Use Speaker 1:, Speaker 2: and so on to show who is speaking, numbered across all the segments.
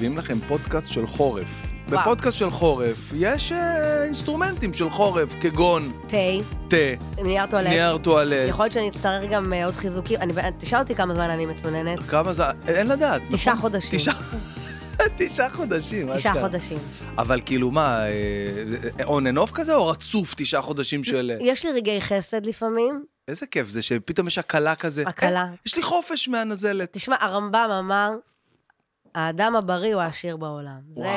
Speaker 1: מביאים לכם פודקאסט של חורף. בפודקאסט של חורף יש אינסטרומנטים של חורף, כגון תה, נייר טואלט.
Speaker 2: יכול להיות שאני אצטרך גם עוד חיזוקים. תשאל אותי כמה זמן אני מצוננת.
Speaker 1: כמה זה? אין לדעת.
Speaker 2: 9 חודשים.
Speaker 1: 9 חודשים.
Speaker 2: 9 חודשים.
Speaker 1: אבל כאילו מה, און אנ אוף כזה או רצוף 9 חודשים של...
Speaker 2: יש לי רגעי חסד לפעמים.
Speaker 1: איזה כיף זה שפתאום יש הקלה כזה.
Speaker 2: הקלה.
Speaker 1: יש לי חופש מהנזלת.
Speaker 2: תשמע, הרמב"ם אמר, האדם הבריא הוא העשיר בעולם. זה...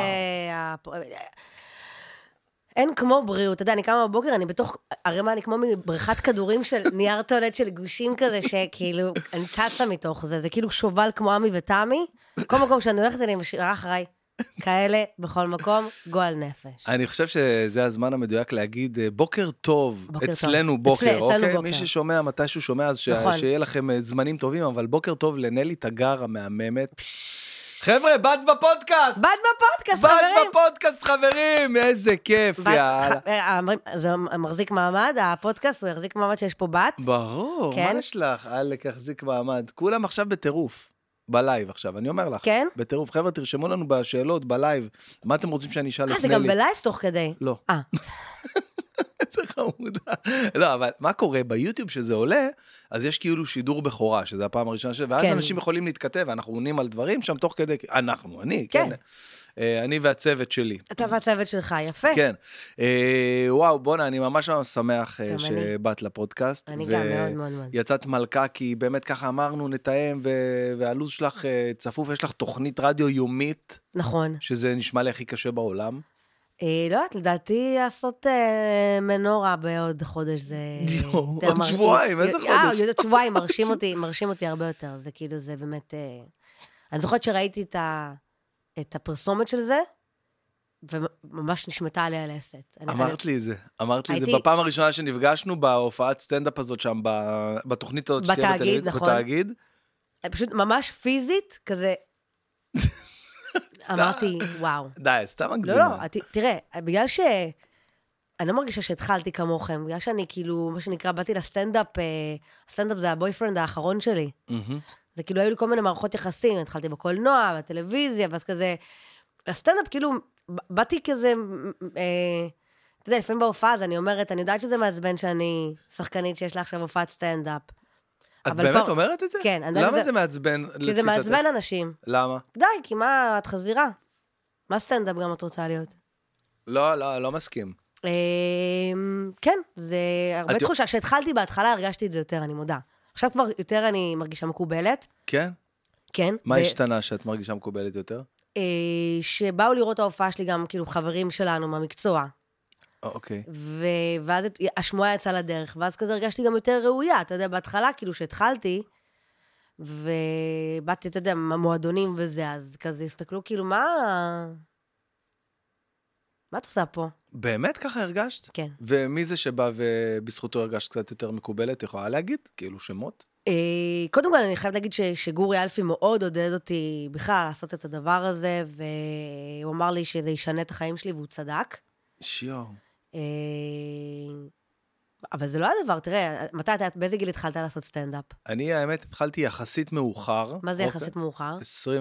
Speaker 2: אין כמו בריאות. אתה יודע, אני קמה בבוקר, אני בתוך הרמה, אני כמו מבריכת כדורים של נייר טואלט של גושים כזה, שכאילו, אני צצה מתוך זה. זה כאילו שובל כמו עמי ותמי. כל מקום שאני הולכת אליהם, משאירה אחריי. כאלה, בכל מקום, גועל נפש.
Speaker 1: אני חושב שזה הזמן המדויק להגיד, בוקר טוב, אצלנו בוקר, אוקיי? מי ששומע, מתישהו שומע, אז שיהיה לכם זמנים טובים, אבל בוקר טוב לנלי תגר המהממת. חבר'ה, בת בפודקאסט!
Speaker 2: בת בפודקאסט, חברים!
Speaker 1: בת בפודקאסט, חברים! איזה כיף, יאללה.
Speaker 2: זה מחזיק מעמד, הפודקאסט, הוא יחזיק מעמד שיש פה בת.
Speaker 1: ברור, מה יש לך? אלק יחזיק מעמד. כולם עכשיו בטירוף. בלייב עכשיו, אני אומר לך.
Speaker 2: כן?
Speaker 1: בטירוף. חבר'ה, תרשמו לנו בשאלות, בלייב. מה אתם רוצים שאני אשאל לפני לי?
Speaker 2: זה גם בלייב תוך כדי?
Speaker 1: לא. זה חמודה. לא, אבל מה קורה? ביוטיוב שזה עולה, אז יש כאילו שידור בכורה, שזה הפעם הראשונה ואז אנשים יכולים להתכתב, ואנחנו עונים על דברים שם תוך כדי, אני, כן. אני והצוות שלי.
Speaker 2: אתה והצוות שלך, יפה.
Speaker 1: כן. וואו, בונה, אני ממש שמח שבאת לפודקאסט.
Speaker 2: אני גם מאוד מאוד מאוד.
Speaker 1: יצאת מלכה, כי באמת ככה אמרנו, נתאם, והלו"ז שלך צפוף, יש לך תוכנית רדיו יומית.
Speaker 2: נכון.
Speaker 1: שזה נשמע לי הכי קשה בעולם.
Speaker 2: לא יודעת, לדעתי לעשות מנורה בעוד חודש זה...
Speaker 1: עוד שבועיים, איזה חודש?
Speaker 2: עוד שבועיים, מרשים אותי הרבה יותר. זה כאילו, זה באמת... אני זוכרת שראיתי את הפרסומת של זה, וממש נשמטה עליה לעשת.
Speaker 1: אמרת לי את זה בפעם הראשונה שנפגשנו, בהופעת סטנדאפ הזאת שם, בתוכנית הזאת שתהיה
Speaker 2: בתאגיד, נכון.
Speaker 1: בתאגיד.
Speaker 2: פשוט ממש פיזית, כזה... אמרתי, וואו.
Speaker 1: די, סתם מגזימה.
Speaker 2: לא, תראה, בגלל אני לא מרגישה שהתחלתי כמוכם, בגלל שאני כאילו, מה שנקרא, באתי לסטנדאפ, הסטנדאפ זה הבויפרנד האחרון שלי. זה כאילו, היו לי כל מיני מערכות יחסים, התחלתי בקולנוע, בטלוויזיה, ואז כזה, הסטנדאפ כאילו, באתי כזה, אתה יודע, לפעמים בהופעה, אז אני אומרת, אני יודעת שזה מעצבן שאני שחקנית שיש לה עכשיו הופעת סטנדאפ.
Speaker 1: את באמת אומרת את זה?
Speaker 2: כן.
Speaker 1: למה זה מעצבן?
Speaker 2: כי זה מעצבן אנשים.
Speaker 1: למה?
Speaker 2: די, כי מה, את חזירה? מה סטנדאפ גם את רוצה להיות?
Speaker 1: לא מסכים.
Speaker 2: כן, זה הרבה תחושה. כשהתחלתי בהתחלה הרגשתי את זה יותר, אני מודה. עכשיו כבר יותר אני מרגישה מקובלת.
Speaker 1: כן?
Speaker 2: כן.
Speaker 1: מה השתנה שאת מרגישה מקובלת יותר?
Speaker 2: שבאו לראות ההופעה שלי גם כאילו חברים שלנו מהמקצוע.
Speaker 1: אוקיי.
Speaker 2: ואז השמועה יצאה לדרך, ואז כזה הרגשתי גם יותר ראויה. אתה יודע, בהתחלה כאילו שהתחלתי, ובאתי, אתה יודע, המועדונים וזה, אז כזה הסתכלו כאילו, מה את עושה פה?
Speaker 1: באמת ככה הרגשת?
Speaker 2: כן.
Speaker 1: ומי זה שבא ובזכותו הרגשת קצת יותר מקובלת? יכולה להגיד? כאילו שמות?
Speaker 2: קודם כל אני חייבת להגיד שגורי אלפי מאוד עודד אותי בכלל לעשות את הדבר הזה, והוא אמר לי שזה ישנה את החיים שלי, והוא צדק.
Speaker 1: שיו.
Speaker 2: אבל זה לא הדבר, תראה, באיזה גיל התחלת לעשות סטנדאפ?
Speaker 1: אני, האמת, התחלתי יחסית מאוחר.
Speaker 2: מה זה יחסית מאוחר?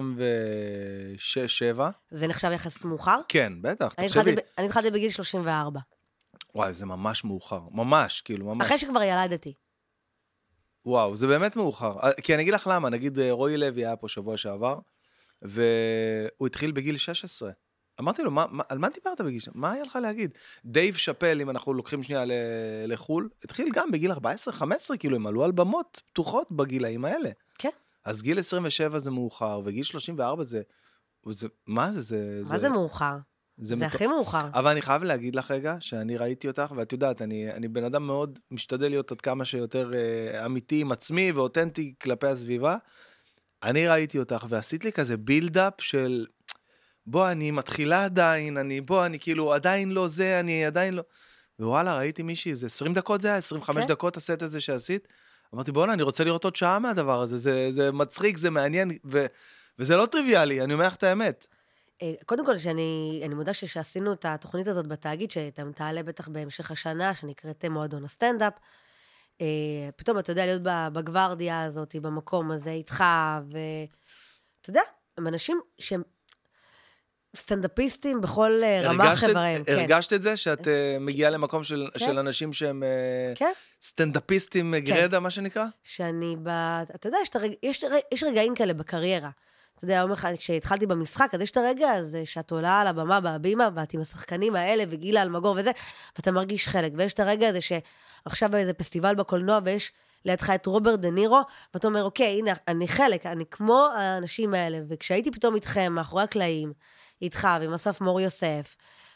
Speaker 1: 26-7.
Speaker 2: זה נחשב יחסית מאוחר?
Speaker 1: כן, בטח.
Speaker 2: אני התחלתי בגיל 34.
Speaker 1: וואי, זה ממש מאוחר. ממש, כאילו, ממש.
Speaker 2: אחרי שכבר ילדתי.
Speaker 1: וואו, זה באמת מאוחר. כי אני אגיד לך למה, נגיד רועי לוי היה פה שבוע שעבר, והוא התחיל בגיל 16. אמרתי לו, על מה דיברת בגיל? מה היה לך להגיד? דייב שאפל, אם אנחנו לוקחים שנייה לחול, התחיל גם בגיל 14-15, כאילו הם עלו על במות פתוחות בגילאים האלה.
Speaker 2: כן.
Speaker 1: אז גיל 27 זה מאוחר, וגיל 34 זה מה זה?
Speaker 2: מה זה מאוחר? זה הכי מאוחר.
Speaker 1: אבל אני חייב להגיד לך רגע, שאני ראיתי אותך, ואת יודעת, אני בן אדם מאוד משתדל להיות עד כמה שיותר אמיתי עם עצמי, ואותנטי כלפי הסביבה. אני ראיתי אותך, ועשית לי כזה בילדאפ של... בוא, אני מתחילה עדיין, אני כאילו עדיין לא זה, אני עדיין לא... ווואלה, ראיתי מישהי, זה 20 דקות זה היה, 25 דקות הסט הזה שעשית. אמרתי, בוא'נה, אני רוצה לראות עוד שעה מהדבר הזה, זה מצחיק, זה מעניין, וזה לא טריוויאלי, אני אומר לך את האמת.
Speaker 2: קודם כל, אני מודה שעשינו את התוכנית הזאת בתאגיד, שאתה תעלה בטח בהמשך השנה, שנקראת מועדון הסטנדאפ, פתאום אתה יודע להיות בגוורדיה הזאת, במקום הזה איתך, ואתה יודע, הם אנשים שהם, סטנדאפיסטים בכל רמה חבריים.
Speaker 1: הרגשת את זה? שאת מגיעה למקום של אנשים שהם סטנדאפיסטים גרדה, מה שנקרא?
Speaker 2: שאני אתה יודע, יש רגעים כאלה בקריירה. אתה יודע, יום אחד, כשהתחלתי במשחק, אז יש את הרגע הזה שאת עולה על הבמה, בהבימה, ואת עם השחקנים האלה, וגילה אלמגור וזה, ואתה מרגיש חלק. ויש את הרגע הזה שעכשיו באיזה פסטיבל בקולנוע, ויש לידך את רוברט דה נירו, ואתה אומר, אוקיי, הנה, אני חלק, אני כמו האנשים האלה, וכשהייתי פתאום איתכם, מאחורי הקלעים, איתך, ועם אסף מור יוסף,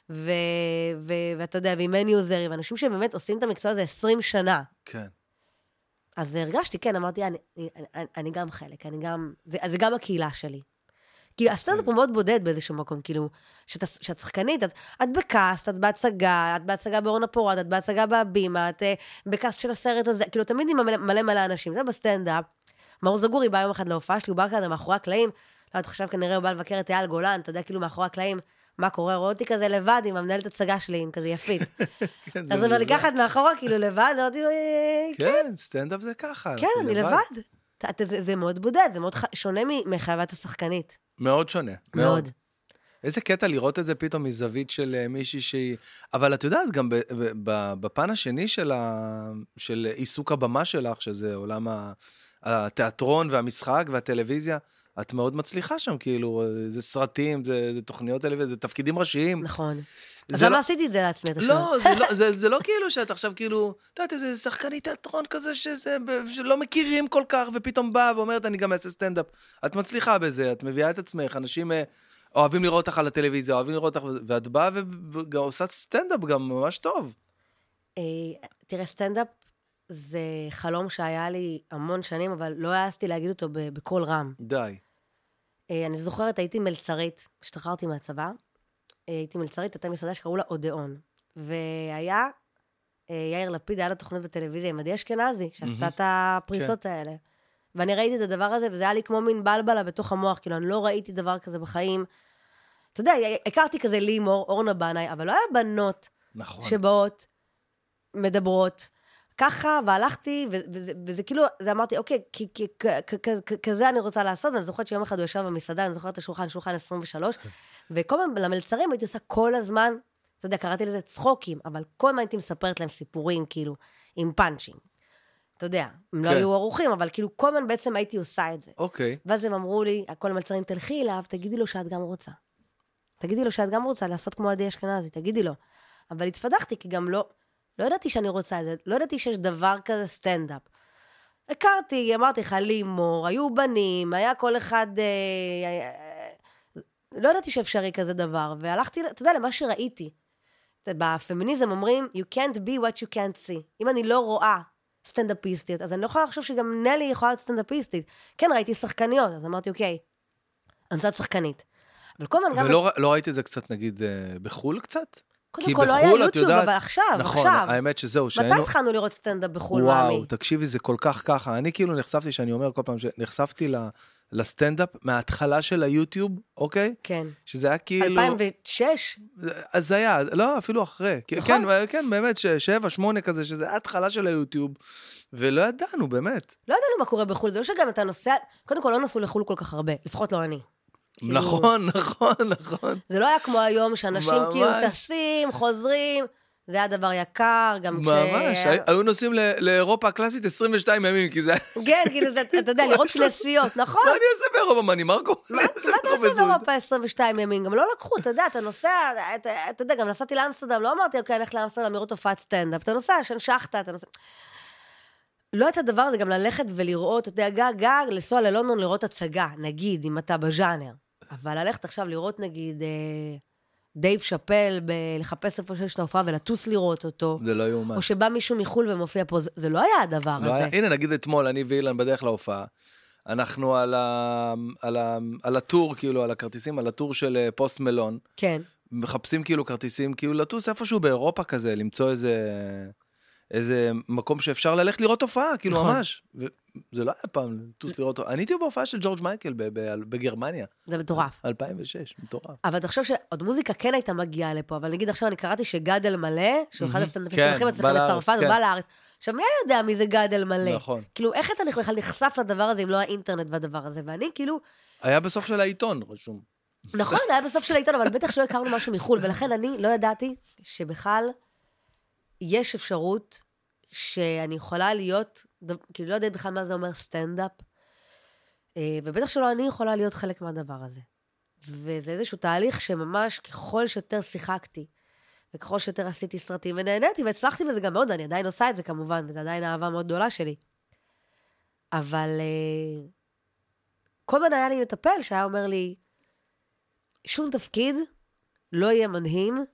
Speaker 2: ואתה יודע, ועם אין יוזרי, ואנשים שבאמת עושים את המקצוע הזה 20 שנה.
Speaker 1: כן.
Speaker 2: אז הרגשתי, כן, אמרתי, אני גם חלק, זה גם הקהילה שלי. כי הסטנדאפ הוא מאוד בודד באיזשהו מקום, כאילו, שאת שחקנית, את בקאסט, את בהצגה באורן הפורד, את בהצגה בהבימה, את בקאסט של הסרט הזה, כאילו, תמיד עם מלא אנשים, זה בסטנדאפ. מאור זגורי בא יום אחד להופעה שלי, הוא בא כזה מאחורי הקלעים, לא, אתה חושב כנראה הוא בא לבקר את אייל גולן, אתה יודע, כאילו, מאחורי הקלעים, מה קורה? רואה אותי כזה לבד עם המנהלת הצגה שלי, עם כזה יפית. אז אני לקחת מאחורה, כאילו לבד, אמרתי לו,
Speaker 1: כן, סטנדאפ זה ככה.
Speaker 2: כן, אני לבד. זה מאוד בודד, זה מאוד שונה מחייבת השחקנית.
Speaker 1: מאוד שונה.
Speaker 2: מאוד.
Speaker 1: איזה קטע לראות את זה פתאום מזווית של מישהי שהיא... אבל את יודעת, גם בפן השני של עיסוק הבמה שלך, שזה עולם התיאטרון והמשחק והטלוויזיה, את מאוד מצליחה שם, כאילו, זה סרטים, זה תוכניות טלוויזיה, זה תפקידים ראשיים.
Speaker 2: נכון. אז למה עשיתי את זה לעצמי, אתה
Speaker 1: לא, זה לא כאילו שאת עכשיו כאילו, אתה יודעת, איזה שחקני תיאטרון כזה שלא מכירים כל כך, ופתאום באה ואומרת, אני גם אעשה סטנדאפ. את מצליחה בזה, את מביאה את עצמך, אנשים אוהבים לראות אותך על הטלוויזיה, אוהבים לראות אותך, ואת באה ועושה סטנדאפ גם ממש טוב.
Speaker 2: תראה, סטנדאפ זה חלום שהיה לי המון שנים, אבל לא העזתי להגיד אותו בקול רם.
Speaker 1: די.
Speaker 2: אני זוכרת, הייתי מלצרית, השתחררתי מהצבא, הייתי מלצרית, הייתה מסעדה שקראו לה אודאון, והיה, יאיר לפיד, היה לו תוכנית בטלוויזיה עם עדי אשכנזי, שעשתה את הפריצות האלה. ואני ראיתי את הדבר הזה, וזה היה לי כמו מין בלבלה בתוך המוח, כאילו אני לא ראיתי דבר כזה בחיים. אתה יודע, הכרתי כזה לימור, אורנה בנאי, אבל לא היה בנות שבאות, מדברות, ככה, והלכתי, וזה כאילו, זה אמרתי, אוקיי, כזה אני רוצה לעשות, ואני זוכרת שיום אחד הוא ישב במסעדה, אני זוכרת את השולחן, שולחן 23, וכל פעם למלצרים הייתי עושה כל הזמן, אתה יודע, קראתי לזה צחוקים, אבל כל הזמן הייתי מספרת להם סיפורים, כאילו, עם פאנצ'ים. אתה יודע, הם לא היו ערוכים, אבל כאילו, כל הזמן בעצם הייתי עושה את זה.
Speaker 1: אוקיי.
Speaker 2: ואז הם אמרו לי, כל המלצרים, תלכי אליו, תגידי לו שאת גם רוצה. תגידי לו שאת גם רוצה לעשות כמו עדי אשכנזי, תגידי לו. אבל התפדחתי, כי גם לא ידעתי שאני רוצה את זה, לא ידעתי שיש דבר כזה סטנדאפ. הכרתי, אמרתי לך, לימור, היו בנים, היה כל אחד, לא ידעתי שאפשרי כזה דבר, והלכתי, אתה יודע, למה שראיתי. בפמיניזם אומרים, you can't be what you can't see. אם אני לא רואה סטנדאפיסטיות, אז אני לא יכולה לחשוב שגם נלי יכולה להיות סטנדאפיסטית. כן, ראיתי שחקניות, אז אמרתי, אוקיי, אני קצת שחקנית. אבל כל הזמן גם...
Speaker 1: ולא ראיתי את זה קצת, נגיד, בחול קצת?
Speaker 2: קודם כל לא היה יוטיוב, אבל עכשיו,
Speaker 1: נכון, האמת שזהו.
Speaker 2: מתי התחלנו לראות סטנדאפ בחול, מאמי?
Speaker 1: וואו, תקשיבי, זה כל כך ככה. אני כאילו נחשפתי, שאני אומר כל פעם, שנחשפתי לסטנדאפ מההתחלה של היוטיוב, אוקיי?
Speaker 2: כן.
Speaker 1: שזה היה כאילו...
Speaker 2: 2006?
Speaker 1: אז זה היה, לא, אפילו אחרי.
Speaker 2: נכון.
Speaker 1: כן, באמת, 7, 8 כזה, שזה ההתחלה של היוטיוב, ולא ידענו, באמת.
Speaker 2: לא ידענו מה קורה בחול, זה לא שגם אתה נוסע... קודם כל, לא נסעו לחול כל כך הרבה, לפחות לא אני.
Speaker 1: נכון.
Speaker 2: זה לא היה כמו היום, שאנשים כאילו טסים, חוזרים, זה היה דבר יקר, גם
Speaker 1: ממש, היו נוסעים לאירופה הקלאסית 22 ימים, כי זה...
Speaker 2: כן, כאילו, אתה יודע, לראות כנסיות, נכון?
Speaker 1: מה אני אעשה באירופה, מה, אני מרקו?
Speaker 2: מה אתה עושה באירופה 22 ימים? גם לא לקחו, אתה יודע, אתה נוסע, אתה יודע, גם נסעתי לאמסטרדם, לא אמרתי, אוקיי, אני הולך לאמסטרדם לראות הופעת סטנדאפ, אתה נוסע, שנשכת, אתה נוסע... לא את הדבר הזה, גם ללכת ולראות, אתה יודע, גג, לנסוע ללונדון לראות הצגה, נגיד, אם אתה בז'אנר. אבל ללכת עכשיו לראות, נגיד, דייב שאפל, לחפש איפה שיש את ההופעה ולטוס לראות אותו.
Speaker 1: זה לא יאומן.
Speaker 2: או שבא מישהו מחול ומופיע פה, זה לא היה הדבר הזה.
Speaker 1: הנה, נגיד אתמול, אני ואילן בדרך להופעה, אנחנו על הטור, כאילו, על הכרטיסים, על הטור של פוסט מלון.
Speaker 2: כן.
Speaker 1: מחפשים כאילו כרטיסים, כאילו לטוס איפשהו באירופה כזה, למצוא איזה מקום שאפשר ללכת לראות הופעה, כאילו ממש. זה לא היה פעם לטוס לראות, אני הייתי בהופעה של ג'ורג' מייקל בגרמניה.
Speaker 2: זה מטורף.
Speaker 1: 2006, מטורף.
Speaker 2: אבל אתה חושב שעוד מוזיקה כן הייתה מגיעה לפה, אבל נגיד עכשיו אני קראתי שגד אלמלא, שהוא אחד הסטנדאפיסטים הכי מצליחים בצרפת, הוא בא לארץ. עכשיו, מי יודע מי זה גד אלמלא?
Speaker 1: נכון.
Speaker 2: כאילו, איך אתה בכלל נחשף לדבר הזה אם לא האינטרנט והדבר הזה? ואני כאילו...
Speaker 1: היה בסוף של העיתון, רשום.
Speaker 2: נכון, זה היה בסוף של העיתון, אבל בטח שלא הכרנו משהו מחול, ולכן אני לא ידעתי שבכלל יש אפשרות שאני יכולה להיות, כאילו לא יודעת בכלל מה זה אומר סטנדאפ, ובטח שלא אני יכולה להיות חלק מהדבר הזה. וזה איזשהו תהליך שממש ככל שיותר שיחקתי, וככל שיותר עשיתי סרטים, ונהניתי והצלחתי בזה גם מאוד, אני עדיין עושה את זה כמובן, וזה עדיין אהבה מאוד גדולה שלי. אבל כל הזמן היה לי מטפל שהיה אומר לי, שום תפקיד לא יהיה מדהים,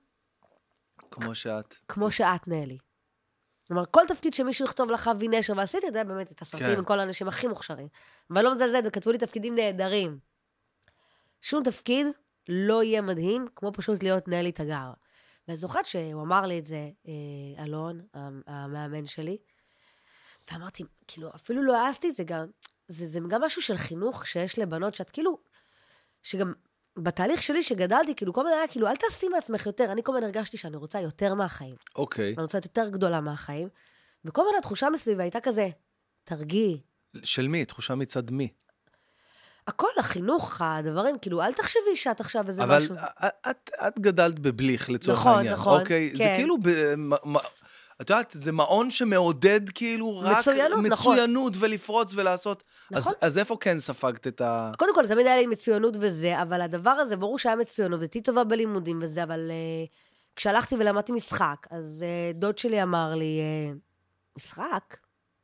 Speaker 2: כמו שאת נהלי. כלומר, כל תפקיד שמישהו יכתוב לך וינשר, ועשיתי את זה באמת, את הסרטים עם כל האנשים הכי מוכשרים. אבל לא מזלזל, וכתבו לי תפקידים נהדרים. שום תפקיד לא יהיה מדהים, כמו פשוט להיות נלי תגר. ואני זוכרת שהוא אמר לי את זה, אלון, המאמן שלי, ואמרתי, כאילו, אפילו לא העזתי, זה גם משהו של חינוך שיש לבנות, שאת כאילו, שגם בתהליך שלי שגדלתי, כאילו, כל מיני היה, כאילו, אל תעשי מעצמך יותר, אני כל מיני הרגשתי שאני רוצה יותר מהחיים.
Speaker 1: אוקיי.
Speaker 2: אני רוצה יותר גדולה מהחיים, וכל מיני התחושה מסביבה הייתה כזה, תרגיעי.
Speaker 1: של מי? תחושה מצד מי?
Speaker 2: הכל, החינוך, הדברים, כאילו, אל תחשבי שאת עכשיו איזה משהו.
Speaker 1: אבל את גדלת בבליך לצורך העניין.
Speaker 2: נכון,
Speaker 1: אוקיי?
Speaker 2: כן.
Speaker 1: זה כאילו, את יודעת, זה מעון שמעודד כאילו רק מצוינות ולפרוץ ולעשות.
Speaker 2: נכון.
Speaker 1: אז איפה כן ספגת את ה...
Speaker 2: קודם כל, תמיד היה לי מצוינות וזה, אבל הדבר הזה, ברור שהיה מצוינות, הייתי טובה בלימודים וזה, אבל כשהלכתי ולמדתי משחק, אז דוד שלי אמר לי, משחק?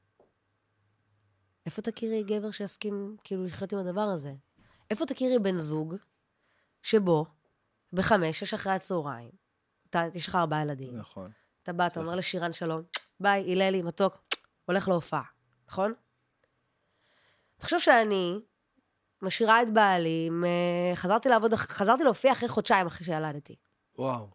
Speaker 2: איפה תכירי גבר שיסכים כאילו לחיות עם הדבר הזה? איפה תכירי בן זוג שבו, 5-6 אחרי הצהריים, יש לך 4 ילדים.
Speaker 1: נכון.
Speaker 2: אתה בא, אתה אומר לשירן שלום, ביי, היללי, מתוק, הולך להופעה, נכון? תחשוב שאני משאירה את בעלי, חזרתי להופיע אחרי חודשיים אחרי שילדתי.
Speaker 1: וואו.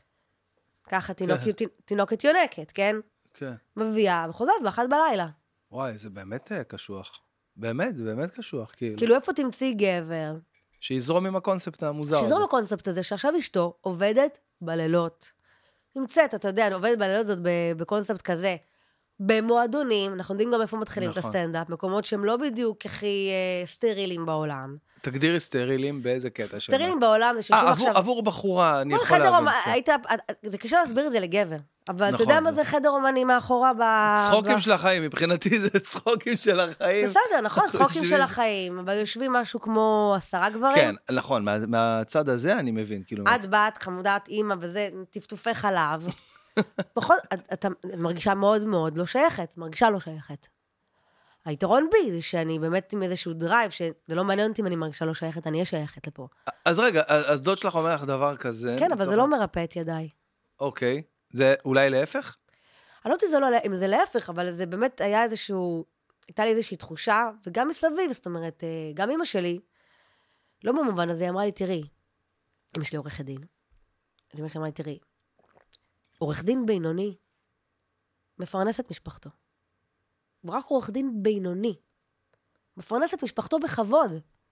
Speaker 2: ככה תינוקת יונקת, כן?
Speaker 1: כן.
Speaker 2: מביאה וחוזרת ב1 בלילה.
Speaker 1: וואי, זה באמת קשוח. באמת, זה באמת קשוח.
Speaker 2: כאילו איפה תמצאי גבר?
Speaker 1: שיזרום עם הקונספט המוזר הזה.
Speaker 2: שיזרום עם הקונספט הזה, שעכשיו אשתו עובדת בלילות. נמצאת, אתה יודע, אני עובדת בלילות זאת בקונספט כזה. במועדונים, אנחנו יודעים גם איפה מתחילים את הסטנדאפ, מקומות שהם לא בדיוק הכי סטרילים בעולם.
Speaker 1: תגדירי סטרילים באיזה קטע שלנו.
Speaker 2: סטרילים בעולם, זה שישוב עכשיו...
Speaker 1: עבור בחורה, אני יכול להבין.
Speaker 2: זה קשה להסביר את זה לגבר. אבל אתה יודע מה זה חדר אומני מאחורה
Speaker 1: צחוקים של החיים, מבחינתי זה צחוקים של החיים.
Speaker 2: בסדר, נכון, צחוקים של החיים, אבל יושבים משהו כמו 10 גברים.
Speaker 1: כן, נכון, מהצד הזה אני מבין.
Speaker 2: את בת, חמודת אימא וזה, טפטופי חלב. בכל, אתה מרגישה מאוד מאוד לא שייכת, מרגישה לא שייכת. היתרון בי זה שאני באמת עם איזשהו דרייב, שזה לא מעניין אותי אם אני מרגישה לא שייכת, אני אהיה שייכת לפה.
Speaker 1: אז רגע, אז דוד שלך אומר לך דבר כזה.
Speaker 2: כן, אבל זה לא מרפא את ידיי.
Speaker 1: אוקיי. זה אולי להפך?
Speaker 2: אני לא יודעת אם זה להפך, אבל זה באמת היה הייתה לי איזושהי תחושה, וגם מסביב, זאת אומרת, גם אמא שלי, לא במובן הזה, היא אמרה לי, תראי, אמא שלי עורכת דין. אז אמא שלי אמרה לי, תראי, עורך דין בינוני, מפרנס את משפחתו. ורק עורך דין בינוני, מפרנס את משפחתו בכבוד.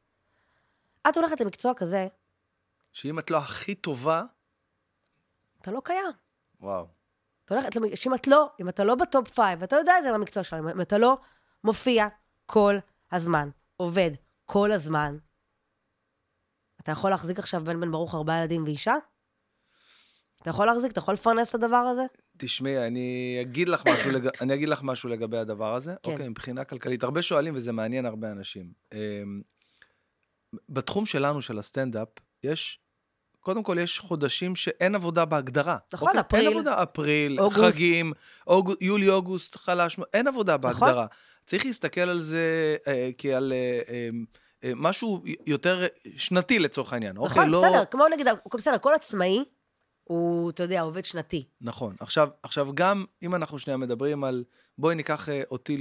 Speaker 2: את הולכת למקצוע כזה,
Speaker 1: שאם את לא הכי טובה,
Speaker 2: אתה לא קיים.
Speaker 1: וואו.
Speaker 2: אם אתה לא בטופ 5, ואתה יודע את זה למקצוע שלנו, אם אתה לא מופיע כל הזמן, עובד כל הזמן, אתה יכול להחזיק עכשיו בן ברוך 4 ילדים ואישה? אתה יכול להחזיק, אתה יכול לפרנס את הדבר הזה?
Speaker 1: תשמעי, אני אגיד לך משהו לגבי הדבר הזה.
Speaker 2: כן.
Speaker 1: אוקיי, מבחינה כלכלית, הרבה שואלים וזה מעניין הרבה אנשים. בתחום שלנו, של הסטנדאפ, קודם כל יש חודשים שאין עבודה בהגדרה.
Speaker 2: נכון,
Speaker 1: אוקיי?
Speaker 2: אפריל.
Speaker 1: אין עבודה, אפריל,
Speaker 2: אוגוסט.
Speaker 1: חגים, יולי, אוגוסט, חלש, אין עבודה בהגדרה. נכון. צריך להסתכל על זה כעל משהו יותר שנתי לצורך העניין.
Speaker 2: נכון,
Speaker 1: אוקיי,
Speaker 2: בסדר,
Speaker 1: לא...
Speaker 2: כמו נגיד, בסדר, כל עצמאי, הוא, אתה יודע, עובד שנתי.
Speaker 1: נכון. עכשיו גם אם אנחנו שנייה מדברים על, בואי ניקח אותי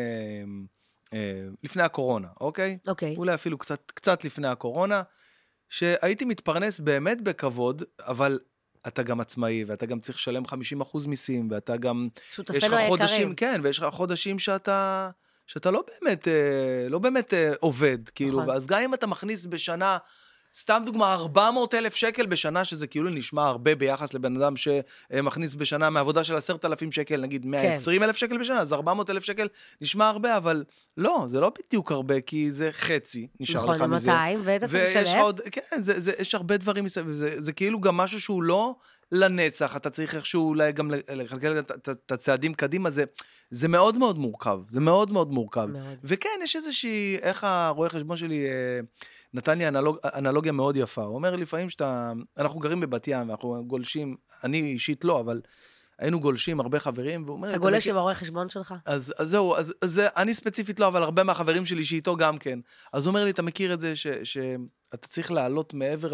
Speaker 1: לפני הקורונה, אוקיי?
Speaker 2: אוקיי.
Speaker 1: אולי אפילו קצת לפני הקורונה, שהייתי מתפרנס באמת בכבוד, אבל אתה גם עצמאי, ואתה גם צריך לשלם 50% מיסים, ואתה גם...
Speaker 2: שותפינו היקרים.
Speaker 1: כן, ויש לך חודשים שאתה לא באמת עובד, כאילו,
Speaker 2: נכון.
Speaker 1: אז גם אם אתה מכניס בשנה סתם דוגמה, 400,000 שקל בשנה, שזה כאילו נשמע הרבה ביחס לבן אדם שמכניס בשנה מעבודה של 10,000 שקל, נגיד 120,000 שקל בשנה, אז 400,000 שקל נשמע הרבה, אבל לא, זה לא בדיוק הרבה, כי זה חצי, נשאר לך מזה.
Speaker 2: נכון, 200, ואתה צריך לשלם.
Speaker 1: כן, יש הרבה דברים, זה כאילו גם משהו שהוא לא לנצח, אתה צריך איכשהו אולי גם לחלקל את הצעדים קדימה, זה מאוד מאוד מורכב, זה מאוד מאוד מורכב. וכן, יש איזושהי, איך הרואה חשבון שלי נתן לי אנלוגיה מאוד יפה, הוא אומר לפעמים אנחנו גרים בבת ים, אנחנו גולשים, אני אישית לא, אבל היינו גולשים הרבה חברים, והוא אומר...
Speaker 2: אתה גולש עם הרואה חשבון שלך?
Speaker 1: אז זהו, אני ספציפית לא, אבל הרבה מהחברים שלי שאיתו גם כן. אז הוא אומר לי, אתה מכיר את זה שאתה צריך לעלות מעבר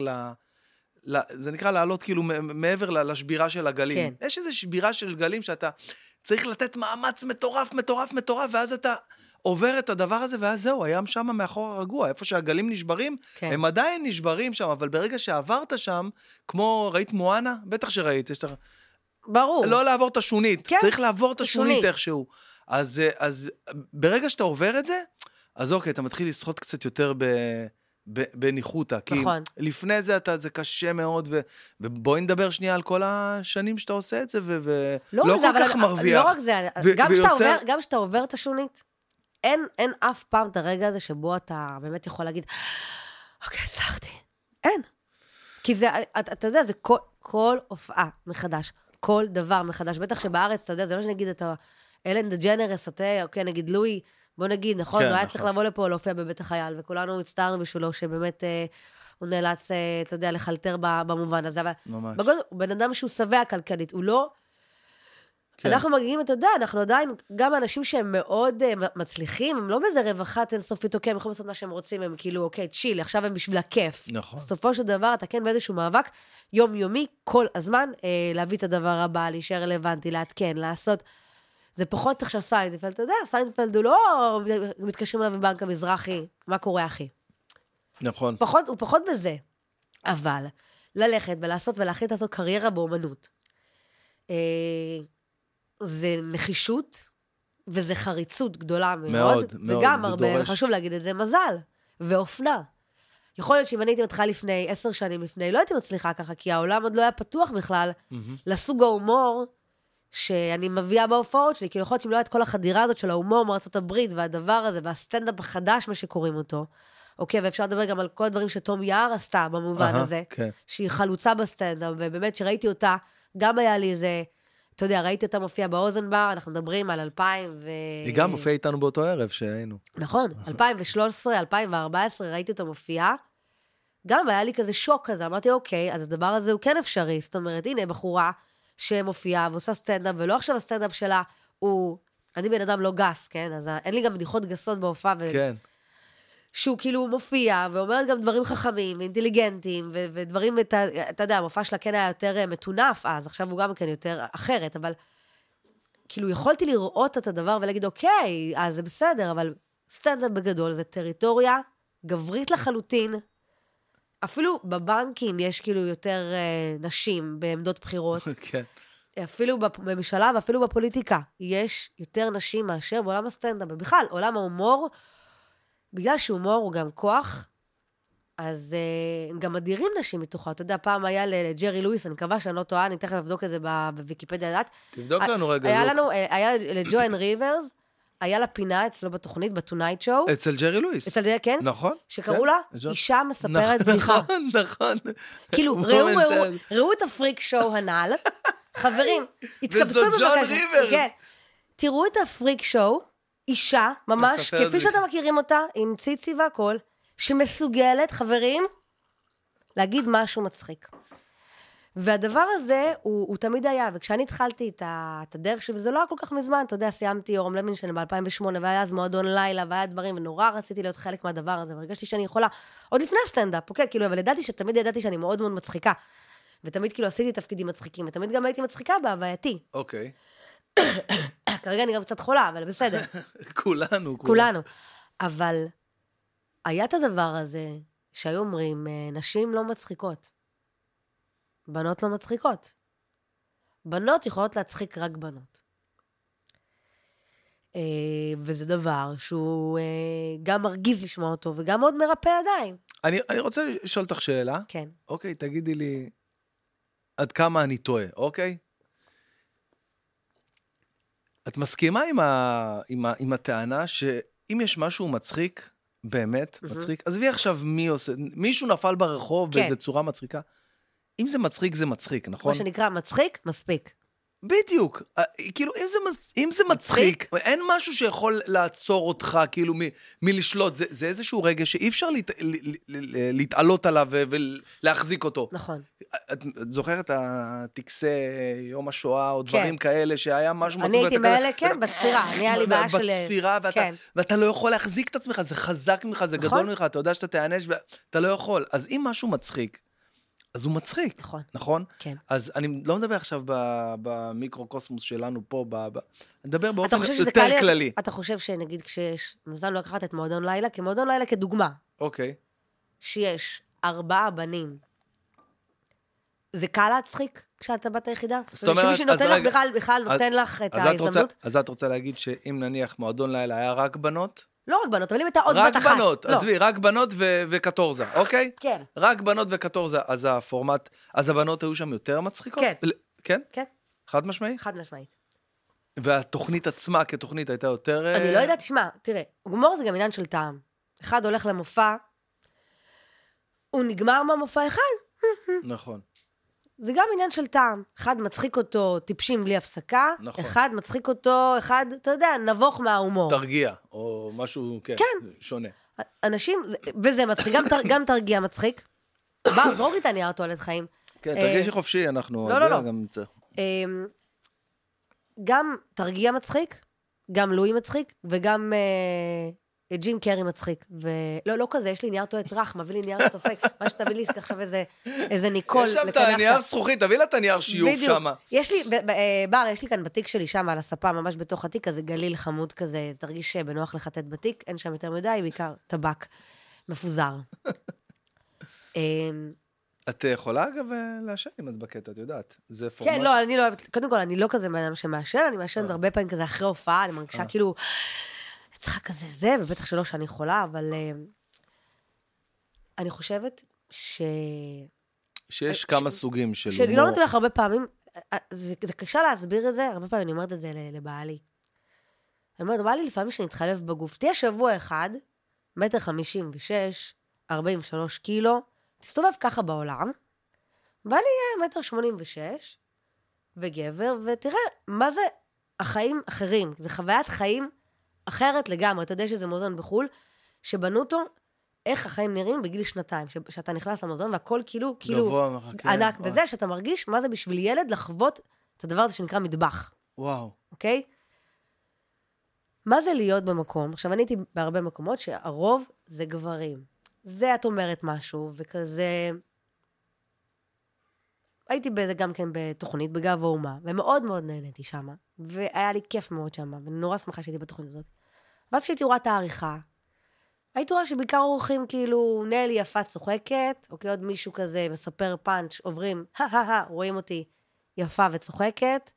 Speaker 1: זה נקרא לעלות כאילו מעבר לשבירה של הגלים. כן. יש איזו שבירה של גלים שאתה צריך לתת מאמץ מטורף, מטורף, מטורף, ואז אתה עובר את הדבר הזה, ואז זהו, הים שם מאחור הרגוע, איפה שהגלים נשברים, כן. הם עדיין נשברים שם, אבל ברגע שעברת שם, כמו ראית מואנה, בטח שראית, יש לך...
Speaker 2: ברור.
Speaker 1: לא לעבור את השונית, כן? צריך לעבור את השונית איכשהו. אז ברגע שאתה עובר את זה, אז אוקיי, אתה מתחיל לשחות קצת יותר בניחותה, כי נכון. לפני זה זה קשה מאוד, ובואי נדבר שנייה על כל השנים שאתה עושה את זה, ולא כל כך מרוויח.
Speaker 2: לא רק זה, גם שאתה עובר את השונית, אין אף פעם את הרגע הזה שבו אתה באמת יכול להגיד, אוקיי, הצלחתי. אין. כי זה, אתה יודע, זה כל הופעה מחדש, כל דבר מחדש. בטח שבארץ, אתה יודע, זה לא שנגיד את אלן דה ג'נרס, אוקיי, נגיד לואי, בוא נגיד, נכון, הוא היה צריך לבוא לפה להופיע בבית החייל, וכולנו הצטערנו בשבילו שבאמת הוא נאלץ, אתה יודע, לחלטר במובן הזה. ממש. בגלל, הוא בן אדם שהוא שבע כלכלית, הוא לא... כן. אנחנו מגיעים, אתה יודע, אנחנו עדיין, גם אנשים שהם מאוד מצליחים, הם לא באיזה רווחה אינסופית, אוקיי, הם יכולים לעשות מה שהם רוצים, הם כאילו, אוקיי, צ'יל, עכשיו הם בשביל הכיף. נכון. בסופו של דבר, אתה כן באיזשהו מאבק יומיומי, כל הזמן, להביא את הדבר הבא, להישאר רלוונטי, להתקן, לעשות... זה פחות עכשיו סיינפלד, אתה יודע, סיינפלד הוא לא מתקשרים אליו מבנק המזרחי, מה קורה, אחי?
Speaker 1: נכון.
Speaker 2: הוא פחות בזה. אבל, ללכת ולעשות ולהחליט לעשות קריירה באומנות. זה נחישות, וזה חריצות גדולה מאוד, מאוד וגם הרבה, וחשוב להגיד את זה, מזל, ואופנה. יכול להיות שאם אני הייתי מתחילה לפני, 10 שנים לפני, לא הייתי מצליחה ככה, כי העולם עוד לא היה פתוח בכלל, לסוג ההומור, שאני מביאה בהופעות שלי, כי יכול להיות שאם לא היה את כל החדירה הזאת של ההומור מארצות הברית, והדבר הזה, והסטנדאפ החדש, מה שקוראים אותו, אוקיי, ואפשר לדבר גם על כל הדברים שתום יער עשתה במובן הזה, שהיא חלוצה בסטנדאפ, ובאמת שראיתי אותה, גם היה לי איזה, אתה יודע, ראיתי אותה מופיעה באוזן בר, אנחנו מדברים על 2000
Speaker 1: היא גם מופיעה איתנו באותו ערב שהיינו.
Speaker 2: נכון, 2013, 2014, ראיתי אותה מופיעה, גם היה לי כזה שוק כזה, אמרתי, אוקיי, אז הדבר הזה הוא כן אפשרי, זאת אומרת, הנה, בחורה שמופיעה ועושה סטנדאפ, ולא עכשיו הסטנדאפ שלה הוא, אני בן אדם לא גס, כן? אז אין לי גם בדיחות גסות בהופעה,
Speaker 1: כן.
Speaker 2: שהוא כאילו מופיע, ואומרת גם דברים חכמים, אינטליגנטיים, ודברים, אתה יודע, המופע שלה כן היה יותר מטונף אז, עכשיו הוא גם כן יותר אחרת, אבל כאילו יכולתי לראות את הדבר ולהגיד, אוקיי, אז זה בסדר, אבל סטנדאפ בגדול זה טריטוריה גברית לחלוטין, אפילו בבנקים יש כאילו יותר נשים בעמדות בחירות. כן. אפילו בממשלה ואפילו בפוליטיקה. יש יותר נשים מאשר בעולם הסטנדאפ. ובכלל, עולם ההומור, בגלל שהומור הוא גם כוח, אז גם מדירים נשים מתוכה. אתה יודע, פעם היה לג'רי לואיס, אני מקווה שאני לא טועה, אני תכף אבדוק את זה בוויקיפדיה לדעת.
Speaker 1: תבדוק לנו רגע.
Speaker 2: היה לג'ואן ריברס, היה לה פינה אצלו בתוכנית, בטונייט שואו.
Speaker 1: אצל ג'רי לואיס.
Speaker 2: אצל ג'רי, כן?
Speaker 1: נכון.
Speaker 2: שקראו לה, אישה מספרת בדיחה.
Speaker 1: נכון.
Speaker 2: כאילו, ראו את הפריק שואו הנ"ל, חברים, התקבצו
Speaker 1: בבקשה. וזאת ג'ון ריבר.
Speaker 2: כן. תראו את הפריק שואו, אישה, ממש, כפי שאתם מכירים אותה, עם ציצי והכל, שמסוגלת, חברים, להגיד משהו מצחיק. והדבר הזה הוא תמיד היה, וכשאני התחלתי את הדרך שלי, וזה לא היה כל כך מזמן, אתה יודע, סיימתי יורם למינשטיין ב-2008, והיה אז מועדון לילה, והיה דברים, ונורא רציתי להיות חלק מהדבר הזה, והרגשתי שאני יכולה, עוד לפני הסטנדאפ, אוקיי, כאילו, אבל תמיד ידעתי שאני מאוד מאוד מצחיקה, ותמיד כאילו עשיתי תפקידים מצחיקים, ותמיד גם הייתי מצחיקה בהווייתי.
Speaker 1: אוקיי.
Speaker 2: כרגע אני גם קצת חולה, אבל בסדר.
Speaker 1: כולנו.
Speaker 2: אבל היה את הדבר הזה, שהיו אומרים, נשים לא מצחיקות. בנות לא מצחיקות. בנות יכולות להצחיק רק בנות. וזה דבר שהוא גם מרגיז לשמוע אותו, וגם מאוד מרפא ידיים.
Speaker 1: אני רוצה לשאול אותך שאלה.
Speaker 2: כן.
Speaker 1: אוקיי, תגידי לי עד כמה אני טועה, אוקיי? את מסכימה עם הטענה שאם יש משהו מצחיק, באמת מצחיק, עזבי עכשיו מי עושה, מישהו נפל ברחוב באיזו צורה מצחיקה, אם זה מצחיק, זה מצחיק, נכון?
Speaker 2: מה שנקרא מצחיק, מספיק.
Speaker 1: בדיוק, כאילו אם זה מצחיק, אין משהו שיכול לעצור אותך כאילו מלשלוט, זה איזשהו רגע שאי אפשר להתעלות עליו ולהחזיק אותו.
Speaker 2: נכון.
Speaker 1: את זוכרת הטקסי יום השואה או דברים כאלה שהיה משהו מצחיק?
Speaker 2: אני הייתי מאלה, כן, בספירה, אני היה לי בעיה של...
Speaker 1: בספירה, ואתה לא יכול להחזיק את עצמך, זה חזק ממך, זה גדול ממך, אתה יודע שאתה תענש ואתה לא יכול. אז אם משהו מצחיק, אז הוא מצחיק, נכון?
Speaker 2: כן.
Speaker 1: אז אני לא מדבר עכשיו במיקרוקוסמוס שלנו פה, אני מדבר באופן
Speaker 2: יותר
Speaker 1: כללי.
Speaker 2: אתה חושב שנגיד כשיש, נזלנו לקחת את מועדון לילה, כמועדון לילה כדוגמה.
Speaker 1: אוקיי. שיש
Speaker 2: 4 בנים. זה קל להצחיק כשאתה בת היחידה?
Speaker 1: זאת אומרת,
Speaker 2: שמישהו נותן לך בכלל נותן לך את ההזדמנות?
Speaker 1: אז את רוצה להגיד שאם נניח מועדון לילה היה רק בנות,
Speaker 2: לא רק בנות, אבל אם הייתה עוד בת אחת.
Speaker 1: רק בנות, עזבי, רק בנות וקטורזה, אוקיי?
Speaker 2: כן.
Speaker 1: רק בנות וקטורזה, אז הפורמט, אז הבנות היו שם יותר מצחיקות?
Speaker 2: כן.
Speaker 1: כן?
Speaker 2: כן.
Speaker 1: חד משמעית?
Speaker 2: חד משמעית.
Speaker 1: והתוכנית עצמה כתוכנית הייתה יותר...
Speaker 2: אני לא יודעת, תשמע, תראה, הומור זה גם עניין של טעם. אחד הולך למופע, הוא נגמר מהמופע אחד.
Speaker 1: נכון.
Speaker 2: זה גם עניין של טעם. אחד מצחיק אותו טיפשים בלי הפסקה, נכון. אחד מצחיק אותו, אחד, אתה יודע, נבוך מההומור.
Speaker 1: תרגיע, או משהו, כן, שונה.
Speaker 2: אנשים, וזה מצחיק, גם תרגיע מצחיק. זרוק לי את הנייר טואלט חיים.
Speaker 1: כן, תרגישי חופשי, אנחנו...
Speaker 2: לא. גם תרגיע מצחיק, גם לואי מצחיק, וגם ג'ים קרי מצחיק. לא כזה, יש לי נייר טואלט רך, מביא לי נייר סופק, מה שתביא לי עכשיו איזה ניקול.
Speaker 1: יש שם את הנייר זכוכית, תביא לה את הנייר שיוף שם.
Speaker 2: יש לי, בר, יש לי כאן בתיק שלי שם על הספה, ממש בתוך התיק, כזה גליל חמוד כזה, תרגיש בנוח לחטט בתיק, אין שם יותר מדי, בעיקר טבק מפוזר.
Speaker 1: את יכולה אגב לעשן אם את בקטע, את יודעת, זה פורמט.
Speaker 2: כן, לא, אני לא אוהבת, קודם כל, אני לא כזה מאדם שמעשן, אני מעשן הרבה פעמים כזה אחרי הופעה, אני מרגישה כאילו, צריכה כזה זה, ובטח שלא שאני יכולה, אבל אני חושבת
Speaker 1: שיש כמה סוגים של הומור.
Speaker 2: שאני לא נותן לך הרבה פעמים, זה קשה להסביר את זה, הרבה פעמים אני אומרת את זה לבעלי. אני אומרת, בעלי לפעמים שנתחלף בגוף, תהיה שבוע אחד, 1.56 מטר, 43 קילו, תסתובב ככה בעולם, ואני אהיה 1.86 מטר, וגבר, ותראה, מה זה החיים אחרים? זה חוויית חיים אחרת לגמרי. אתה יודע שזה מוזיאון בחול, שבנו אותו, איך החיים נראים בגיל 2, שאתה נכנס למוזיאון, והכל כאילו ענק, וזה שאתה מרגיש מה זה בשביל ילד לחוות את הדבר הזה שנקרא מטבח.
Speaker 1: וואו.
Speaker 2: אוקיי? מה זה להיות במקום? עכשיו, אני הייתי בהרבה מקומות שהרוב זה גברים. זה את אומרת משהו, וכזה... הייתי בזה גם כן בתוכנית, בגב האומה, ומאוד מאוד נהניתי שם, והיה לי כיף מאוד שם, ואני נורא שמחה שהייתי בתוכנית הזאת. ואז כשהייתי רואה את העריכה, הייתי רואה שבעיקר אורחים כאילו, נלי יפה צוחקת, אוקיי, עוד מישהו כזה מספר פאנץ', עוברים, רואים אותי יפה וצוחקת,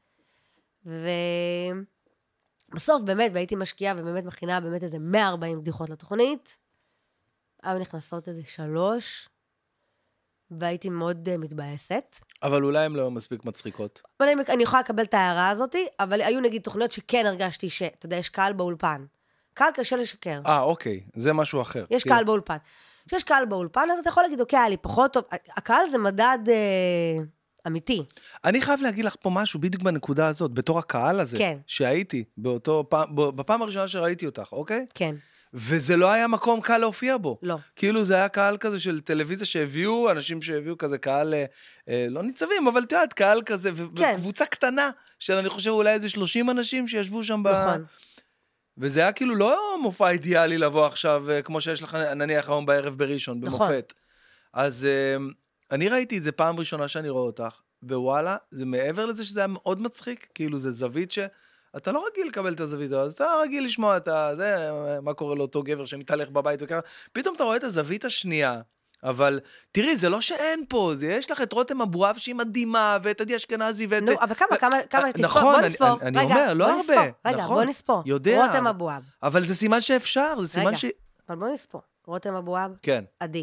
Speaker 2: ובסוף באמת, והייתי משקיעה, ובאמת מכינה באמת איזה 140 בדיחות לתוכנית, היו נכנסות איזה 3, והייתי מאוד מתבאסת.
Speaker 1: אבל אולי הן לא היו מספיק מצחיקות.
Speaker 2: אני יכולה לקבל את ההערה הזאת, אבל היו נגיד תוכניות שכן הרגשתי אתה יודע, יש קהל באולפן. קהל קשה לשקר.
Speaker 1: אוקיי, זה משהו אחר.
Speaker 2: יש קהל באולפן. כשיש קהל באולפן, אז אתה יכול להגיד, אוקיי, היה לי פחות טוב. הקהל זה מדד אמיתי.
Speaker 1: אני חייב להגיד לך פה משהו, בדיוק בנקודה הזאת, בתור הקהל הזה, שהייתי, בפעם הראשונה שראיתי אותך, אוקיי?
Speaker 2: כן.
Speaker 1: וזה לא היה מקום קל להופיע בו.
Speaker 2: לא.
Speaker 1: כאילו זה היה קהל כזה של טלוויזיה שהביאו, אנשים שהביאו כזה קהל, לא ניצבים, אבל את יודעת, קהל כזה, וקבוצה קטנה, של אני חושב אולי איזה 30 אנשים שישבו שם
Speaker 2: נכון.
Speaker 1: וזה היה כאילו לא מופע אידיאלי לבוא עכשיו, כמו שיש לך נניח היום בערב בראשון, במופת. אז אני ראיתי את זה פעם ראשונה שאני רואה אותך, ווואלה, זה מעבר לזה שזה היה מאוד מצחיק, כאילו זה זווית אתה לא רגיל לקבל את הזווית, אתה רגיל לשמוע את זה, מה קורה לאותו גבר שמתהלך בבית וככה, פתאום אתה רואה את הזווית השנייה, אבל תראי, זה לא שאין פה, יש לך את רותם אבואב שהיא מדהימה, ואת עדי אשכנזי, ואת...
Speaker 2: נו, אבל כמה,
Speaker 1: נכון, אני אומר, לא הרבה.
Speaker 2: רגע, בוא נספור.
Speaker 1: יודע.
Speaker 2: רותם אבואב.
Speaker 1: אבל זה סימן שאפשר, זה סימן ש...
Speaker 2: אבל בוא נספור. רותם אבואב.
Speaker 1: כן.
Speaker 2: עדי.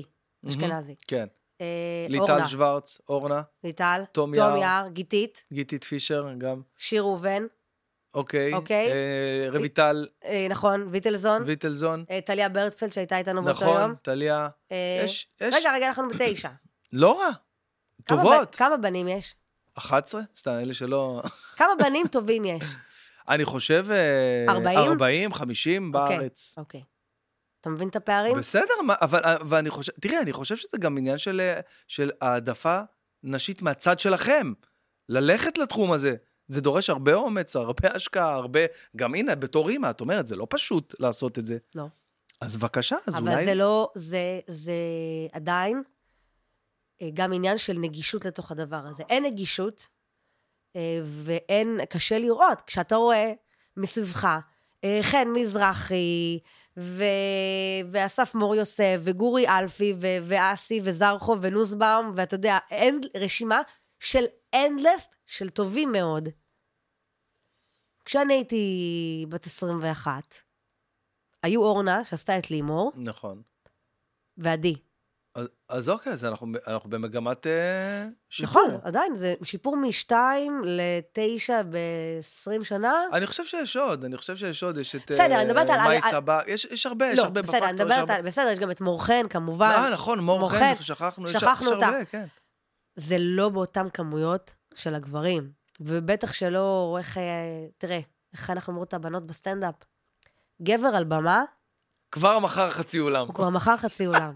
Speaker 2: אשכנזי.
Speaker 1: כן.
Speaker 2: אורנה.
Speaker 1: ליטל שוורץ, אורנה.
Speaker 2: ליטל.
Speaker 1: תום
Speaker 2: יער. גיתית.
Speaker 1: גיתית פישר גם.
Speaker 2: שיר ראובן.
Speaker 1: אוקיי.
Speaker 2: אוקיי.
Speaker 1: רויטל.
Speaker 2: נכון,
Speaker 1: ויטלזון.
Speaker 2: טליה ברטפלד שהייתה איתנו באותו יום.
Speaker 1: נכון, טליה.
Speaker 2: רגע, אנחנו ב9.
Speaker 1: לא רע. טובות.
Speaker 2: כמה בנים יש?
Speaker 1: 11? סתם, אלה שלא...
Speaker 2: כמה בנים טובים יש?
Speaker 1: אני חושב 40, 50 בארץ.
Speaker 2: אוקיי. אתה מבין את הפערים?
Speaker 1: בסדר, אבל אני חושב, תראי, אני חושב שזה גם עניין של העדפה נשית מהצד שלכם. ללכת לתחום הזה. זה דורש הרבה אומץ, הרבה השקעה, הרבה... גם הנה, בתור אימא, את אומרת, זה לא פשוט לעשות את זה.
Speaker 2: לא.
Speaker 1: אז בבקשה, אז אולי...
Speaker 2: אבל זה לא, זה עדיין גם עניין של נגישות לתוך הדבר הזה. אין נגישות, ואין, קשה לראות. כשאתה רואה מסביבך, חן מזרחי, ואסף מור יוסף, וגורי אלפי, ואסי, וזרחו, ונוסבאום, ואתה יודע, אין רשימה של endless, של טובים מאוד. כשאני הייתי בת 21, היו אורנה, שעשתה את לימור.
Speaker 1: נכון.
Speaker 2: ועדי.
Speaker 1: אז אוקיי, אז אנחנו במגמת שיפור.
Speaker 2: נכון, עדיין, זה שיפור מ2 ל9 ב-20 שנה.
Speaker 1: אני חושב שיש עוד, יש את
Speaker 2: בסדר, אני מדברת על...
Speaker 1: מאי סבא, יש הרבה בפקטור.
Speaker 2: בסדר, יש גם את מורחן, כמובן.
Speaker 1: נכון, מורחן, שכחנו
Speaker 2: אותה.
Speaker 1: כן.
Speaker 2: זה לא באותם כמויות של הגברים, ובטח שלא, תראה, איך אנחנו אומרות את הבנות בסטנדאפ. גבר על במה.
Speaker 1: כבר מחר חצי אולם.
Speaker 2: הוא כבר מחר חצי אולם.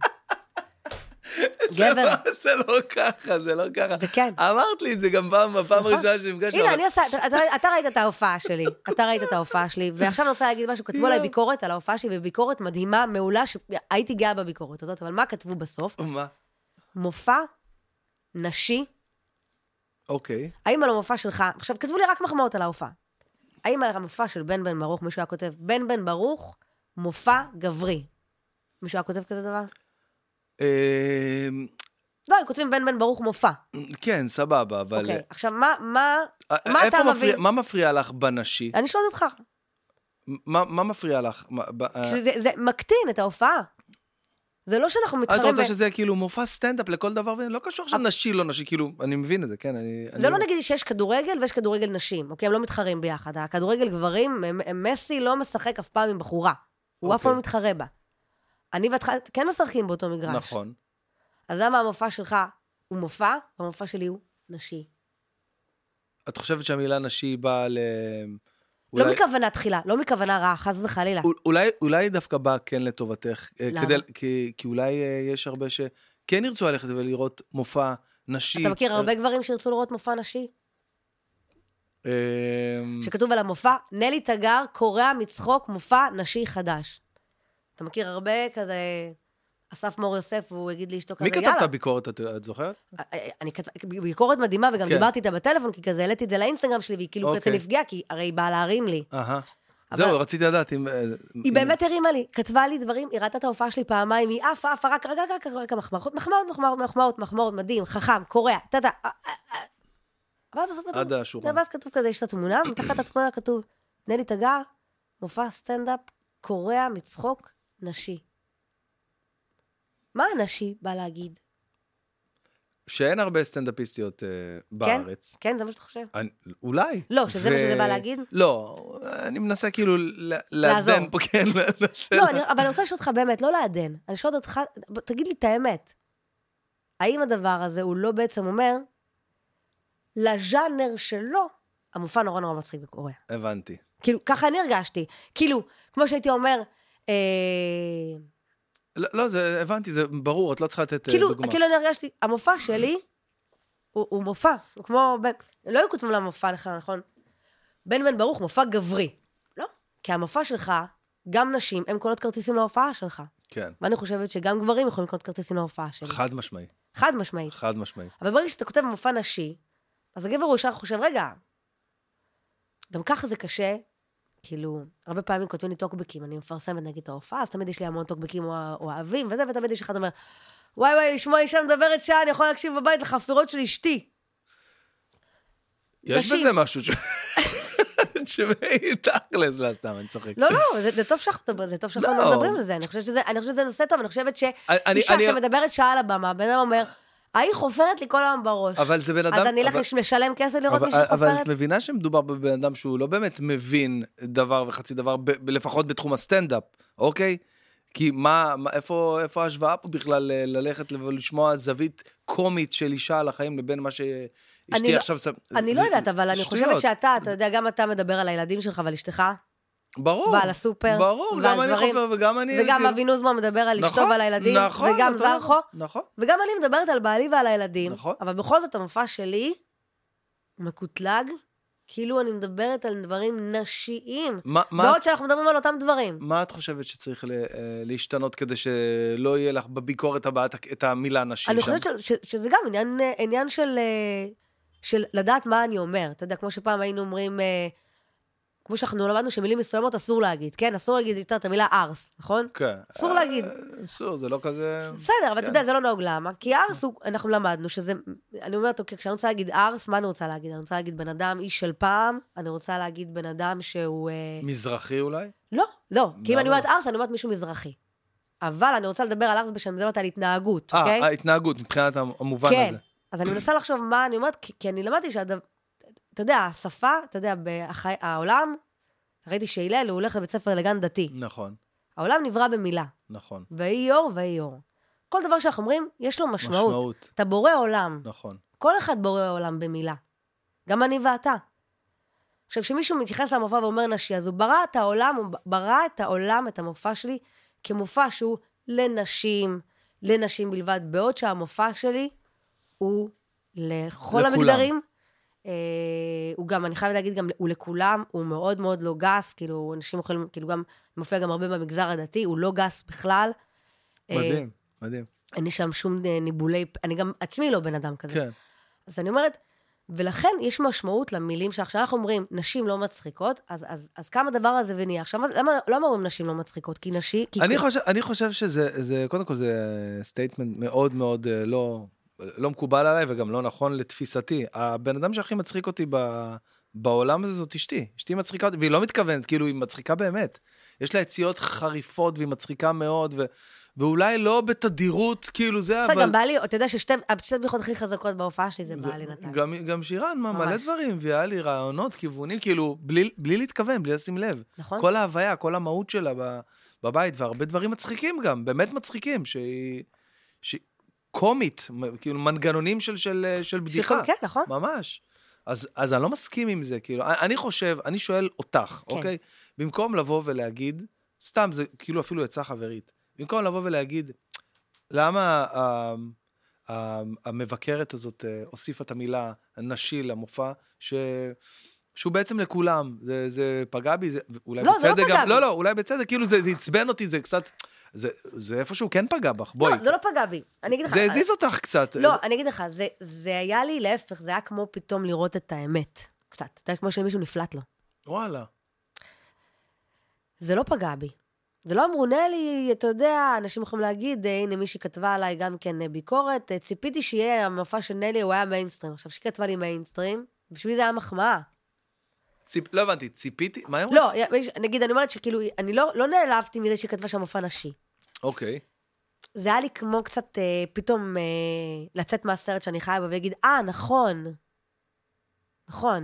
Speaker 2: גבר.
Speaker 1: זה לא ככה.
Speaker 2: זה כן.
Speaker 1: אמרת לי את זה גם בפעם הראשונה שנפגשנו.
Speaker 2: הנה, אני עושה, אתה ראית את ההופעה שלי, ועכשיו אני רוצה להגיד משהו, כתבו עליי ביקורת על ההופעה שלי, וביקורת מדהימה, מעולה, שהייתי גאה בביקורת הזאת, אבל מה כתבו בסוף?
Speaker 1: מה?
Speaker 2: מופע נשי.
Speaker 1: אוקיי.
Speaker 2: האם על המופע שלך, עכשיו כתבו לי רק מחמאות על ההופעה. האם על המופע של בן בן ברוך, מישהו היה כותב, בן ברוך, מופע גברי. מישהו היה כותב כזה דבר? לא, הם כותבים בן ברוך מופע.
Speaker 1: כן, סבבה, אבל...
Speaker 2: אוקיי, עכשיו, מה אתה מבין?
Speaker 1: מה מפריע לך בנשי?
Speaker 2: אני שואלת אותך.
Speaker 1: מה מפריע לך?
Speaker 2: זה מקטין את ההופעה. זה לא שאנחנו מתחרים...
Speaker 1: את רוצה שזה כאילו מופע סטנדאפ לכל דבר, ולא קשור שנשי לא נשי, כאילו, אני מבין את זה, כן?
Speaker 2: זה לא נגיד שיש כדורגל ויש כדורגל נשים, אוקיי? הם לא מתחרים ביחד. הכדורגל גברים, מסי לא משחק אף פעם עם בחורה. הוא אף פעם מתחרה בה. אני ואתך כן משחקים באותו מגרש.
Speaker 1: נכון.
Speaker 2: אז למה המופע שלך הוא מופע, והמופע שלי הוא נשי?
Speaker 1: את חושבת שהמילה נשי באה ל...
Speaker 2: לא מכוונה תחילה, לא מכוונה רעה, חס וחלילה.
Speaker 1: אולי דווקא באה כן לטובתך.
Speaker 2: למה?
Speaker 1: כי אולי יש הרבה שכן ירצו ללכת ולראות מופע נשי.
Speaker 2: אתה מכיר הרבה גברים שירצו לראות מופע נשי? שכתוב על המופע, נלי תגר קורע מצחוק מופע נשי חדש. אתה מכיר הרבה כזה, אסף מור יוסף, והוא יגיד לי אשתו כזה,
Speaker 1: יאללה. מי כתב את הביקורת, את זוכרת?
Speaker 2: ביקורת מדהימה, וגם דיברתי איתה בטלפון, כי כזה העליתי את זה לאינסטגרם שלי, והיא כאילו כזה נפגעה, כי הרי היא באה להרים לי.
Speaker 1: זהו, רציתי לדעת אם...
Speaker 2: היא באמת הרימה לי, כתבה לי דברים, היא ראתה את ההופעה שלי פעמיים, היא עפה, רק מחמאות, מדהים, חכם, קורע,
Speaker 1: עד השורה.
Speaker 2: ואז כתוב כזה, יש את התמונה, מתחת התמונה כתוב, נלי תגר, מופע סטנדאפ, קורע מצחוק נשי. מה הנשי בא להגיד?
Speaker 1: שאין הרבה סטנדאפיסטיות בארץ.
Speaker 2: כן, זה מה שאתה חושב.
Speaker 1: אולי.
Speaker 2: לא, שזה מה שזה בא להגיד?
Speaker 1: לא, אני מנסה כאילו לעדן פה, כן.
Speaker 2: לא, אבל אני רוצה לשאול אותך באמת, לא לעדן. אני שואלת אותך, תגיד לי את האמת. האם הדבר הזה הוא לא בעצם אומר, לז'אנר שלו, המופע נורא נורא מצחיק וקורע.
Speaker 1: הבנתי.
Speaker 2: כאילו, ככה אני הרגשתי. כאילו, כמו שהייתי אומר,
Speaker 1: לא, זה, הבנתי, זה ברור, את לא צריכה לתת דוגמה.
Speaker 2: כאילו אני הרגשתי, המופע שלי, הוא מופע, הוא כמו, לא היו כותבים למופע לך, נכון? בן ברוך, מופע גברי. לא, כי המופע שלך, גם נשים, הם קונות כרטיסים להופעה שלך.
Speaker 1: כן.
Speaker 2: ואני חושבת שגם גברים יכולים לקנות כרטיסים להופעה שלי.
Speaker 1: חד משמעי.
Speaker 2: חד משמעי.
Speaker 1: חד משמעי.
Speaker 2: אבל ברגע שאתה כותב מופע נשי, אז הגבר הוא ישר חושב, רגע, גם ככה זה קשה, כאילו, הרבה פעמים כותבים לי טוקבקים, אני מפרסמת נגיד את ההופעה, אז תמיד יש לי המון טוקבקים אוהבים, וזה, ותמיד יש אחד אומר, וואי, לשמוע אישה מדברת שעה, אני יכול להקשיב בבית לחפירות של אשתי.
Speaker 1: יש בזה משהו תשמעי, תכלס, לא, סתם, אני צוחק.
Speaker 2: לא, זה טוב שאנחנו מדברים על זה, אני חושבת שזה נושא טוב, אני חושבת שאישה שמדברת שעה על הבמה, בן אדם אומר, ההיא חופרת לי כל היום בראש.
Speaker 1: אבל זה בן אדם...
Speaker 2: אז אני אלך לשלם כסף לראות מי שחופרת.
Speaker 1: אבל את מבינה שמדובר בבן אדם שהוא לא באמת מבין דבר וחצי דבר, לפחות בתחום הסטנדאפ, אוקיי? כי איפה ההשוואה פה בכלל ללכת ולשמוע זווית קומית של אישה על החיים לבין מה שאשתי עכשיו...
Speaker 2: אני לא יודעת, אבל אני חושבת שאתה יודע, גם אתה מדבר על הילדים שלך ועל אשתך.
Speaker 1: ברור.
Speaker 2: ועל הסופר.
Speaker 1: ברור, גם אני חופר וגם אני...
Speaker 2: וגם אבי נוזמן מדבר על אשתו ועל הילדים.
Speaker 1: נכון.
Speaker 2: וגם זרחו.
Speaker 1: נכון.
Speaker 2: וגם אני מדברת על בעלי ועל הילדים.
Speaker 1: נכון.
Speaker 2: אבל בכל זאת המופע שלי מקוטלג, כאילו אני מדברת על דברים נשיים. בעוד שאנחנו מדברים על אותם דברים.
Speaker 1: מה את חושבת שצריך להשתנות כדי שלא יהיה לך בביקורת הבאה את המילה נשי שם?
Speaker 2: אני חושבת שזה גם עניין של לדעת מה אני אומר. אתה יודע, כמו שפעם היינו אומרים... כמו שאנחנו למדנו שמילים מסוימות אסור להגיד, כן? אסור להגיד יותר את המילה ארס, נכון?
Speaker 1: כן.
Speaker 2: אסור להגיד.
Speaker 1: אסור, זה לא כזה...
Speaker 2: בסדר, אבל אתה יודע, זה לא נהוג למה. כי ארס, אנחנו למדנו שזה... אני אומרת, אוקיי, כשאני רוצה להגיד ארס, מה אני רוצה להגיד? אני רוצה להגיד בן אדם, איש של פעם, אני רוצה להגיד בן אדם שהוא...
Speaker 1: מזרחי אולי?
Speaker 2: לא. כי אם אני אומרת ארס, אני אומרת מישהו מזרחי. אבל אני רוצה לדבר על ארס בשביל מדברת על התנהגות, אוקיי?
Speaker 1: ההתנהגות, מבחינת המובן הזה.
Speaker 2: כן. אז אני מנסה לחשוב מה אני אומרת, כי אני למדתי אתה יודע, השפה, אתה יודע, העולם, ראיתי שהילל, הוא הולך לבית ספר לגן דתי.
Speaker 1: נכון.
Speaker 2: העולם נברא במילה.
Speaker 1: נכון.
Speaker 2: ואי אור ואי אור. כל דבר שאנחנו אומרים, יש לו משמעות. אתה בורא עולם.
Speaker 1: נכון.
Speaker 2: כל אחד בורא עולם במילה. גם אני ואתה. עכשיו, כשמישהו מתייחס למופע ואומר נשי, אז הוא ברא את העולם, את המופע שלי, כמופע שהוא לנשים בלבד, בעוד שהמופע שלי הוא לכל המגדרים, הוא גם, אני חייבת להגיד, גם הוא לכולם, הוא מאוד מאוד לא גס, כאילו, אנשים יכולים, כאילו גם, מופיע גם הרבה במגזר הדתי, הוא לא גס בכלל.
Speaker 1: מדהים, מדהים.
Speaker 2: אין שם שום ניבולי, אני גם עצמי לא בן אדם כזה.
Speaker 1: כן.
Speaker 2: אז אני אומרת, ולכן יש משמעות למילים שאנחנו אומרים, נשים לא מצחיקות, אז כמה דבר הזה ונהיה. עכשיו, למה אומרים נשים לא מצחיקות? כי נשים...
Speaker 1: אני חושב שזה, קודם כל זה סטייטמנט מאוד מאוד לא מקובל עליי, וגם לא נכון לתפיסתי. הבן אדם שהכי מצחיק אותי בעולם הזה זאת אשתי. אשתי מצחיקה אותי, והיא לא מתכוונת, כאילו היא מצחיקה באמת. יש לה יציאות חריפות, והיא מצחיקה מאוד, ואולי לא בתדירות, כאילו זה, אבל...
Speaker 2: גם בעלי, אתה יודע ששתי בדיחות הכי חזקות בהופעה שלי, זה בעלי נתן.
Speaker 1: גם שירן, מלא דברים, והיה לי רעיונות, כיוונים, כאילו, בלי להתכוון, בלי לשים לב.
Speaker 2: נכון.
Speaker 1: כל ההוויה, כל המהות שלה בבית, והרבה דברים מצחיקים גם, באמת מצחיקים, שהיא קומית, כאילו, מנגנונים של בדיחה.
Speaker 2: כן, נכון.
Speaker 1: ממש. אז אני לא מסכים עם זה, כאילו, אני שואל אותך, אוקיי? במקום לבוא ולהגיד, סתם, זה כאילו אפילו יצא חברית, במקום לבוא ולהגיד, למה המבקרת הזאת הוסיפה את המילה נשי למופע, שהוא בעצם לכולם, זה פגע בי, אולי
Speaker 2: לא,
Speaker 1: בצדק,
Speaker 2: זה לא פגע בי.
Speaker 1: לא, אולי בצדק, כאילו זה עצבן אותי, זה קצת, זה איפשהו כן פגע בך, בואי.
Speaker 2: לא, זה לא פגע בי. אני אגיד לך...
Speaker 1: זה הזיז אותך קצת.
Speaker 2: לא, אני אגיד לך, זה היה לי להפך, זה היה כמו פתאום לראות את האמת, קצת. אתה יודע, כמו שמישהו נפלט לו.
Speaker 1: וואלה.
Speaker 2: זה לא פגע בי. זה לא אמרו, נלי, אתה יודע, אנשים יכולים להגיד, הנה מישהי כתבה עליי גם כן ביקורת, ציפיתי שיהיה המופע של נלי, הוא היה מיינסטרים. עכשיו, שהיא כתבה לי מיינסטרים, בשבילי זה היה מחמאה.
Speaker 1: לא הבנתי, ציפיתי? מה הם
Speaker 2: לא, נגיד, אני אומרת שכאילו, אני לא נעלבתי מזה שהיא כתבה שהמופע נשי.
Speaker 1: אוקיי.
Speaker 2: זה היה לי כמו קצת פתאום לצאת מהסרט שאני חייבה ולהגיד, נכון. נכון.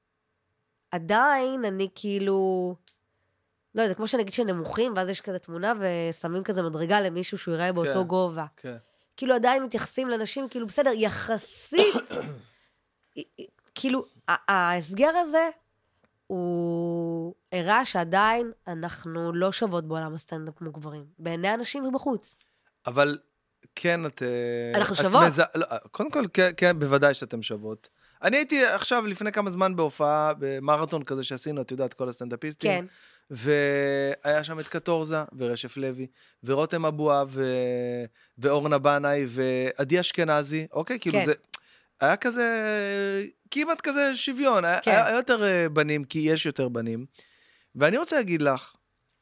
Speaker 2: עדיין אני כאילו... לא יודע, כמו שנגיד שנמוכים, ואז יש כזה תמונה, ושמים כזה מדרגה למישהו שהוא יראה באותו גובה.
Speaker 1: כן.
Speaker 2: כאילו עדיין מתייחסים לאנשים, כאילו בסדר, יחסית, כאילו, ההסגר הזה, הוא הראה שעדיין אנחנו לא שוות בעולם הסטנדאפ כמו גברים. בעיני אנשים מבחוץ.
Speaker 1: אבל כן,
Speaker 2: אנחנו שוות.
Speaker 1: קודם כל, כן, בוודאי שאתם שוות. אני הייתי עכשיו לפני כמה זמן בהופעה, במרתון כזה שעשינו, את יודעת, כל הסטנדאפיסטים. כן. והיה שם את קטורזה, ורשף לוי, ורותם אבואה, ואורנה בנאי, ועדי אשכנזי, אוקיי? כאילו זה, היה כזה, כמעט כזה שוויון, היה יותר בנים, כי יש יותר בנים. ואני רוצה להגיד לך,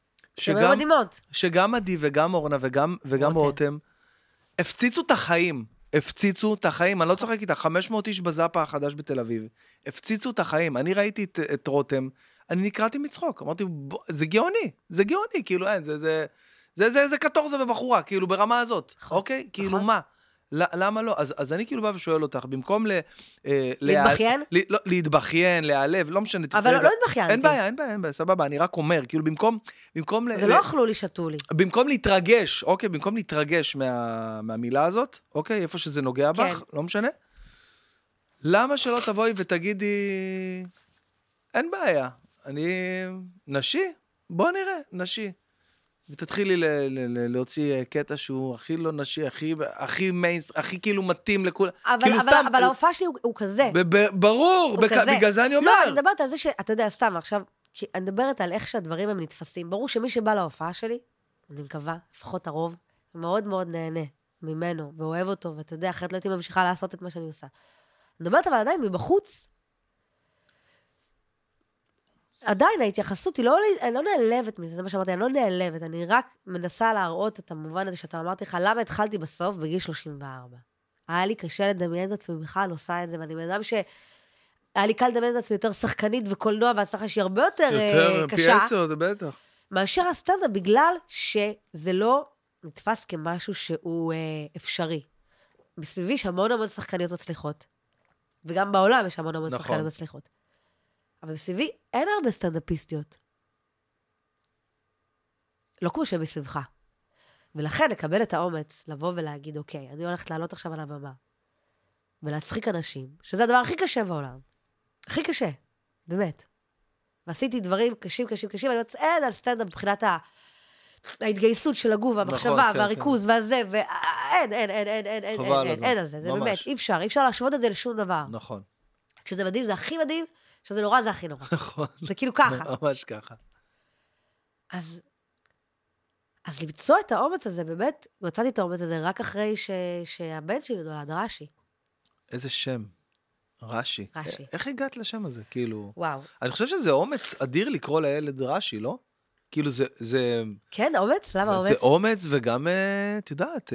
Speaker 1: שגם עדי וגם אורנה וגם רותם, הפציצו את החיים, אני לא צוחק איתה, 500 איש בזאפה החדש בתל אביב, הפציצו את החיים, אני ראיתי את רותם, אני נקראתי מצחוק, אמרתי, זה גאוני, כאילו, אין, זה קטור זה בבחורה, כאילו, ברמה הזאת, אוקיי? כאילו, מה? למה לא? אז אני כאילו בא ושואל אותך, במקום
Speaker 2: להתבכיין?
Speaker 1: לא, להתבכיין, להיעלב, לא משנה.
Speaker 2: אבל לא התבכיינתי.
Speaker 1: אין בעיה, סבבה, אני רק אומר, כאילו במקום...
Speaker 2: זה לא אכלו לי, שתו לי.
Speaker 1: במקום להתרגש, אוקיי, במקום להתרגש מהמילה הזאת, אוקיי, איפה שזה נוגע בך, לא משנה. למה שלא תבואי ותגידי, אין בעיה, אני נשי, בוא נראה, נשי. ותתחילי להוציא קטע שהוא הכי לא נשי, הכי כאילו מתאים לכולם.
Speaker 2: אבל ההופעה שלי הוא כזה.
Speaker 1: ברור, בגלל זה אני אומר.
Speaker 2: לא, אני מדברת על זה שאתה יודע, סתם, עכשיו, אני מדברת על איך שהדברים הם נתפסים. ברור שמי שבא להופעה שלי, אני מקווה, לפחות הרוב, מאוד מאוד נהנה ממנו, ואוהב אותו, ואתה יודע, אחרת לא הייתי ממשיכה לעשות את מה שאני עושה. אני מדברת אבל עדיין מבחוץ, עדיין ההתייחסות היא אני לא נעלבת מזה, זה מה שאמרתי, אני לא נעלבת, אני רק מנסה להראות את המובן הזה שאתה אמרתי לך, למה התחלתי בסוף בגיל 34. היה לי קשה לדמיין את עצמי, בכלל עושה את זה, ואני מאדם היה לי קל לדמיין את עצמי יותר שחקנית וקולנוע, והצלחה שהיא הרבה יותר קשה.
Speaker 1: יותר פי 10, זה בטח.
Speaker 2: מאשר הסטנדאפ, בגלל שזה לא נתפס כמשהו שהוא אפשרי. בסביבי יש המון שחקניות מצליחות, וגם בעולם יש המון שחקניות מצליחות. אבל בסביבי אין הרבה סטנדאפיסטיות. לא כמו שמסביבך. ולכן לקבל את האומץ, לבוא ולהגיד, אוקיי, אני הולכת לעלות עכשיו על הבמה, ולהצחיק אנשים, שזה הדבר הכי קשה בעולם. הכי קשה, באמת. ועשיתי דברים קשים, ואני מצעד על סטנדאפ מבחינת ההתגייסות של הגוף, המחשבה, והריכוז, והזה, אין על זה. זה באמת, אי אפשר להשוות את זה לשום דבר.
Speaker 1: נכון.
Speaker 2: כשזה מדהים, זה הכי מדהים, שזה נורא, זה הכי נורא.
Speaker 1: נכון.
Speaker 2: זה כאילו ככה.
Speaker 1: ממש ככה.
Speaker 2: אז למצוא את האומץ הזה, באמת, מצאתי את האומץ הזה רק אחרי שהבן שלי נולד, רש"י.
Speaker 1: איזה שם? רש"י.
Speaker 2: רש"י.
Speaker 1: איך הגעת לשם הזה? כאילו...
Speaker 2: וואו.
Speaker 1: אני חושב שזה אומץ אדיר לקרוא לילד רש"י, לא? כאילו זה...
Speaker 2: כן, אומץ? למה אומץ?
Speaker 1: זה אומץ וגם, את יודעת,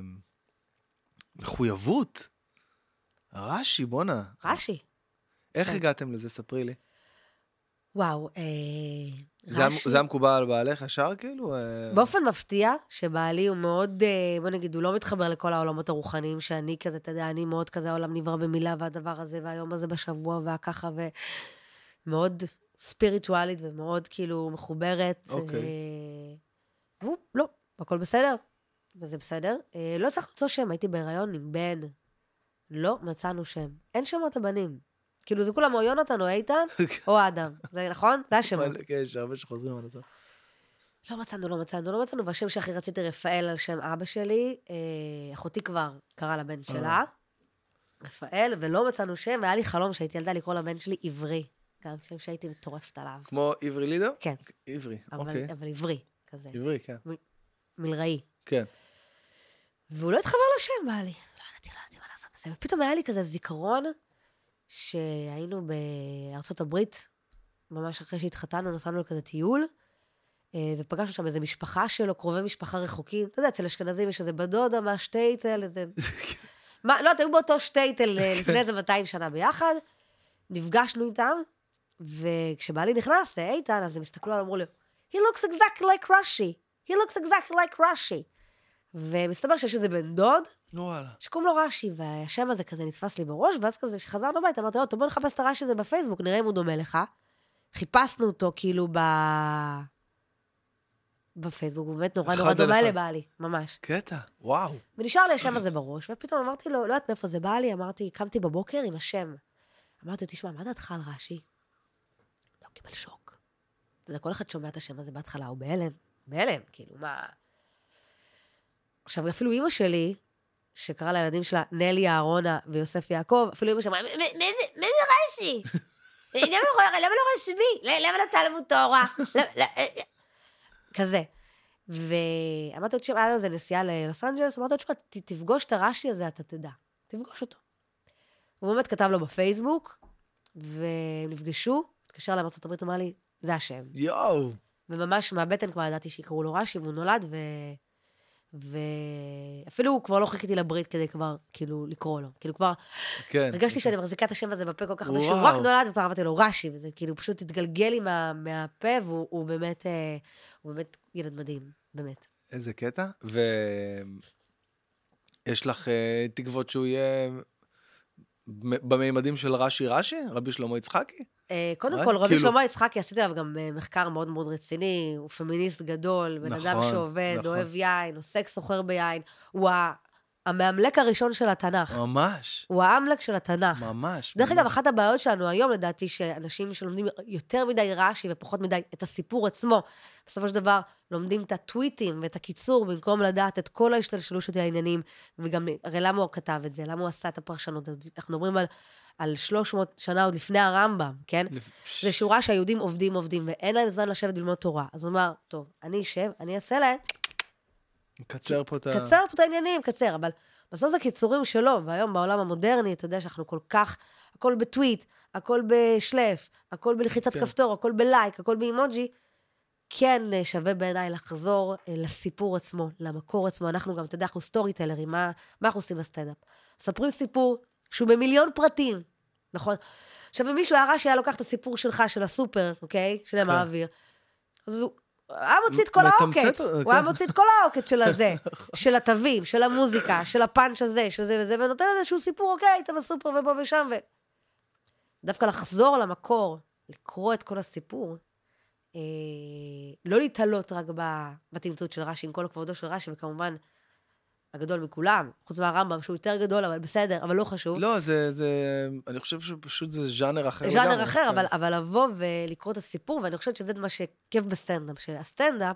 Speaker 1: מחויבות. רש"י, בונה.
Speaker 2: רש"י.
Speaker 1: איך הגעתם לזה? ספרי לי.
Speaker 2: וואו,
Speaker 1: רש"י... זה היה מקובל על בעלך ישר, כאילו?
Speaker 2: באופן מפתיע, שבעלי הוא מאוד, בוא נגיד, הוא לא מתחבר לכל העולמות הרוחניים, שאני כזה, אתה יודע, אני מאוד כזה, העולם נברא במילה, והדבר הזה, והיום הזה בשבוע, והככה, ומאוד ספיריטואלית, ומאוד כאילו מחוברת.
Speaker 1: אוקיי.
Speaker 2: והוא, לא, הכל בסדר, וזה בסדר. לא צריך למצוא שם, הייתי בהיריון עם בן. לא מצאנו שם. אין שמות הבנים. כאילו זה כולם או יונתן או איתן, או אדם. זה נכון? זה השמות.
Speaker 1: כן, יש הרבה שחוזרים על זה.
Speaker 2: לא מצאנו, והשם שהכי רציתי רפאל על שם אבא שלי, אחותי כבר קרא לבן שלה, רפאל, ולא מצאנו שם, והיה לי חלום שהייתי ילדה לקרוא לבן שלי עברי, גם שם שהייתי מטורפת עליו.
Speaker 1: כמו עברי לידר?
Speaker 2: כן.
Speaker 1: עברי, אוקיי.
Speaker 2: אבל עברי, כזה.
Speaker 1: עברי, כן.
Speaker 2: מלראי.
Speaker 1: כן.
Speaker 2: והוא לא התחבר לשם, בא לי. לא ידעתי מה לעשות בזה. ופתאום היה לי כזה זיכרון, שהיינו בארצות הברית, ממש אחרי שהתחתנו, נסענו לכזה טיול, ופגשנו שם איזו משפחה שלו, קרובי משפחה רחוקים. אתה יודע, אצל אשכנזים יש איזה בדודה, מה שטייטל, איזה... לא, היו באותו שטייטל לפני איזה 200 שנה ביחד, נפגשנו איתם, וכשבעלי נכנס, איתן, אז הם הסתכלו עליו, אמרו לו, he looks exactly like Rashi, he looks exactly like Rashi. ומסתבר שיש איזה בן דוד, שקוראים לו רש"י, והשם הזה כזה נתפס לי בראש, ואז כזה שחזרנו בית, אמרתי, טוב, בוא נחפש את הרש"י הזה בפייסבוק, נראה אם הוא דומה לך. חיפשנו אותו כאילו בפייסבוק, הוא באמת נורא נורא דומה לבעלי, ממש.
Speaker 1: קטע, וואו.
Speaker 2: ונשאר לי השם הזה בראש, ופתאום אמרתי לו, לא יודעת מאיפה זה בא לי, קמתי בבוקר עם השם. אמרתי לו, תשמע, מה דעתך על רש"י? לא, קיבל שוק. אתה יודע, כל אחד שומע את השם הזה בהתחלה, הוא בהלם, כאילו, מה... עכשיו, אפילו אמא שלי, שקרא לילדים שלה נלי אהרונה ויוסף יעקב, אפילו אמא שלה, מי זה רש"י? למה לא רשמי? למה לא תלמוד תורה? כזה. ואמרתי לו, היה לו איזה נסיעה ללוס אנג'לס, אמרתי לו, תפגוש את הרש"י הזה, אתה תדע. תפגוש אותו. הוא באמת כתב לו בפייסבוק, ונפגשו, התקשר אליי מארצות הברית, אמר לי, זה השם.
Speaker 1: יואו.
Speaker 2: וממש מהבטן כבר ידעתי שיקראו לו רש"י, והוא נולד, ואפילו כבר לא חיכיתי לברית כדי כבר, כאילו, לקרוא לו. כאילו כבר,
Speaker 1: כן.
Speaker 2: הרגשתי שאני מחזיקה את השם הזה בפה כל כך הרבה, שהוא
Speaker 1: וואו.
Speaker 2: רק נולד, וכבר אמרתי לו רש"י, וזה כאילו פשוט התגלגל לי מהפה, והוא באמת, הוא באמת ילד מדהים, באמת.
Speaker 1: איזה קטע. ויש לך תקוות שהוא יהיה בממדים של רש"י, רבי שלמה יצחקי?
Speaker 2: קודם כל, רבי שלמה יצחקי, עשיתי עליו גם מחקר מאוד מאוד רציני, הוא פמיניסט גדול, בן אדם שעובד, אוהב יין, עוסק סוחר ביין, הוא המאמלק הראשון של התנ"ך.
Speaker 1: ממש.
Speaker 2: הוא האמלק של התנ"ך.
Speaker 1: ממש.
Speaker 2: דרך אגב, אחת הבעיות שלנו היום, לדעתי, שאנשים שלומדים יותר מדי רש"י ופחות מדי את הסיפור עצמו, בסופו של דבר לומדים את הטוויטים ואת הקיצור, במקום לדעת את כל ההשתלשלות של העניינים, וגם, הרי למה הוא כתב את זה? למה הוא עשה את הפרשנות? אנחנו מדברים על 300 שנה עוד לפני הרמב"ם, כן? זה שורה שהיהודים עובדים, ואין להם זמן לשבת ללמוד תורה. אז הוא אמר, טוב, אני אשב, אני אעשה להם.
Speaker 1: קצר פה
Speaker 2: את העניינים, אבל בסוף זה קיצורים שלו, והיום בעולם המודרני, אתה יודע שאנחנו כל כך, הכל בטוויט, הכל בשלף, הכל בלחיצת כפתור, הכל בלייק, הכל באימוג'י, כן שווה בעיניי לחזור לסיפור עצמו, למקור עצמו. אנחנו גם, אתה יודע, אנחנו סטורי טלרים, מה אנחנו עושים בסטנדאפ? מספרים סיפור שהוא במיליון פרטים, נכון? עכשיו, אם מישהו הערה שהיה לוקח את הסיפור שלך, של הסופר, אוקיי? שלהם האוויר, אז הוא היה מוציא את כל העוקץ, הוא היה מוציא את כל העוקץ של הזה, של התווים, של המוזיקה, של הפאנץ' הזה, של זה וזה, ונותן איזשהו סיפור, אוקיי, היית בסופר ופה ושם, דווקא לחזור למקור, לקרוא את כל הסיפור, לא להתעלות רק בתמצות של רש"י, עם כל הכבודו של רש"י, וכמובן, הגדול מכולם, חוץ מהרמב"ם, שהוא יותר גדול, אבל בסדר, אבל לא חשוב.
Speaker 1: לא, אני חושב שפשוט זה ז'אנר אחר.
Speaker 2: ז'אנר אחר, אבל לבוא ולקרוא את הסיפור, ואני חושבת שזה מה שכיף בסטנדאפ, שהסטנדאפ,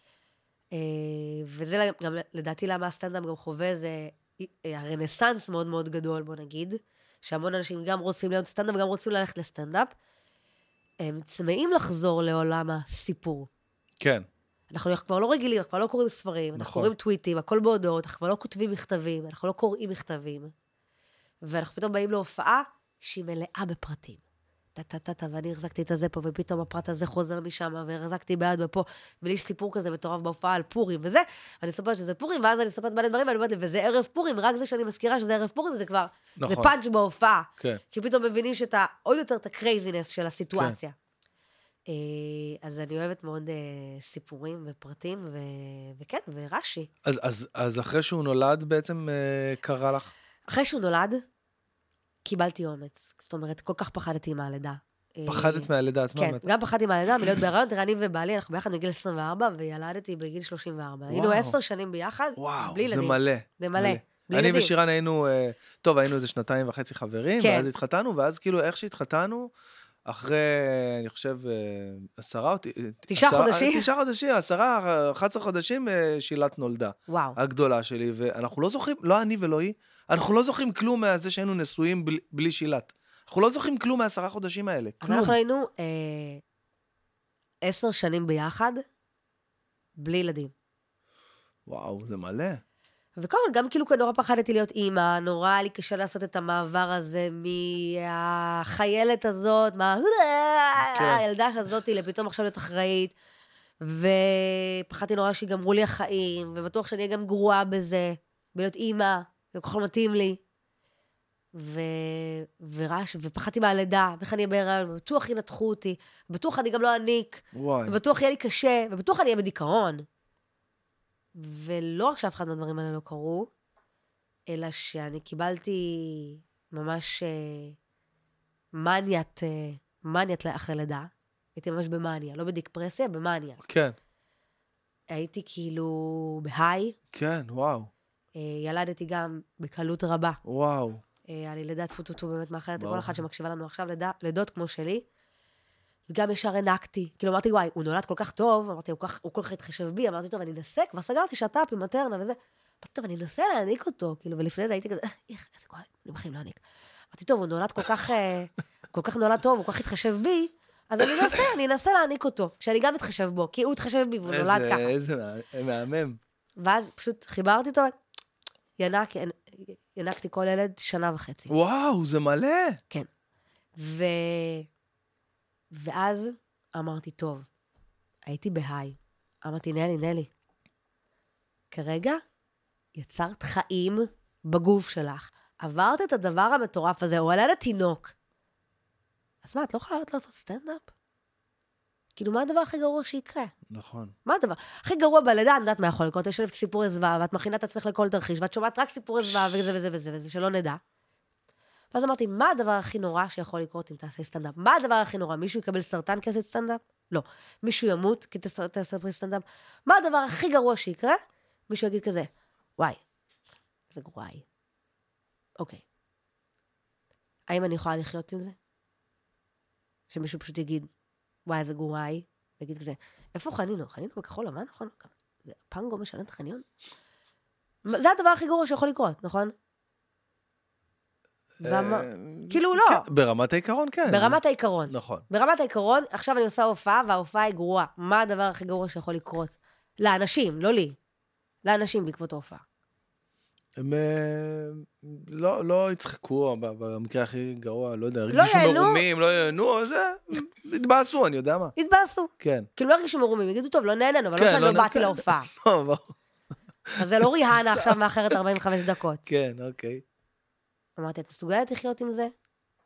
Speaker 2: וזה גם, לדעתי למה הסטנדאפ גם חווה, זה הרנסנס מאוד מאוד גדול, בוא נגיד, שהמון אנשים גם רוצים להיות סטנדאפ, וגם רוצים ללכת לסטנדאפ, הם צמאים לחזור לעולם הסיפור.
Speaker 1: כן.
Speaker 2: אנחנו כבר לא רגילים, אנחנו כבר לא קוראים ספרים, אנחנו קוראים טוויטים, הכל בהודעות, אנחנו כבר לא כותבים מכתבים, אנחנו לא קוראים מכתבים, ואנחנו פתאום באים להופעה שהיא מלאה בפרטים. ואני החזקתי את הזה פה, ופתאום הפרט הזה חוזר משם, והחזקתי ביד ופה, ולי יש סיפור כזה בתורף בהופעה על פורים, וזה, אני סופרת שזה פורים, ואז אני סופרת מלא דברים, ואני אומרת לי, וזה ערב פורים, רק זה שאני מזכירה שזה ערב פורים, זה כבר, זה פאנץ' בהופעה. כי פתאום מבינים שאתה עוד יותר את הקרייזינס של הסיטואציה. אז אני אוהבת מאוד סיפורים ופרטים, וכן, ורש"י.
Speaker 1: אז אחרי שהוא נולד בעצם קרה לך?
Speaker 2: אחרי שהוא נולד, קיבלתי אומץ. זאת אומרת, כל כך פחדתי מהלידה.
Speaker 1: פחדת מהלידה עצמה?
Speaker 2: כן, גם פחדתי מהלידה, מלהיות בהיריון, תראה, אני ובעלי, אנחנו ביחד מגיל 24, וילדתי בגיל 34. היינו 10 שנים ביחד, בלי ילדים.
Speaker 1: וואו, זה מלא.
Speaker 2: זה מלא.
Speaker 1: אני ושירן היינו איזה 2.5 חברים, ואז התחתנו, ואז כאילו איך שהתחתנו, אחרי, אני חושב,
Speaker 2: 9 חודשים?
Speaker 1: 9 חודשים, 11 חודשים, שילת נולדה.
Speaker 2: וואו.
Speaker 1: הגדולה שלי, ואנחנו לא זוכרים, לא אני ולא היא, אנחנו לא זוכרים כלום מהזה שהיינו נשואים בלי שילת. אנחנו לא זוכרים כלום מה10 חודשים האלה, כלום.
Speaker 2: אנחנו היינו 10 שנים ביחד, בלי ילדים.
Speaker 1: וואו, זה מלא.
Speaker 2: וכל גם כאילו נורא פחדתי להיות אימא, נורא היה לי קשה לעשות את המעבר הזה מהחיילת הזאת, הילדה הזאת, לפתאום עכשיו להיות אחראית, ופחדתי נורא שיגמרו לי החיים, ובטוח שאני אהיה גם גרועה בזה, בלהיות אימא, זה כל כך מתאים לי. ופחדתי מהלידה, ואיך אני אהיה בהיריון, ובטוח ינתחו אותי, ובטוח אני גם לא אניק, ובטוח יהיה לי קשה, ובטוח אני אהיה בדיכאון. ולא רק שאף אחד מהדברים האלה לא קרו, אלא שאני קיבלתי ממש מניית אחרי לידה. הייתי ממש במניה, לא בדיקפרסיה, במניה.
Speaker 1: כן.
Speaker 2: הייתי כאילו בהיי.
Speaker 1: כן, וואו.
Speaker 2: ילדתי גם בקלות רבה.
Speaker 1: וואו.
Speaker 2: היה לי לידה טפו באמת מאחרת, כל אחד שמקשיבה לנו עכשיו לידות כמו שלי. וגם ישר הנקתי, כאילו אמרתי, וואי, הוא נולד כל כך טוב, אמרתי, הוא כל כך התחשב בי, אמרתי, טוב, אני אנסה, כבר סגרתי שטאפ עם מטרנה וזה, אמרתי, טוב, אני אנסה להעניק אותו, כאילו, ולפני זה הייתי כזה, איזה כוח, אני בחיים להעניק. אמרתי, טוב, הוא נולד כל כך נולד טוב, הוא כל כך התחשב בי, אז אני אנסה להעניק אותו, כשאני גם מתחשב בו, כי הוא התחשב בי, והוא נולד ככה.
Speaker 1: איזה מהמם.
Speaker 2: ואז פשוט חיברתי אותו, ינקתי כל ילד 1.5 שנה.
Speaker 1: וואו, זה מלא.
Speaker 2: כן. ואז אמרתי, טוב, הייתי בהיי. אמרתי, נלי, כרגע יצרת חיים בגוף שלך. עברת את הדבר המטורף הזה, הוא עלה לתינוק. אז מה, את לא חייבת לעשות סטנדאפ? כאילו, מה הדבר הכי גרוע שיקרה?
Speaker 1: נכון.
Speaker 2: מה הדבר? הכי גרוע בלידה, אני יודעת מה יכול לקרות, יש אלף סיפורי זוועה, ואת מכינה את עצמך לכל תרחיש, ואת שומעת רק סיפורי זוועה, וזה וזה וזה וזה, שלא נדע. ואז אמרתי, מה הדבר הכי נורא שיכול לקרות אם תעשה סטנדאפ? מה הדבר הכי נורא? מישהו יקבל סרטן כזה סטנדאפ? לא. מישהו ימות כי תספרי סטנדאפ? מה הדבר הכי גרוע שיקרה? מישהו יגיד כזה, וואי, זה גרועי. אוקיי. האם אני יכולה לחיות עם זה? שמישהו פשוט יגיד, וואי, זה גרועי, ויגיד כזה, איפה חנינו? חנינו בכחול לבן, נכון? פנגו משנה את החניון? זה הדבר הכי גרוע שיכול לקרות, נכון? כאילו לא.
Speaker 1: ברמת העיקרון, כן.
Speaker 2: ברמת העיקרון.
Speaker 1: נכון.
Speaker 2: ברמת העיקרון, עכשיו אני עושה הופעה, וההופעה היא גרועה. מה הדבר הכי גרוע שיכול לקרות? לאנשים, לא לי. לאנשים בעקבות ההופעה.
Speaker 1: הם לא יצחקו, במקרה הכי גרוע, לא יודע, הרגישו מרומים, לא יענו, אז התבאסו, אני יודע מה.
Speaker 2: התבאסו.
Speaker 1: כן.
Speaker 2: כאילו לא הרגישו מרומים, יגידו, טוב, לא נהננו, אבל לא שאני לא באתי להופעה. אז זה לא ריהנה עכשיו מאחרת 45 דקות.
Speaker 1: כן, אוקיי.
Speaker 2: אמרתי, את מסוגלת לחיות עם זה?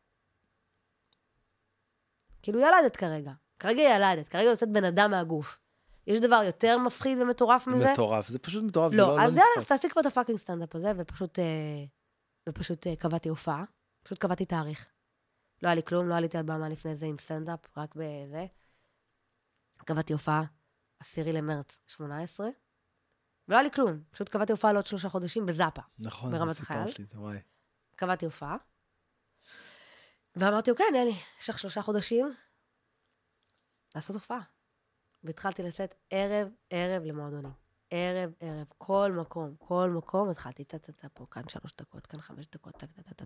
Speaker 2: כאילו ילדת כרגע. כרגע ילדת, כרגע יוצאת בן אדם מהגוף. יש דבר יותר מפחיד ומטורף מזה?
Speaker 1: מטורף, זה פשוט מטורף.
Speaker 2: לא, אז יאללה, אז תעסיק פה את הפאקינג סטנדאפ הזה, ופשוט קבעתי הופעה. פשוט קבעתי תאריך. לא היה לי כלום, לא עליתי על במה לפני זה עם סטנדאפ, רק בזה. קבעתי הופעה 10 למרץ 18, ולא היה לי כלום. פשוט קבעתי הופעה לעוד 3 חודשים בזאפה.
Speaker 1: נכון,
Speaker 2: ברמת החייל.
Speaker 1: וואי.
Speaker 2: קבעתי הופעה, ואמרתי, אוקיי, נהיה לי, יש לך 3 חודשים לעשות הופעה. והתחלתי לצאת ערב למועדונים. ערב, כל מקום, התחלתי, פה, כאן 3 דקות, כאן 5 דקות,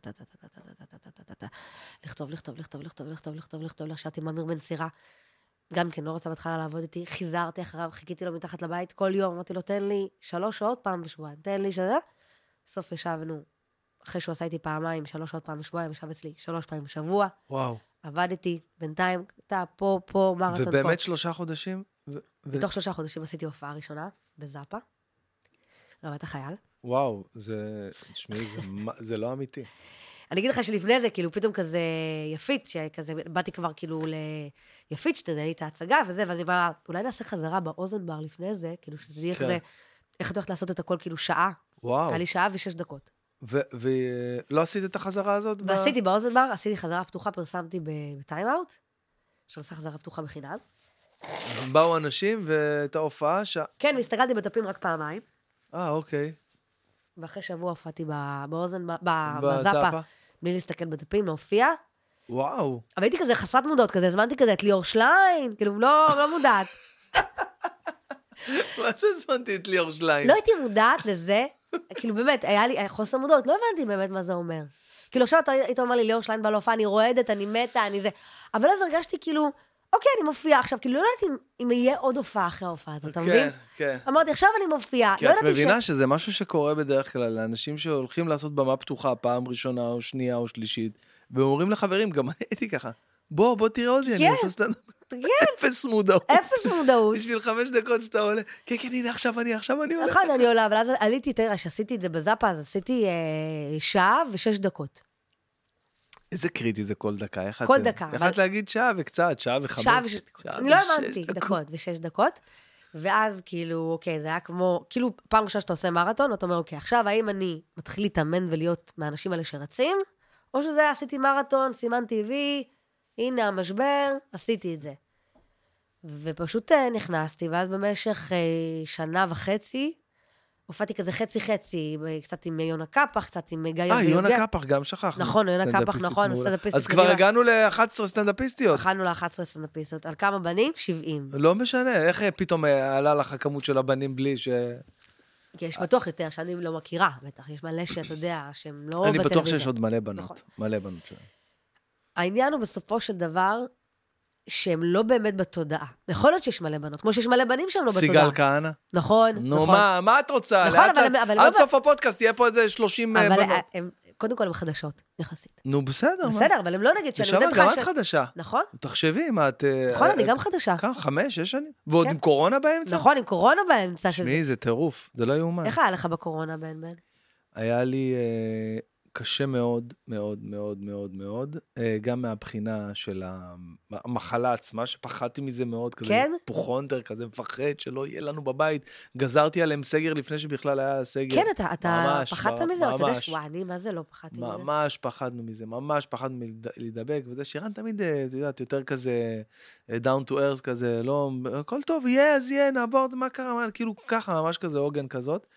Speaker 2: לכתוב, לשבת עם אמיר בן סירה, גם כן, לא רוצה בהתחלה לעבוד איתי, חיזרתי אחריו, חיכיתי לו מתחת לבית, כל יום, אמרתי לו, תן לי 3 שעות פעם בשבועיים, תן לי שזה, בסוף ישבנו, אחרי שהוא עשה איתי פעמיים, 3 שעות פעם בשבועיים, ישב אצלי 3 פעמים בשבוע.
Speaker 1: וואו.
Speaker 2: עבדתי, בינתיים, אתה פה, מרתון פה.
Speaker 1: ובאמת 3 חודשים?
Speaker 2: בתוך 3 חודשים עשיתי הופעה ראשונה, בזאפה, רמת החייל.
Speaker 1: וואו, זה לא אמיתי.
Speaker 2: אני אגיד לך שלפני זה, כאילו, פתאום כזה יפית, שכזה, באתי כבר כאילו ליפית, שתדע לי את ההצגה וזה, ואז היא באה, אולי נעשה חזרה באוזן בר לפני זה, כאילו, שתדעי איך זה, איך את הולכת לעשות את הכל, כאילו, שעה.
Speaker 1: וואו.
Speaker 2: היה לי 1 ו6 דקות.
Speaker 1: ולא עשית את החזרה הזאת?
Speaker 2: ועשיתי באוזן בר, עשיתי חזרה פתוחה, פרסמתי בטיים-אאוט, שעושה חזרה פתוחה בחינם.
Speaker 1: באו אנשים ואת ההופעה
Speaker 2: כן, והסתכלתי בדפים רק פעמיים.
Speaker 1: אוקיי.
Speaker 2: ואחרי שבוע הופעתי באוזן, בזאפה, בלי להסתכל בדפים, להופיע.
Speaker 1: וואו.
Speaker 2: אבל הייתי כזה חסרת מודעות, כזה, הזמנתי כזה את ליאור שליין, כאילו, לא מודעת.
Speaker 1: מה זה הזמנתי את ליאור שליין?
Speaker 2: לא הייתי מודעת לזה, כאילו באמת, היה לי חוסר מודעות, לא הבנתי באמת מה זה אומר. כאילו עכשיו היית אומר לי, ליאור שליין בא להופעה, אני רועדת, אני מתה, אני זה. אבל אז הרגשתי כאילו, אוקיי, אני מופיעה עכשיו, כאילו לא ידעתי אם יהיה עוד הופעה אחרי ההופעה הזאת, אתה מבין?
Speaker 1: כן.
Speaker 2: אמרתי, עכשיו אני מופיעה,
Speaker 1: כי את מבינה שזה משהו שקורה בדרך כלל, לאנשים שהולכים לעשות במה פתוחה, פעם ראשונה או שנייה או שלישית, ואומרים לחברים, גם הייתי ככה, בוא תראה אותי, אני עושה סטנדאפ. אפס מודעות.
Speaker 2: אפס מודעות.
Speaker 1: בשביל 5 דקות שאתה עולה, כן, הנה, עכשיו אני עולה.
Speaker 2: נכון, אני עולה, אבל אז עליתי, תראה, שעשיתי את זה בזאפה, אז עשיתי 1 ו6 דקות.
Speaker 1: איזה קריטי זה כל דקה.
Speaker 2: כל דקה.
Speaker 1: יכולת להגיד שעה וקצת, שעה ו5.
Speaker 2: שעה ו6 דקות. אני לא האמנתי, דקות ו6 דקות. ואז כאילו, אוקיי, זה היה כמו, כאילו פעם ראשונה שאתה עושה מרתון, אתה אומר, אוקיי, עכשיו האם אני מתחיל להתאמן ולהיות מהאנשים האלה שרצים, או שזה עשיתי מרתון, סימן טבעי, הנה המשבר, עשיתי את זה. ופשוט נכנסתי, ואז במשך 1.5 שנה, הופעתי כזה חצי, קצת עם יונה קפח, קצת עם גיא ויוגב.
Speaker 1: יונה קפח, גם שכחנו.
Speaker 2: נכון, יונה קפח, נכון, סטנדאפיסטית.
Speaker 1: אז כבר הגענו ל-11 סטנדאפיסטיות.
Speaker 2: הגענו ל-11 סטנדאפיסטיות. על כמה בנים? 70.
Speaker 1: לא משנה, איך פתאום עלה לך הכמות של הבנים בלי ש...
Speaker 2: כי יש בטוח יותר, שאני לא מכירה, בטח. יש מלא שאתה יודע, שהם לא בטלוויזיה.
Speaker 1: אני בטוח שיש עוד מלא בנות. מלא בנות שלהם.
Speaker 2: העניין הוא בסופו של דבר, שהם לא באמת בתודעה. יכול להיות שיש מלא בנות, כמו שיש מלא בנים שהם לא בתודעה.
Speaker 1: סיגל כהנא.
Speaker 2: נכון,
Speaker 1: נו, מה את רוצה?
Speaker 2: נכון,
Speaker 1: עד סוף הפודקאסט, תהיה פה איזה 30 בנות.
Speaker 2: קודם כל הם חדשות, יחסית.
Speaker 1: נו, בסדר.
Speaker 2: בסדר, אבל הם לא נגיד שאני
Speaker 1: נשמה,
Speaker 2: יודעת
Speaker 1: גם
Speaker 2: לך
Speaker 1: את חדשה.
Speaker 2: נכון?
Speaker 1: תחשבי, מה את...
Speaker 2: נכון, אני גם חדשה.
Speaker 1: כמה? 5, 6 שנים? ועוד עם קורונה באמצע?
Speaker 2: נכון, עם קורונה באמצע של זה.
Speaker 1: שמי, זה טירוף, זה לא יאומן.
Speaker 2: איך היה לך בקורונה, בן?
Speaker 1: היה לי קשה מאוד, מאוד, מאוד, מאוד, מאוד, גם מהבחינה של המחלה עצמה, שפחדתי מזה מאוד, כזה
Speaker 2: כן?
Speaker 1: פוחונדר, כזה מפחד שלא יהיה לנו בבית. גזרתי עליהם סגר לפני שבכלל היה סגר.
Speaker 2: כן, אתה פחדת מזה? אתה יודע שוואני, מה זה לא פחדתי מזה?
Speaker 1: ממש פחדנו מזה, ממש פחדנו להידבק, וזה שירן תמיד, את יודעת, יותר כזה, down to earth כזה, לא, הכל טוב, יהיה, אז יהיה, נעבור, מה קרה, כאילו ככה, ממש כזה עוגן כזאת.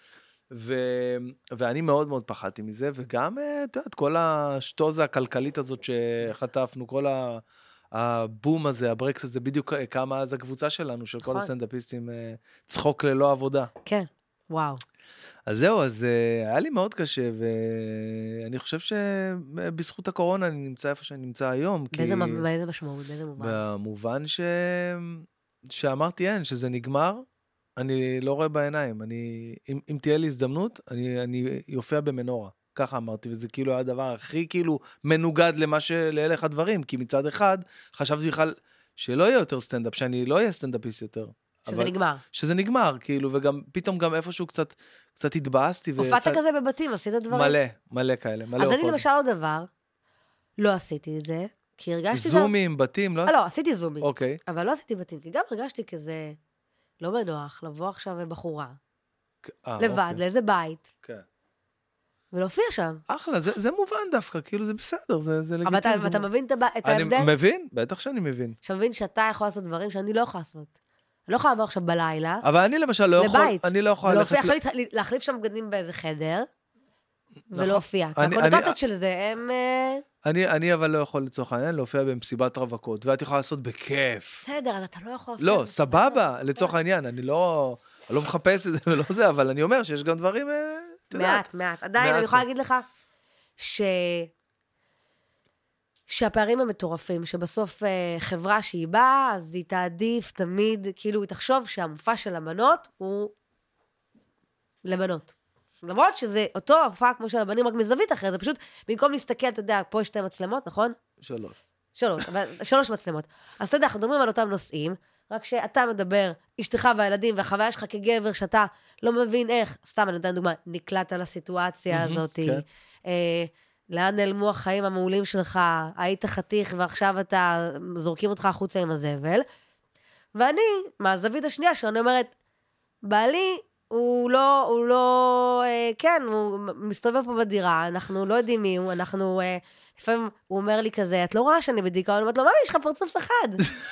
Speaker 1: ואני מאוד מאוד פחדתי מזה, וגם, את יודעת, כל השטוזה הכלכלית הזאת שחטפנו, כל הבום הזה, הברקס הזה, בדיוק קמה אז הקבוצה שלנו, של כל הסטנדאפיסטים, צחוק ללא עבודה.
Speaker 2: כן, וואו.
Speaker 1: אז זהו, אז היה לי מאוד קשה, ואני חושב שבזכות הקורונה אני נמצא איפה שאני נמצא היום.
Speaker 2: באיזה משמעות, באיזה מובן?
Speaker 1: במובן שאמרתי אין, שזה נגמר, אני לא רואה בעיניים, אם תהיה לי הזדמנות, אני יופיע במנורה, ככה אמרתי, וזה כאילו היה הדבר הכי כאילו מנוגד להלך הדברים, כי מצד אחד חשבתי בכלל שלא יהיה יותר סטנדאפ, שאני לא אהיה סטנדאפיסט יותר.
Speaker 2: שזה נגמר.
Speaker 1: שזה נגמר, כאילו, וגם פתאום גם איפשהו קצת התבאסתי.
Speaker 2: הופעת כזה בבתים, עשית דברים?
Speaker 1: מלא כאלה, מלא
Speaker 2: אז
Speaker 1: הופעות.
Speaker 2: אני למשל עוד דבר, לא עשיתי את זה, כי הרגשתי...
Speaker 1: זומים, בתים, לא?
Speaker 2: לא, עשיתי זומים.
Speaker 1: אוקיי.
Speaker 2: אבל לא עשיתי בתים, כי גם הרגשתי כזה לא בנוח, לבוא עכשיו בחורה, לבד, לאיזה בית, ולהופיע שם.
Speaker 1: אחלה, זה מובן דווקא, כאילו זה בסדר, זה לגיטימי.
Speaker 2: אבל אתה מבין את ההבדל?
Speaker 1: אני מבין, בטח שאני מבין.
Speaker 2: שאתה מבין שאתה יכול לעשות דברים שאני לא יכולה לעשות. אני לא יכולה לבוא עכשיו בלילה,
Speaker 1: אבל אני למשל לא יכול, אני לא יכולה
Speaker 2: ללכת... עכשיו להחליף שם בגדים באיזה חדר, ולהופיע. הקונוטציות של זה הם...
Speaker 1: אני אבל לא יכול לצורך העניין להופיע במסיבת רווקות, ואת יכולה לעשות בכיף.
Speaker 2: בסדר, אז אתה לא יכול...
Speaker 1: לא, סבבה, לצורך העניין, אני לא מחפש את זה ולא זה, אבל אני אומר שיש גם דברים,
Speaker 2: מעט. עדיין אני יכולה להגיד לך שהפערים הם מטורפים, שבסוף חברה שהיא באה, אז היא תעדיף תמיד, כאילו היא תחשוב שהמופע של הבנות הוא לבנות. למרות שזה אותו הופעה כמו של הבנים, רק מזווית אחרת, זה פשוט, במקום להסתכל, אתה יודע, פה יש 2 מצלמות, נכון? 3 מצלמות. אז אתה יודע, אנחנו מדברים על אותם נושאים, רק שאתה מדבר, אשתך והילדים, והחוויה שלך כגבר, שאתה לא מבין איך, סתם אני נותן דוגמה, נקלט על הסיטואציה הזאת, לאן נעלמו החיים המעולים שלך, היית חתיך, ועכשיו אתה זורקים אותך החוצה עם הזבל, ואני, מהזווית השנייה, שאני אומרת, בעלי, הוא לא, כן, הוא מסתובב פה בדירה, אנחנו לא יודעים מי הוא, אנחנו, לפעמים הוא אומר לי כזה, את לא רואה שאני בדיכאון, אני אומרת לו, מה, יש לך פרצוף אחד?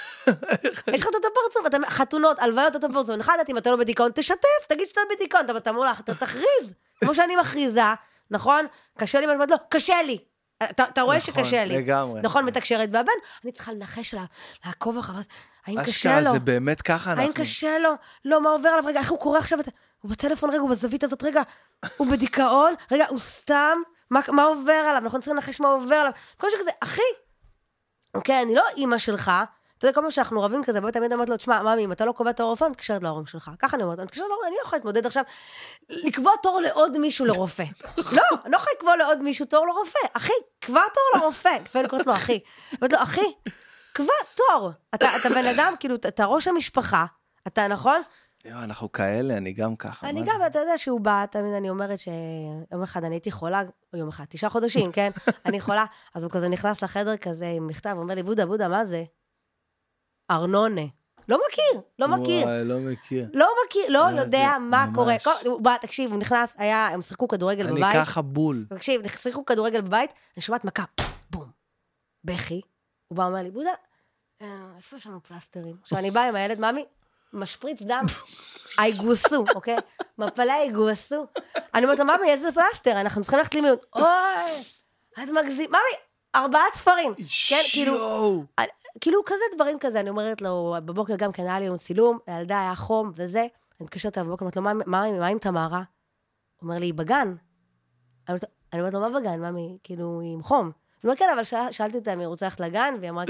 Speaker 2: יש לך אותו פרצוף, חתונות, הלוויות אותו פרצוף, אני יודעת, אם אתה לא בדיכאון, תשתף, תגיד שאתה בדיכאון, אתה אמור לך, אתה תכריז, כמו שאני מכריזה, נכון? קשה לי, אני אומרת לו, קשה לי. אתה רואה שקשה לי.
Speaker 1: לגמרי.
Speaker 2: נכון, מתקשרת, והבן, אני צריכה לנחש לעקוב אחריו, האם קשה לו?
Speaker 1: זה באמת ככה אנחנו.
Speaker 2: האם קשה לו? לא, מה עובר עליו? רגע, איך הוא קורא עכשיו? הוא בטלפון, רגע, הוא בזווית הזאת, רגע, הוא בדיכאון, רגע, הוא סתם, מה עובר עליו? אנחנו צריכים לנחש מה עובר עליו. כל שכזה, אחי, אוקיי, אני לא אימא שלך, אתה יודע, כל מה שאנחנו רבים כזה, בואי תמיד אמרת לו, תשמע, מאמי, אם אתה לא קובע תור רופא, אני מתקשרת להורים שלך. ככה אני אומרת, אני מתקשרת להורים, אני לא יכולה להתמודד עכשיו, לקבוע תור לעוד מישהו לרופא. לא, אני לא יכולה לקבוע לעוד מישהו תור לרופא. אחי, קבע תור לרופא. כפי אני קוראת לו, אחי. אומרת לו, אחי, קבע תור. אתה בן אדם, כאילו, אתה ראש המשפחה, אתה נכון?
Speaker 1: אנחנו כאלה, אני גם ככה.
Speaker 2: אני גם, אתה יודע שהוא בא, תמיד אני אומרת שיום אחד אני הייתי חולה, יום אחד, 9 חודשים, כן? אני חולה, אז הוא כזה נכנס לחדר כזה עם מכתב, הוא אומר לי, בודה, מה זה? ארנונה. לא מכיר.
Speaker 1: וואי, לא מכיר.
Speaker 2: לא יודע מה קורה. הוא בא, תקשיב, הוא נכנס, הם שיחקו כדורגל בבית.
Speaker 1: אני ככה בול.
Speaker 2: תקשיב, שיחקו כדורגל בבית, אני שומעת מכה, בום, בכי. הוא בא, אומר לי, בודה, איפה יש לנו פלסטרים? עכשיו אני באה עם הילד, מאמי, משפריץ דם, היגוסו, אוקיי? מפלה היגוסו. אני אומרת לו, מאמי, איזה פלסטר? אנחנו צריכים ללכת למיון. אוי, את מגזים, מאמי, 4 תפרים. כן, כאילו כזה דברים כזה, אני אומרת לו, בבוקר גם כן היה לי יום צילום, לילדה היה חום וזה, אני מתקשרת בבוקר, אומרת לו, מה עם תמרה? הוא אומר לי, היא בגן. אני אומרת לו, מה בגן, מאמי? כאילו, היא עם חום. אני אומרת, כן, אבל שאלתי אותה אם היא רוצה ללכת לגן, והיא אמרה, כן.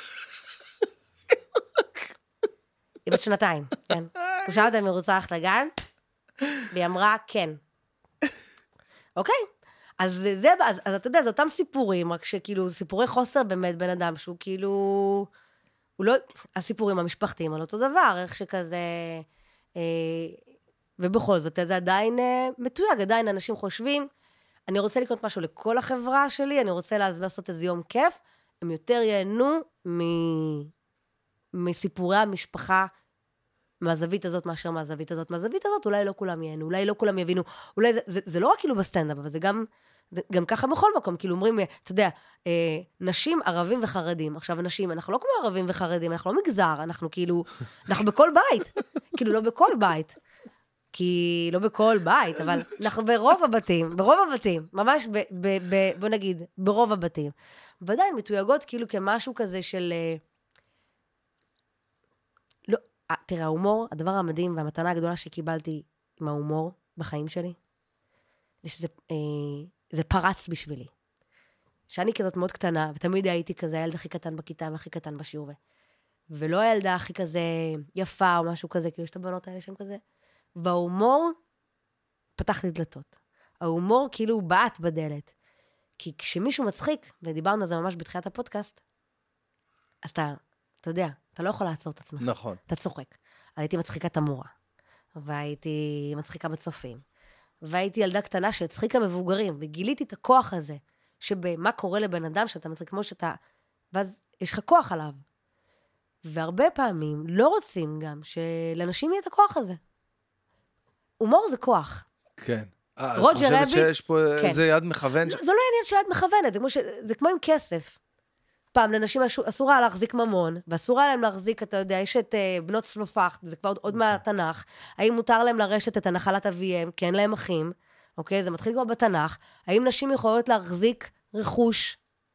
Speaker 2: היא בת 2, כן. הוא שאל אותה אם היא רוצה ללכת לגן, והיא אמרה, כן. אוקיי? אז אתה יודע, זה אותם סיפורים, רק שכאילו, סיפורי חוסר באמת בן אדם, שהוא כאילו, הוא לא, הסיפורים המשפחתיים על אותו דבר, איך שכזה, ובכל זאת, זה עדיין מתויג, עדיין אנשים חושבים, אני רוצה לקנות משהו לכל החברה שלי, אני רוצה לעשות איזה יום כיף, הם יותר ייהנו מסיפורי המשפחה, מהזווית הזאת מאשר מהזווית הזאת. מהזווית הזאת אולי לא כולם ייהנו, אולי לא כולם יבינו, אולי זה לא רק כאילו בסטנדאפ, אבל זה גם ככה בכל מקום, כאילו אומרים, אתה יודע, נשים, ערבים וחרדים. עכשיו, נשים, אנחנו לא כמו ערבים וחרדים, אנחנו לא מגזר, אנחנו כאילו, אנחנו בכל בית. כאילו, לא בכל בית. כי לא בכל בית, אבל אנחנו ברוב הבתים, ממש בוא נגיד, ברוב הבתים. ועדיין מתויגות כאילו כמשהו כזה של... לא, תראה, ההומור, הדבר המדהים והמתנה הגדולה שקיבלתי עם ההומור בחיים שלי, זה שזה זה פרץ בשבילי. שאני כזאת מאוד קטנה, ותמיד הייתי כזה, הילד הכי קטן בכיתה והכי קטן בשיעור. ולא הילדה הכי כזה יפה או משהו כזה, כאילו יש את הבנות האלה שם כזה. וההומור פתח לי דלתות. ההומור כאילו בעט בדלת. כי כשמישהו מצחיק, ודיברנו על זה ממש בתחילת הפודקאסט, אז אתה יודע, אתה לא יכול לעצור את עצמך.
Speaker 1: נכון.
Speaker 2: אתה צוחק. הייתי מצחיקה תמורה, והייתי מצחיקה בצופים, והייתי ילדה קטנה שהצחיקה מבוגרים, וגיליתי את הכוח הזה, שבמה קורה לבן אדם שאתה מצחיק כמו שאתה, ואז יש לך כוח עליו. והרבה פעמים לא רוצים גם שלאנשים יהיה את הכוח הזה. הומור זה כוח.
Speaker 1: כן.
Speaker 2: רוג'ר
Speaker 1: רביט. את חושבת שיש פה
Speaker 2: כן.
Speaker 1: איזה יד מכוון?
Speaker 2: זה לא עניין של יד מכוונת, זה כמו עם כסף. פעם לנשים אסור היה להחזיק ממון, ואסור היה להם להחזיק, אתה יודע, יש את בנות צלופח, זה כבר עוד מהתנ"ך, האם מותר להם לרשת את הנחלת אביהם, כי אין להם אחים, אוקיי? זה מתחיל כבר בתנ"ך, האם נשים יכולות להחזיק רכוש?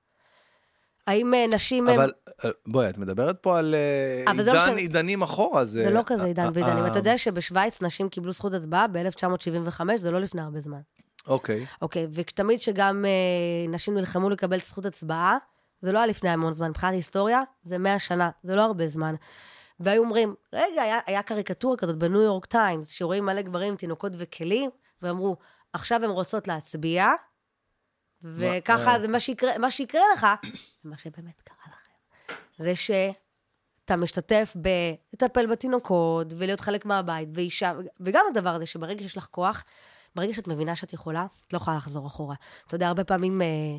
Speaker 2: האם נשים...
Speaker 1: אבל בואי, את מדברת פה על עידנים אחורה.
Speaker 2: זה לא כזה עידן ועידנים. אתה יודע שבשוויץ נשים קיבלו זכות הצבעה ב-1975, זה לא לפני הרבה זמן.
Speaker 1: אוקיי.
Speaker 2: אוקיי, ותמיד שגם נשים נלחמו לקבל זכות הצבעה, זה לא היה לפני המון זמן, מבחינת היסטוריה, זה 100 שנה, זה לא הרבה זמן. והיו אומרים, רגע, היה קריקטורה כזאת בניו יורק טיימס, שרואים מלא גברים, תינוקות וכלים, ואמרו, עכשיו הן רוצות להצביע, וככה זה מה שיקרה לך, מה שבאמת קרה לכם. זה שאתה משתתף לטפל בתינוקות, ולהיות חלק מהבית, ואישה, וגם הדבר הזה שברגע שיש לך כוח, ברגע שאת מבינה שאת יכולה, את לא יכולה לחזור אחורה. אתה יודע, הרבה פעמים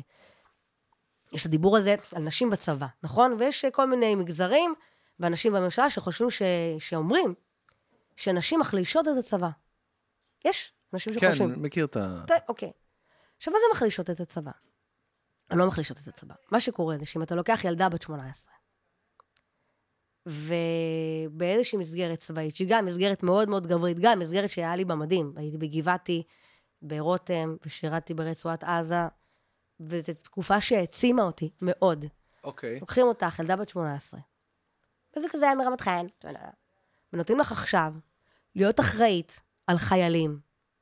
Speaker 2: יש הדיבור הזה על נשים בצבא, נכון? ויש כל מיני מגזרים, ואנשים בממשלה שחושבים שאומרים, שנשים מחלישות את הצבא. יש אנשים שחושבים.
Speaker 1: כן, מכיר את ה...
Speaker 2: אוקיי. עכשיו, מה זה מחלישות את הצבא? אני לא מחלישות את הצבא. מה שקורה זה שאם אתה לוקח ילדה בת 18, ובאיזושהי מסגרת צבאית, שהיא גם מסגרת מאוד מאוד גברית, גם מסגרת שהיה לי במדים, הייתי בגבעתי, ברותם, ושירתי ברצועת עזה, וזו תקופה שהעצימה אותי מאוד.
Speaker 1: אוקיי.
Speaker 2: לוקחים אותך, ילדה בת 18, וזה כזה היה מרמת חן, ונותנים לך עכשיו להיות אחראית על חיילים.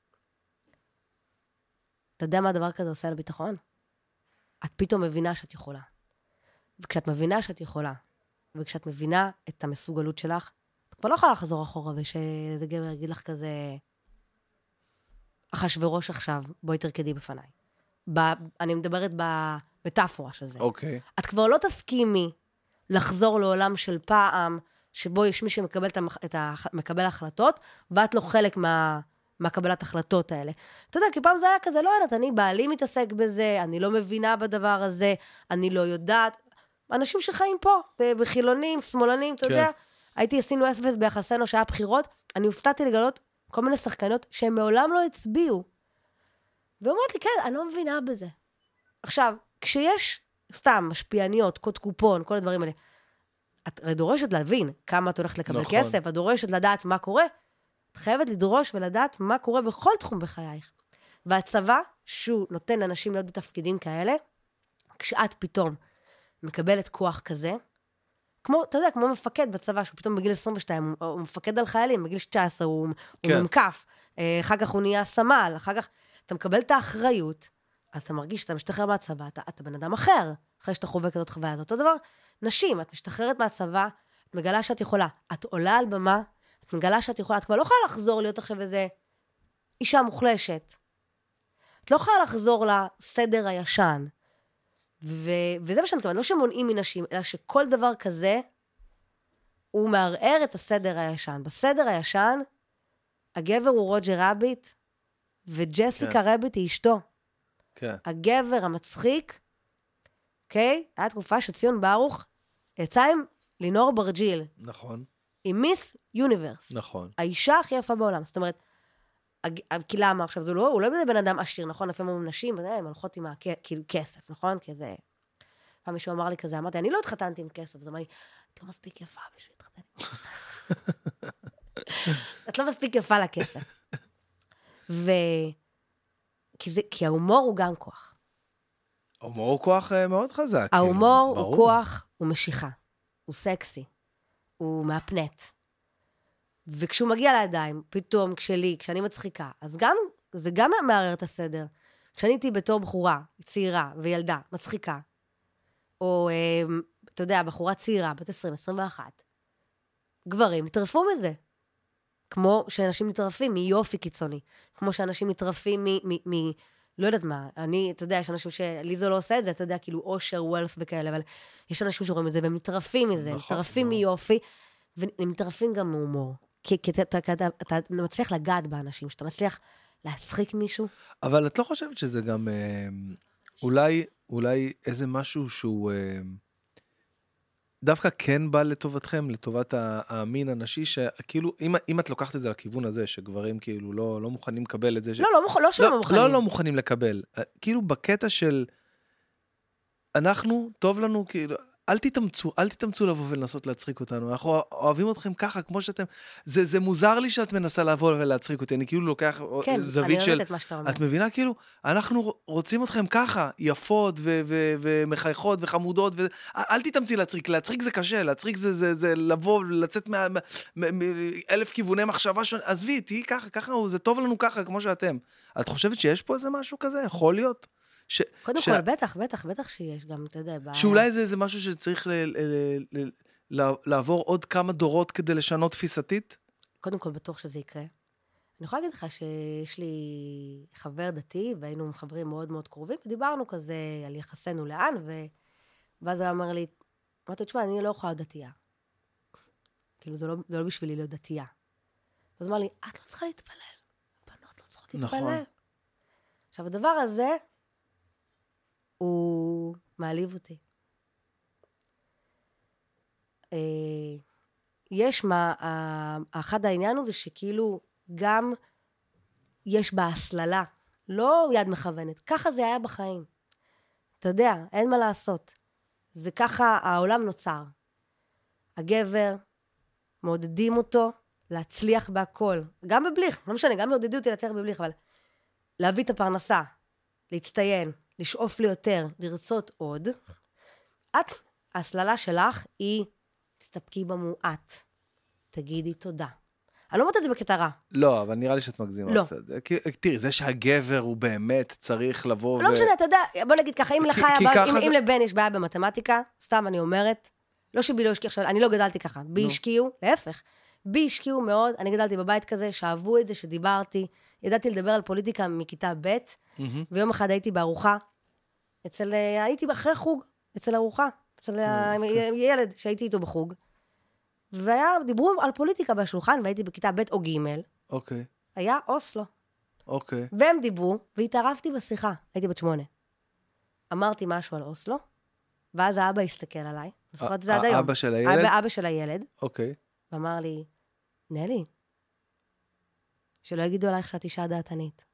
Speaker 2: אתה יודע מה הדבר כזה עושה לביטחון? את פתאום מבינה שאת יכולה. וכשאת מבינה שאת יכולה, וכשאת מבינה את המסוגלות שלך, את כבר לא יכולה לחזור אחורה, ושאיזה גבר יגיד לך כזה, אחשוורוש עכשיו, בואי תרקדי בפניי. אני מדברת במטאפורה של זה.
Speaker 1: אוקיי.
Speaker 2: את כבר לא תסכימי לחזור לעולם של פעם, שבו יש מי שמקבל החלטות, ואת לא חלק מהקבלת החלטות האלה. אתה יודע, כי פעם זה היה כזה, לא יודעת, אני בעלי מתעסק בזה, אני לא מבינה בדבר הזה, אני לא יודעת. אנשים שחיים פה, בחילונים, שמאלנים, אתה יודע, עשינו אסבס ביחסינו שהיה בחירות, אני הופתעתי לגלות כל מיני שחקנות שהם מעולם לא הצביעו. ואומרת לי, כן, אני לא מבינה בזה. עכשיו, כשיש סתם משפיעניות, קוד קופון, כל הדברים האלה, את דורשת להבין כמה את הולכת לקבל כסף, את דורשת לדעת מה קורה, את חייבת לדרוש ולדעת מה קורה בכל תחום בחייך. והצבא, שהוא נותן לאנשים להיות בתפקידים כאלה, כשאת פתאום מקבלת כוח כזה, כמו, אתה יודע, כמו מפקד בצבא, שהוא פתאום בגיל 22, הוא מפקד על חיילים, בגיל 19 הוא ממקף, אחר כך הוא נהיה סמל, אחר כך אתה מקבל את האחריות, אז אתה מרגיש שאתה משתחרר מהצבא, אתה בן אדם אחר, אחרי שאתה חווה כזאת חוויה. זה אותו דבר, נשים, את משתחררת מהצבא, את מגלה שאת יכולה, את עולה על במה, את מגלה שאת יכולה, את כבר לא יכולה לחזור להיות עכשיו איזה אישה מוחלשת. את לא יכולה לחזור לסדר הישן. וזה מה שאני מתכוונת, לא שמונעים מנשים, אלא שכל דבר כזה, הוא מערער את הסדר הישן. בסדר הישן, הגבר הוא רוג'ר רביט, וג'סיקה רביט היא אשתו.
Speaker 1: כן.
Speaker 2: הגבר המצחיק, אוקיי? היה תקופה שציון ברוך יצא עם לינור ברג'יל.
Speaker 1: נכון.
Speaker 2: עם מיס יוניברס.
Speaker 1: נכון.
Speaker 2: האישה הכי יפה בעולם. זאת אומרת, כי למה עכשיו, הוא לא בן אדם עשיר, נכון? לפעמים אומרים נשים, הן הולכות עם כסף, נכון? כי זה... פעם מישהו אמר לי כזה, אמרתי, אני לא התחתנתי עם כסף. אז אמר לי, את לא מספיק יפה בשביל להתחתן עם כסף. את לא מספיק יפה לכסף. כי ההומור הוא גם כוח.
Speaker 1: ההומור הוא כוח מאוד חזק.
Speaker 2: ההומור הוא כוח, הוא משיכה. הוא סקסי. הוא מהפנט. וכשהוא מגיע לידיים, פתאום כשאני מצחיקה, אז זה גם מערער את הסדר. כשאני הייתי בתור בחורה, צעירה וילדה, מצחיקה, או, אתה יודע, בחורה צעירה, בת 20, 21, גברים נטרפו מזה. כמו שאנשים נטרפים מיופי קיצוני. כמו שאנשים נטרפים לא יודעת מה, אתה יודע, יש אנשים לי זה לא עושה את זה, אתה יודע, כאילו אושר, וולף וכאלה, אבל יש אנשים שרואים את זה, והם נטרפים מזה, נטרפים מיופי, והם נטרפים גם מהומור. כי אתה מצליח לגעת באנשים, שאתה מצליח להצחיק מישהו.
Speaker 1: אבל את לא חושבת שזה גם, אולי איזה משהו שהוא דווקא כן בא לטובתכם, לטובת המין הנשי, שכאילו, אם את לוקחת את זה לכיוון הזה, שגברים כאילו לא מוכנים לקבל את זה.
Speaker 2: לא שלא מוכנים.
Speaker 1: לא מוכנים לקבל. כאילו בקטע של, אנחנו, טוב לנו, כאילו, אל תתאמצו לבוא ולנסות להצחיק אותנו. אנחנו אוהבים אתכם ככה, כמו שאתם... זה מוזר לי שאת מנסה לבוא ולהצחיק אותי. אני כאילו לוקח זווית של... את מבינה? כאילו, אנחנו רוצים אתכם ככה, יפות ומחייכות וחמודות. אל תתאמצי להצחיק. להצחיק זה קשה. להצחיק זה לבוא, לצאת מאלף כיווני מחשבה שונה. עזבי, תהי ככה, זה טוב לנו ככה, כמו שאתם. את חושבת שיש פה איזה משהו כזה? יכול להיות?
Speaker 2: קודם כל, בטח שיש גם, אתה יודע,
Speaker 1: שאולי זה משהו שצריך לעבור עוד כמה דורות כדי לשנות תפיסתית?
Speaker 2: קודם כל, בטוח שזה יקרה. אני יכולה להגיד לך שיש לי חבר דתי, והיינו חברים מאוד מאוד קרובים, ודיברנו כזה על יחסנו לאן, ואז הוא אמר לי, אמרתי, תשמע, אני לא יכולה להיות דתייה. כאילו, זה לא בשבילי להיות דתייה. אז הוא אמר לי, את לא צריכה להתפלל. הבנות לא צריכות להתפלל. נכון. עכשיו, הדבר הזה, הוא מעליב אותי. אחד העניין הוא זה שכאילו גם יש בה הסללה, לא יד מכוונת, ככה זה היה בחיים. אתה יודע, אין מה לעשות. זה ככה העולם נוצר. הגבר, מעודדים אותו להצליח בהכל, גם בבליך, לא משנה, גם מעודדים אותי להצליח בבליך, אבל להביא את הפרנסה, להצטיין, לשאוף לי יותר, לרצות עוד. ההסללה שלך היא, תסתפקי במועט. תגידי תודה. אני לא אומרת את זה בקטע רע.
Speaker 1: לא, אבל נראה לי שאת מגזימה.
Speaker 2: לא.
Speaker 1: תראי, זה שהגבר הוא באמת צריך לבוא
Speaker 2: לא משנה, אתה יודע, בוא נגיד ככה, אם לבן יש בעיה במתמטיקה, סתם אני אומרת, לא שבי לא השקיע עכשיו, אני לא גדלתי ככה, בי השקיעו, להפך. בי השקיעו מאוד, אני גדלתי בבית כזה, שאהבו את זה, שדיברתי, ידעתי לדבר על פוליטיקה מכיתה ב', ויום אחד הייתי בארוחה, הייתי אחרי חוג, אצל ארוחה, אצל ילד שהייתי איתו בחוג, ודיברו על פוליטיקה בשולחן, והייתי בכיתה ב' או ג',
Speaker 1: אוקיי.
Speaker 2: היה אוסלו.
Speaker 1: אוקיי.
Speaker 2: והם דיברו, והתערבתי בשיחה, הייתי בת 8. אמרתי משהו על אוסלו, ואז האבא הסתכל עליי, זוכרת את זה עד היום.
Speaker 1: האבא של הילד?
Speaker 2: אבא של הילד.
Speaker 1: אוקיי.
Speaker 2: ואמר לי, נלי, שלא יגידו עלייך שאת אישה דעתנית.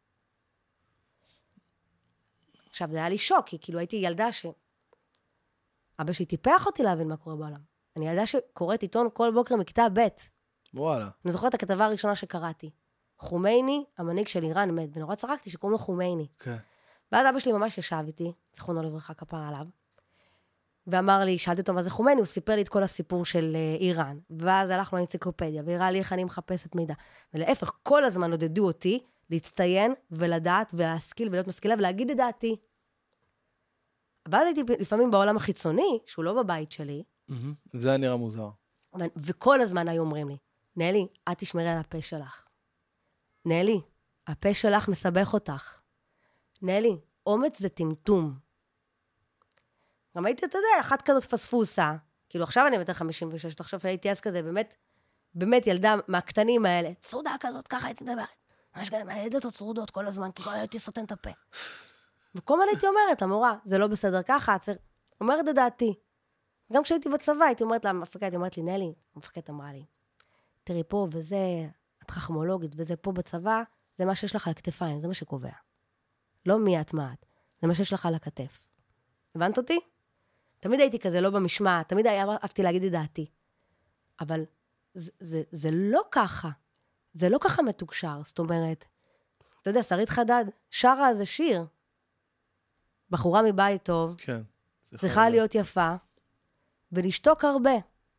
Speaker 2: עכשיו, זה היה לי שוק, כי כאילו הייתי ילדה אבא שלי טיפח אותי להבין מה קורה בעולם. אני ילדה שקוראת עיתון כל בוקר מכיתה ב'.
Speaker 1: וואלה.
Speaker 2: אני זוכרת את הכתבה הראשונה שקראתי. חומייני, המנהיג של איראן מת, ונורא צחקתי שקוראים לו חומייני.
Speaker 1: כן.
Speaker 2: ואז אבא שלי ממש ישב איתי, זכרונו לברכה כפרה עליו, ואמר לי, שאלתי אותו מה זה חומייני, הוא סיפר לי את כל הסיפור של איראן, ואז הלכנו לאנציקלופדיה, והראה לי איך אני מחפשת מידע. ולהפך, כל הזמן עודדו אותי להצטיין ולדעת ולהשכיל ולהיות משכילה ולהגיד את דעתי. ואז הייתי לפעמים בעולם החיצוני, שהוא לא בבית שלי.
Speaker 1: זה היה נראה מוזר.
Speaker 2: וכל הזמן היו אומרים לי, נלי, את תשמרי על הפה שלך. נלי, הפה שלך מסבך אותך. נלי, אומץ זה טמטום. גם הייתי, אתה יודע, אחת כזאת פספוסה, כאילו עכשיו אני יותר 56, תחשוב שהייתי אז כזה, באמת ילדה מהקטנים האלה, צרודה כזאת, ככה הייתי מדברת. ממש גם, הילדות עוד צרודות כל הזמן, כי כל הייתי סוטן את הפה. וכל מה הייתי אומרת, המורה, זה לא בסדר ככה, אומרת את דעתי. גם כשהייתי בצבא, הייתי אומרת לה, המפקדת, היא אומרת לי, נלי, המפקדת אמרה לי, תראי פה וזה, את חכמולוגית, וזה פה בצבא, זה מה שיש לך על הכתפיים, זה מה שקובע. לא מי את מה את, זה מה שיש לך על הכתף. הבנת אותי? תמיד הייתי כזה, לא במשמעת, תמיד אהבתי להגיד את דעתי. אבל זה לא ככה. זה לא ככה מתוקשר, זאת אומרת, אתה יודע, שרית חדד, שרה על זה שיר. בחורה מבית טוב,
Speaker 1: כן,
Speaker 2: צריכה להיות יפה, ולשתוק הרבה.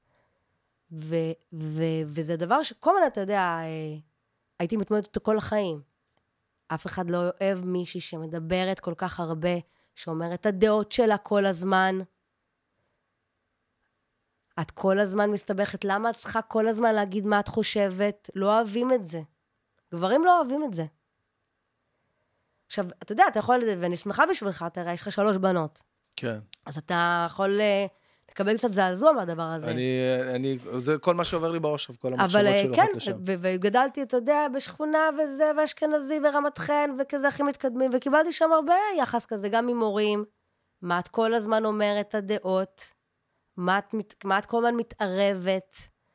Speaker 2: וזה דבר שכל מיני, אתה יודע, הייתי מתמודדת אותו כל החיים. אף אחד לא אוהב מישהי שמדברת כל כך הרבה, שאומרת את הדעות שלה כל הזמן. את כל הזמן מסתבכת, למה את צריכה כל הזמן להגיד מה את חושבת? לא אוהבים את זה. גברים לא אוהבים את זה. עכשיו, אתה יודע, אתה יכול, ואני שמחה בשבילך, תראה, יש לך 3 בנות.
Speaker 1: כן.
Speaker 2: אז אתה יכול לקבל קצת זעזוע מהדבר הזה.
Speaker 1: זה כל מה שעובר לי בראש, כל המחשבות שלו.
Speaker 2: אבל כן, וגדלתי, אתה יודע, בשכונה וזה, ואשכנזי ורמת חן, וכזה הכי מתקדמים, וקיבלתי שם הרבה יחס כזה, גם ממורים, מה את כל הזמן אומרת את הדעות, מה את כל הזמן מתערבת,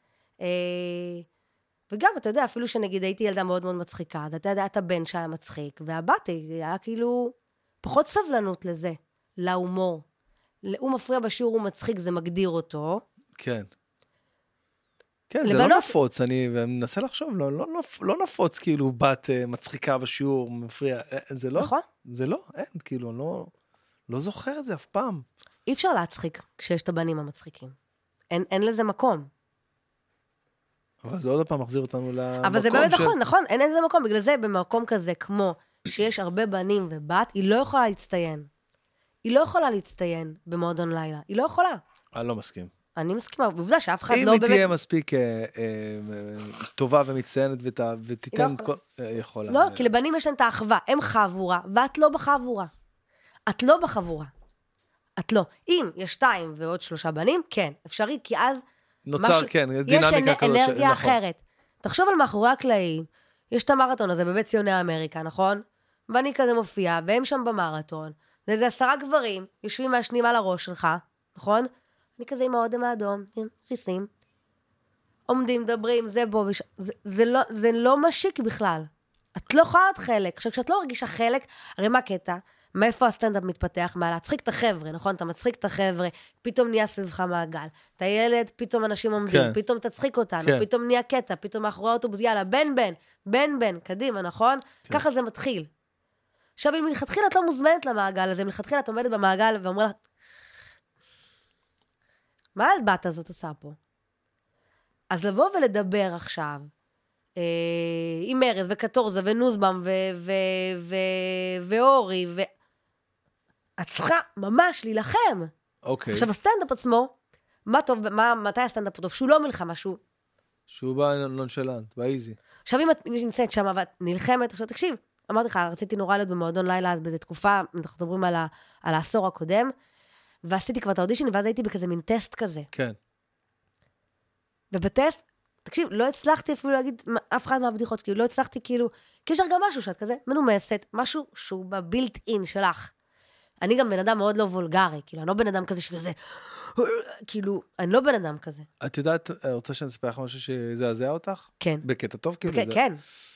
Speaker 2: וגם, אתה יודע, אפילו שנגיד הייתי ילדה מאוד מאוד מצחיקה, אתה יודע, את הבן שהיה מצחיק, והבת היה כאילו פחות סבלנות לזה, להומור. הוא מפריע בשיעור, הוא מצחיק, זה מגדיר אותו.
Speaker 1: כן. כן, זה לא נפוץ, אני מנסה לחשוב, לא נפוץ כאילו בת מצחיקה בשיעור, מפריע, זה לא,
Speaker 2: נכון?
Speaker 1: זה לא, אין, כאילו, לא זוכר את זה אף פעם.
Speaker 2: אי אפשר להצחיק כשיש את הבנים המצחיקים. אין לזה מקום.
Speaker 1: אבל זה עוד פעם מחזיר אותנו למקום
Speaker 2: אבל זה באמת נכון, אין לזה מקום. בגלל זה במקום כזה, כמו שיש הרבה בנים ובת, היא לא יכולה להצטיין. היא לא יכולה להצטיין במועדון לילה. היא לא יכולה.
Speaker 1: אני לא מסכים.
Speaker 2: אני מסכימה, בעובדה שאף אחד לא
Speaker 1: באמת... אם היא תהיה מספיק טובה ומצטיינת ותיתן את כל... יכולה.
Speaker 2: לא, כי לבנים יש להם את האחווה. הם חבורה, ואת לא בחבורה. את לא בחבורה. את לא. אם יש 2 ועוד 3 בנים, כן, אפשרי, כי אז...
Speaker 1: נוצר, כן, דינמיקה כזאת.
Speaker 2: יש אנרגיה אחרת. תחשוב על מאחורי הקלעים, יש את המרתון הזה בבית ציוני אמריקה, נכון? ואני כזה מופיע, והם שם במרתון. זה 10 גברים, יושבים מעשנים על הראש שלך, נכון? אני כזה עם האודם האדום, עם חיסים. עומדים, מדברים, זה בו, זה לא משיק בכלל. את לא יכולה להיות חלק. עכשיו, כשאת לא מרגישה חלק, הרי מה קטע? מאיפה הסטנדאפ מתפתח? מה להצחיק את החבר'ה, נכון? אתה מצחיק את החבר'ה, פתאום נהיה סביבך מעגל. אתה ילד, פתאום אנשים עומדים, כן. פתאום תצחיק אותנו, כן. פתאום נהיה קטע, פתאום מאחורי האוטובוס, יאללה, בן, קדימה, נכון? כן. ככה זה מתחיל. עכשיו, אם מלכתחילה את לא מוזמנת למעגל הזה, מלכתחילה את עומדת במעגל ואומרה לה, מה הבת הזאת עושה פה? אז לבוא ולדבר עכשיו, עם ארז וקטורזה ונוסבם ואורי, את צריכה ממש להילחם.
Speaker 1: אוקיי.
Speaker 2: עכשיו, הסטנדאפ עצמו, מה טוב, מתי הסטנדאפ טוב? שהוא לא מלחמה,
Speaker 1: שהוא בא נונשלנט, באיזי.
Speaker 2: עכשיו, אם את נמצאת שם ואת נלחמת, עכשיו תקשיב, אמרתי לך, רציתי נורא להיות במועדון לילה, אז באיזו תקופה, אנחנו מדברים על העשור הקודם, ועשיתי כבר את האודישן, ואז הייתי בכזה מין טסט כזה.
Speaker 1: כן.
Speaker 2: ובטסט, תקשיב, לא הצלחתי אפילו להגיד אף אחד מהבדיחות, כאילו, לא הצלחתי כאילו, כי יש גם משהו שאת כזה מנומסת, משהו שהוא בבילט אין שלך. אני גם בן אדם מאוד לא וולגרי, כאילו, אני לא בן אדם כזה שכזה, כאילו, אני לא בן אדם כזה.
Speaker 1: את יודעת, רוצה שאני אספר לך משהו שזעזע אותך?
Speaker 2: כן.
Speaker 1: בקטע טוב, כאילו?
Speaker 2: כן.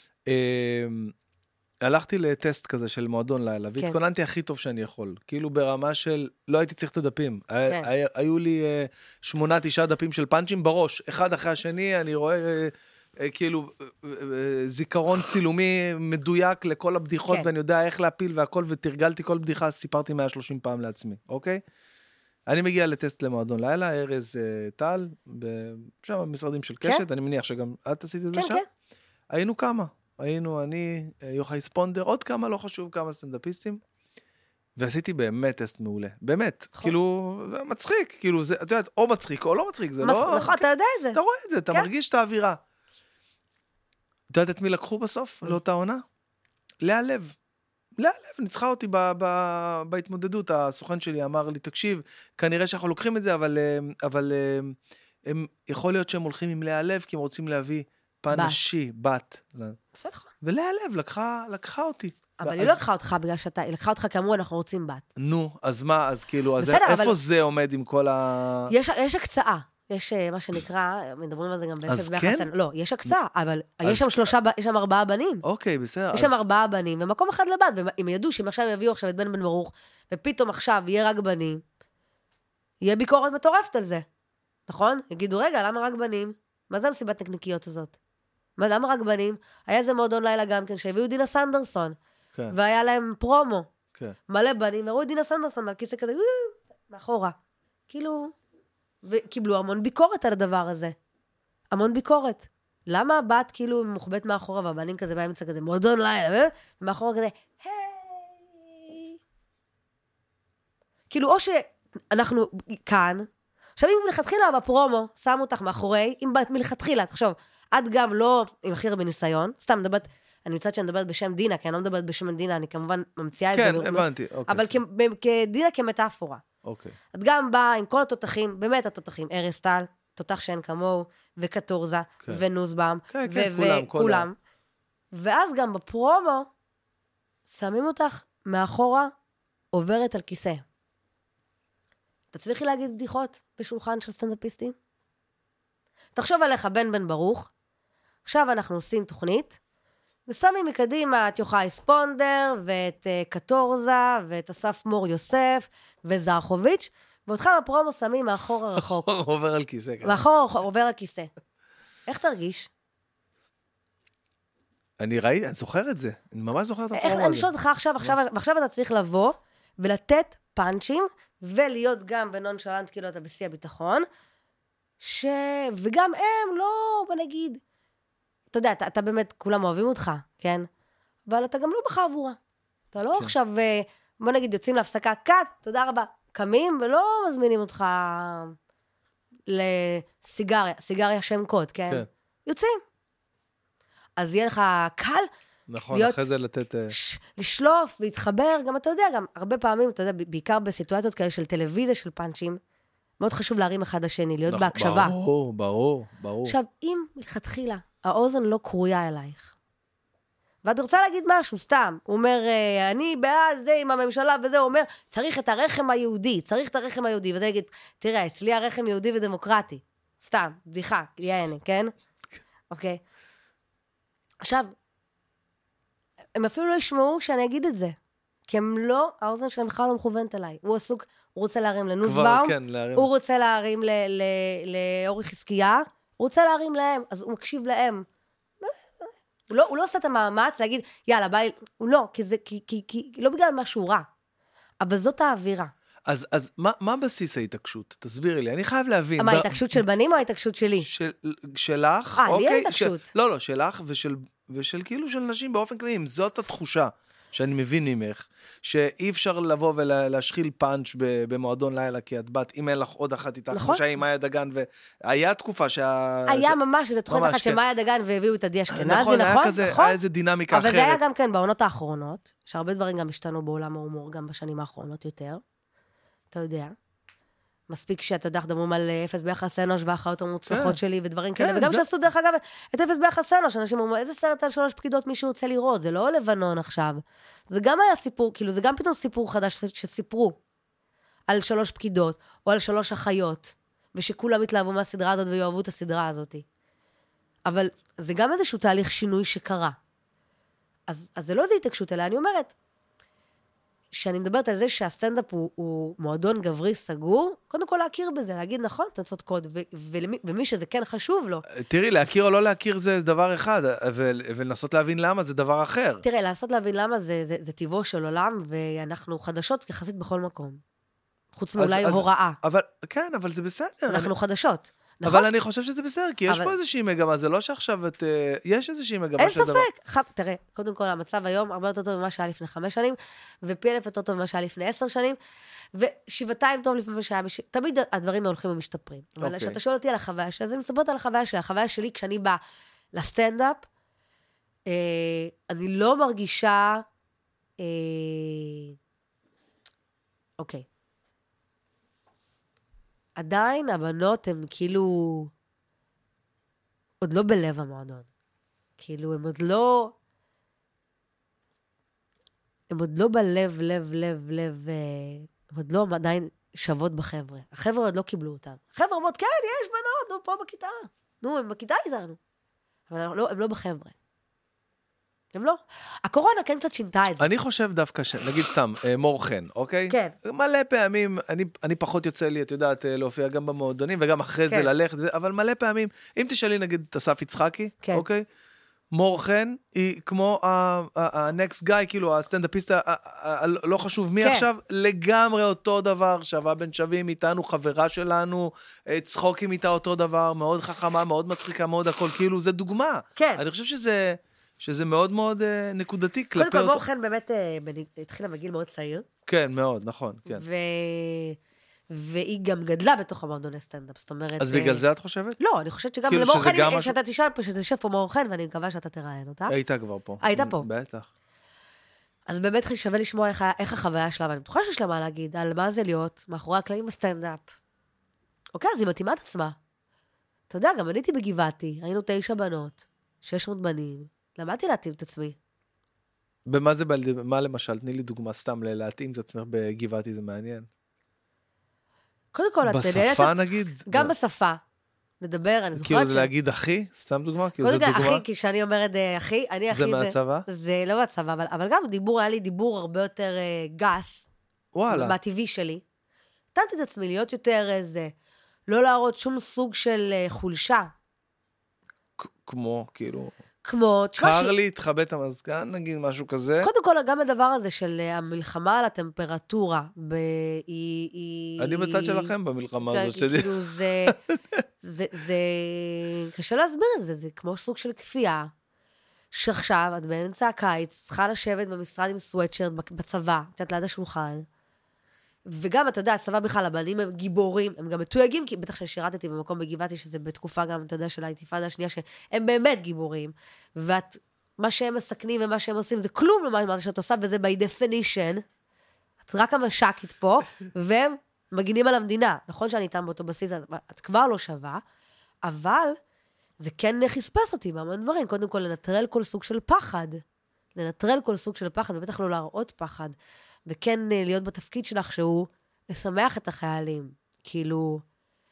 Speaker 1: הלכתי לטסט כזה של מועדון לילה, והתכוננתי הכי טוב שאני יכול. כאילו ברמה של, לא הייתי צריך את הדפים. היו לי 8-9 דפים של פאנצ'ים בראש, אחד אחרי השני, אני רואה כאילו זיכרון צילומי מדויק לכל הבדיחות, ואני יודע איך להפיל והכל, ותרגלתי כל בדיחה, סיפרתי 130 פעם לעצמי, אוקיי? אני מגיע לטסט למועדון לילה, ארז טל, שם במשרדים של קשת, אני מניח שגם את עשית את זה שם. היינו כמה. היינו אני, יוחאי ספונדר, עוד כמה, לא חשוב, כמה סטנדאפיסטים, ועשיתי באמת טסט מעולה. באמת, כאילו, מצחיק, כאילו, זה, את יודעת, או מצחיק או לא מצחיק, זה לא...
Speaker 2: נכון, אתה יודע את זה.
Speaker 1: אתה רואה את זה, אתה מרגיש את האווירה. את יודעת את מי לקחו בסוף? לאותה עונה? לאה לב. להלב, ניצחה אותי בהתמודדות. הסוכן שלי אמר לי, תקשיב, כנראה שאנחנו לוקחים את זה, אבל יכול להיות שהם הולכים עם להלב, כי הם רוצים להביא פן נשי, בת.
Speaker 2: בסדר.
Speaker 1: ולהלב לקחה אותי.
Speaker 2: אבל היא לא לקחה אותך בגלל שאתה, היא לקחה אותך כאמרו, אנחנו רוצים בת.
Speaker 1: נו, אז מה, אז כאילו, איפה זה עומד עם כל
Speaker 2: יש הקצאה. יש מה שנקרא, מדברים על זה גם באפס ביחס. כן? לא, יש הקצאה, אבל יש שם 4 בנים.
Speaker 1: אוקיי, בסדר.
Speaker 2: יש שם 4 בנים, ומקום אחד לבד, והם ידעו שאם עכשיו יביאו עכשיו את בן ברוך, ופתאום עכשיו יהיה רק בנים, יהיה ביקורת מטורפת על זה. נכון? יגידו, רגע, למה רק בנים? מה זה המסיבת נקניקיות הזאת? למה רק בנים? היה זה מועדון לילה גם כן, שהביאו דינה סנדרסון, כן. והיה להם פרומו. כן. מלא בנים, וראו את דינה סנדרסון על כיסא כזה, מאחורה. כאילו, וקיבלו המון ביקורת על הדבר הזה. המון ביקורת. למה הבת כאילו מוחבאת מאחורה, והבנים כזה באמצע כזה, מועדון לילה, ומאחורה כזה, היי. כאילו, או שאנחנו כאן, עכשיו, אם מלכתחילה בפרומו, שמו אותך מאחורי, אם מלכתחילה, תחשוב, את גם לא עם הכי הרבה ניסיון, סתם מדברת, אני מצאת שאני מדברת בשם דינה, כי אני לא מדברת בשם דינה, אני כמובן ממציאה את זה.
Speaker 1: כן, הבנתי, אוקיי.
Speaker 2: אבל כדינה כמטאפורה.
Speaker 1: אוקיי.
Speaker 2: את גם באה עם כל התותחים, באמת התותחים, ארסטל, תותח שאין כמוהו, וקטורזה, ונוסבאום, וכולם. ואז גם בפרומו, שמים אותך מאחורה, עוברת על כיסא. תצליחי להגיד בדיחות בשולחן של סטנדאפיסטים? תחשוב עליך, בן ברוך, עכשיו אנחנו עושים תוכנית, ושמים מקדימה את יוחאי ספונדר, ואת קטורזה, ואת אסף מור יוסף, וזרחוביץ', ואותך בפרומו שמים מאחור הרחוק.
Speaker 1: עובר על כיסא.
Speaker 2: מאחור עובר על כיסא. איך תרגיש?
Speaker 1: אני זוכר את זה. אני ממש זוכר את הפרומו הזה.
Speaker 2: אני שואל אותך עכשיו אתה צריך לבוא, ולתת פאנצ'ים, ולהיות גם בנונשלנט, כאילו אתה בשיא הביטחון, וגם הם לא, בוא נגיד, אתה יודע, אתה באמת, כולם אוהבים אותך, כן? אבל אתה גם לא בחבורה. אתה לא עכשיו, בוא נגיד, יוצאים להפסקה, קאט, תודה רבה, קמים ולא מזמינים אותך לסיגריה שם קוד, כן? יוצאים. אז יהיה לך קל,
Speaker 1: נכון, אחרי זה לתת
Speaker 2: לשלוף, להתחבר, גם אתה יודע, גם הרבה פעמים, אתה יודע, בעיקר בסיטואציות כאלה של טלוויזיה, של פאנצ'ים, מאוד חשוב להרים אחד השני, להיות בהקשבה.
Speaker 1: ברור.
Speaker 2: עכשיו, אם מלכתחילה האוזן לא קרויה אלייך, ואת רוצה להגיד משהו, סתם, הוא אומר, אני בעד זה עם הממשלה, וזה, הוא אומר, צריך את הרחם היהודי, וזה יגיד, תראה, אצלי הרחם יהודי ודמוקרטי. סתם, בדיחה, יעני, כן? אוקיי. עכשיו, הם אפילו לא ישמעו שאני אגיד את זה. כי הם לא, האוזן שלהם בכלל לא מכוונת עליי. הוא עסוק, הוא רוצה להרים לנוסבאום, הוא רוצה להרים לאורי חזקיה, הוא רוצה להרים להם, אז הוא מקשיב להם. הוא לא עושה את המאמץ להגיד, יאללה, ביי, הוא לא, כי לא בגלל משהו רע. אבל זאת האווירה.
Speaker 1: אז מה בסיס ההתעקשות? תסבירי לי, אני חייב להבין.
Speaker 2: מה, ההתעקשות של בנים או ההתעקשות שלי?
Speaker 1: שלך,
Speaker 2: לי ההתעקשות.
Speaker 1: לא, שלך ושל כאילו של נשים באופן כללי, אם זאת התחושה שאני מבין ממך, שאי אפשר לבוא ולהשחיל פאנץ' במועדון לילה, כי את בת, אם אין לך עוד אחת איתך, כמו שהיה עם מאיה דגן, והיה תקופה
Speaker 2: היה ממש, איזו תוכנית אחת של מאיה דגן, והביאו את עדי אשכנזי, נכון?
Speaker 1: היה איזו דינמיקה אחרת.
Speaker 2: אבל זה היה גם כן בעונות האחרונות, שהרבה דברים גם השתנו בעולם ההומור, גם בשנים האחרונות יותר. אתה יודע. מספיק שאתה יודע, דברים על אפס ביחס אנוש והאחיות המוצלחות שלי ודברים כאלה, וגם שעשו דרך אגב את אפס ביחס אנוש, אנשים אומרים, איזה סרט על 3 פקידות מישהו רוצה לראות, זה לא לבנון עכשיו. זה גם היה סיפור, כאילו זה גם פתאום סיפור חדש שסיפרו על 3 פקידות, או על 3 אחיות, ושכולם התלהבו מהסדרה הזאת ויאהבו את הסדרה הזאת. אבל זה גם איזשהו תהליך שינוי שקרה. אז זה לא איזה התעקשות, אלא אני אומרת, שאני מדברת על זה שהסטנדאפ הוא מועדון גברי סגור, קודם כל להכיר בזה, להגיד נכון, אתן צודקות, ומי שזה כן חשוב לו.
Speaker 1: תראי, להכיר או לא להכיר זה דבר אחד, ולנסות להבין למה זה דבר אחר.
Speaker 2: תראה, לנסות להבין למה זה טבעו של עולם, ואנחנו חדשות יחסית בכל מקום. חוץ מאולי הוראה.
Speaker 1: כן, אבל זה בסדר.
Speaker 2: אנחנו חדשות.
Speaker 1: אבל אני חושב שזה בסדר, כי יש פה איזושהי מגמה, זה לא שעכשיו יש איזושהי מגמה.
Speaker 2: אין ספק. תראה, קודם כל, המצב היום הרבה יותר טוב ממה שהיה לפני 5 שנים, ופי 1000 יותר טוב ממה שהיה לפני 10 שנים, ושבעתיים טוב לפני מה שהיה, תמיד הדברים הולכים ומשתפרים. אבל כשאתה שואל אותי על החוויה שלי, אז אני מספרת על החוויה שלי. החוויה שלי, כשאני באה לסטנדאפ, אני לא מרגישה אוקיי. עדיין הבנות הן כאילו עוד לא בלב המועדון. כאילו, הן עוד לא בלב, הן עוד לא עדיין שוות בחבר'ה. החבר'ה עוד לא קיבלו אותם. החבר'ה אומרות, כן, יש בנות, נו, פה בכיתה. נו, הם בכיתה איתנו. אבל הם לא בחבר'ה. הם לא. הקורונה כן קצת שינתה את זה.
Speaker 1: אני חושב דווקא נגיד סתם, מור חן, אוקיי?
Speaker 2: כן.
Speaker 1: מלא פעמים, אני פחות יוצא לי, את יודעת, להופיע גם במועדונים, וגם אחרי זה ללכת, אבל מלא פעמים, אם תשאלי נגיד את אסף יצחקי, אוקיי? מור חן היא כמו ה-next guy, כאילו הסטנדאפיסט, לא חשוב מי עכשיו, לגמרי אותו דבר, שווה בין שווים איתנו, חברה שלנו, צחוקים איתה אותו דבר, מאוד חכמה, מאוד מצחיקה, מאוד הכל, כאילו זה דוגמה. אני חושב שזה מאוד מאוד נקודתי כלפי אותו.
Speaker 2: קודם כל, מור חן באמת התחילה בגיל מאוד צעיר.
Speaker 1: כן, מאוד, נכון, כן.
Speaker 2: והיא גם גדלה בתוך המועדוני סטנדאפ, זאת אומרת...
Speaker 1: אז בגלל זה את חושבת?
Speaker 2: לא, אני חושבת שגם למור חן, שאתה תשאל פה, שתשב פה מור חן, ואני מקווה שאתה תראיין אותה.
Speaker 1: הייתה כבר פה.
Speaker 2: הייתה פה.
Speaker 1: בטח.
Speaker 2: אז באמת שווה לשמוע איך החוויה שלה, ואני בטוחה שיש לה מה להגיד, על מה זה להיות מאחורי הקלעים בסטנדאפ. אוקיי, אז היא מתאימה את עצמה. אתה יודע, גם אני הייתי בגבעתי, היינו 9 בנות, 600 בנים, למדתי להתאים את עצמי.
Speaker 1: במה זה, מה למשל? תני לי דוגמה סתם להתאים את עצמך בגבעתי, זה מעניין.
Speaker 2: קודם כל,
Speaker 1: בשפה נגיד?
Speaker 2: גם בשפה. לדבר, אני זוכרת
Speaker 1: כאילו להגיד אחי? סתם דוגמה?
Speaker 2: קודם כל, אחי, כי כשאני אומרת אחי, אני אחי
Speaker 1: זה מהצבא?
Speaker 2: זה לא מהצבא, אבל גם דיבור, היה לי דיבור הרבה יותר גס.
Speaker 1: וואלה.
Speaker 2: מהטבעי שלי. נתתי את עצמי להיות יותר איזה, לא להראות שום סוג של חולשה.
Speaker 1: כמו, כאילו...
Speaker 2: כמו...
Speaker 1: קר לי, תחבא את המזגן, נגיד משהו כזה.
Speaker 2: קודם כל, גם הדבר הזה של המלחמה על הטמפרטורה,
Speaker 1: אני בצד שלכם במלחמה הזאת.
Speaker 2: כאילו זה... קשה להסביר את זה, זה כמו סוג של כפייה, שעכשיו, את באמצע הקיץ, צריכה לשבת במשרד עם סוואטשרט בצבא, קצת ליד השולחן, וגם, אתה יודע, הצבא בכלל, הבנים הם גיבורים, הם גם מתויגים, כי בטח ששירתתי במקום בגבעתי, שזה בתקופה גם, אתה יודע, של האינתיפאדה השנייה, שהם באמת גיבורים, מה שהם מסכנים ומה שהם עושים, זה כלום למה שאת עושה, וזה by definition, את רק המשקית פה, והם מגינים על המדינה. נכון שאני איתם באותו בסיס, את כבר לא שווה, אבל זה כן חספס אותי בהמון דברים. קודם כל, לנטרל כל סוג של פחד. לנטרל כל סוג של פחד, ובטח לא להראות פחד. וכן להיות בתפקיד שלך שהוא לשמח את החיילים. כאילו,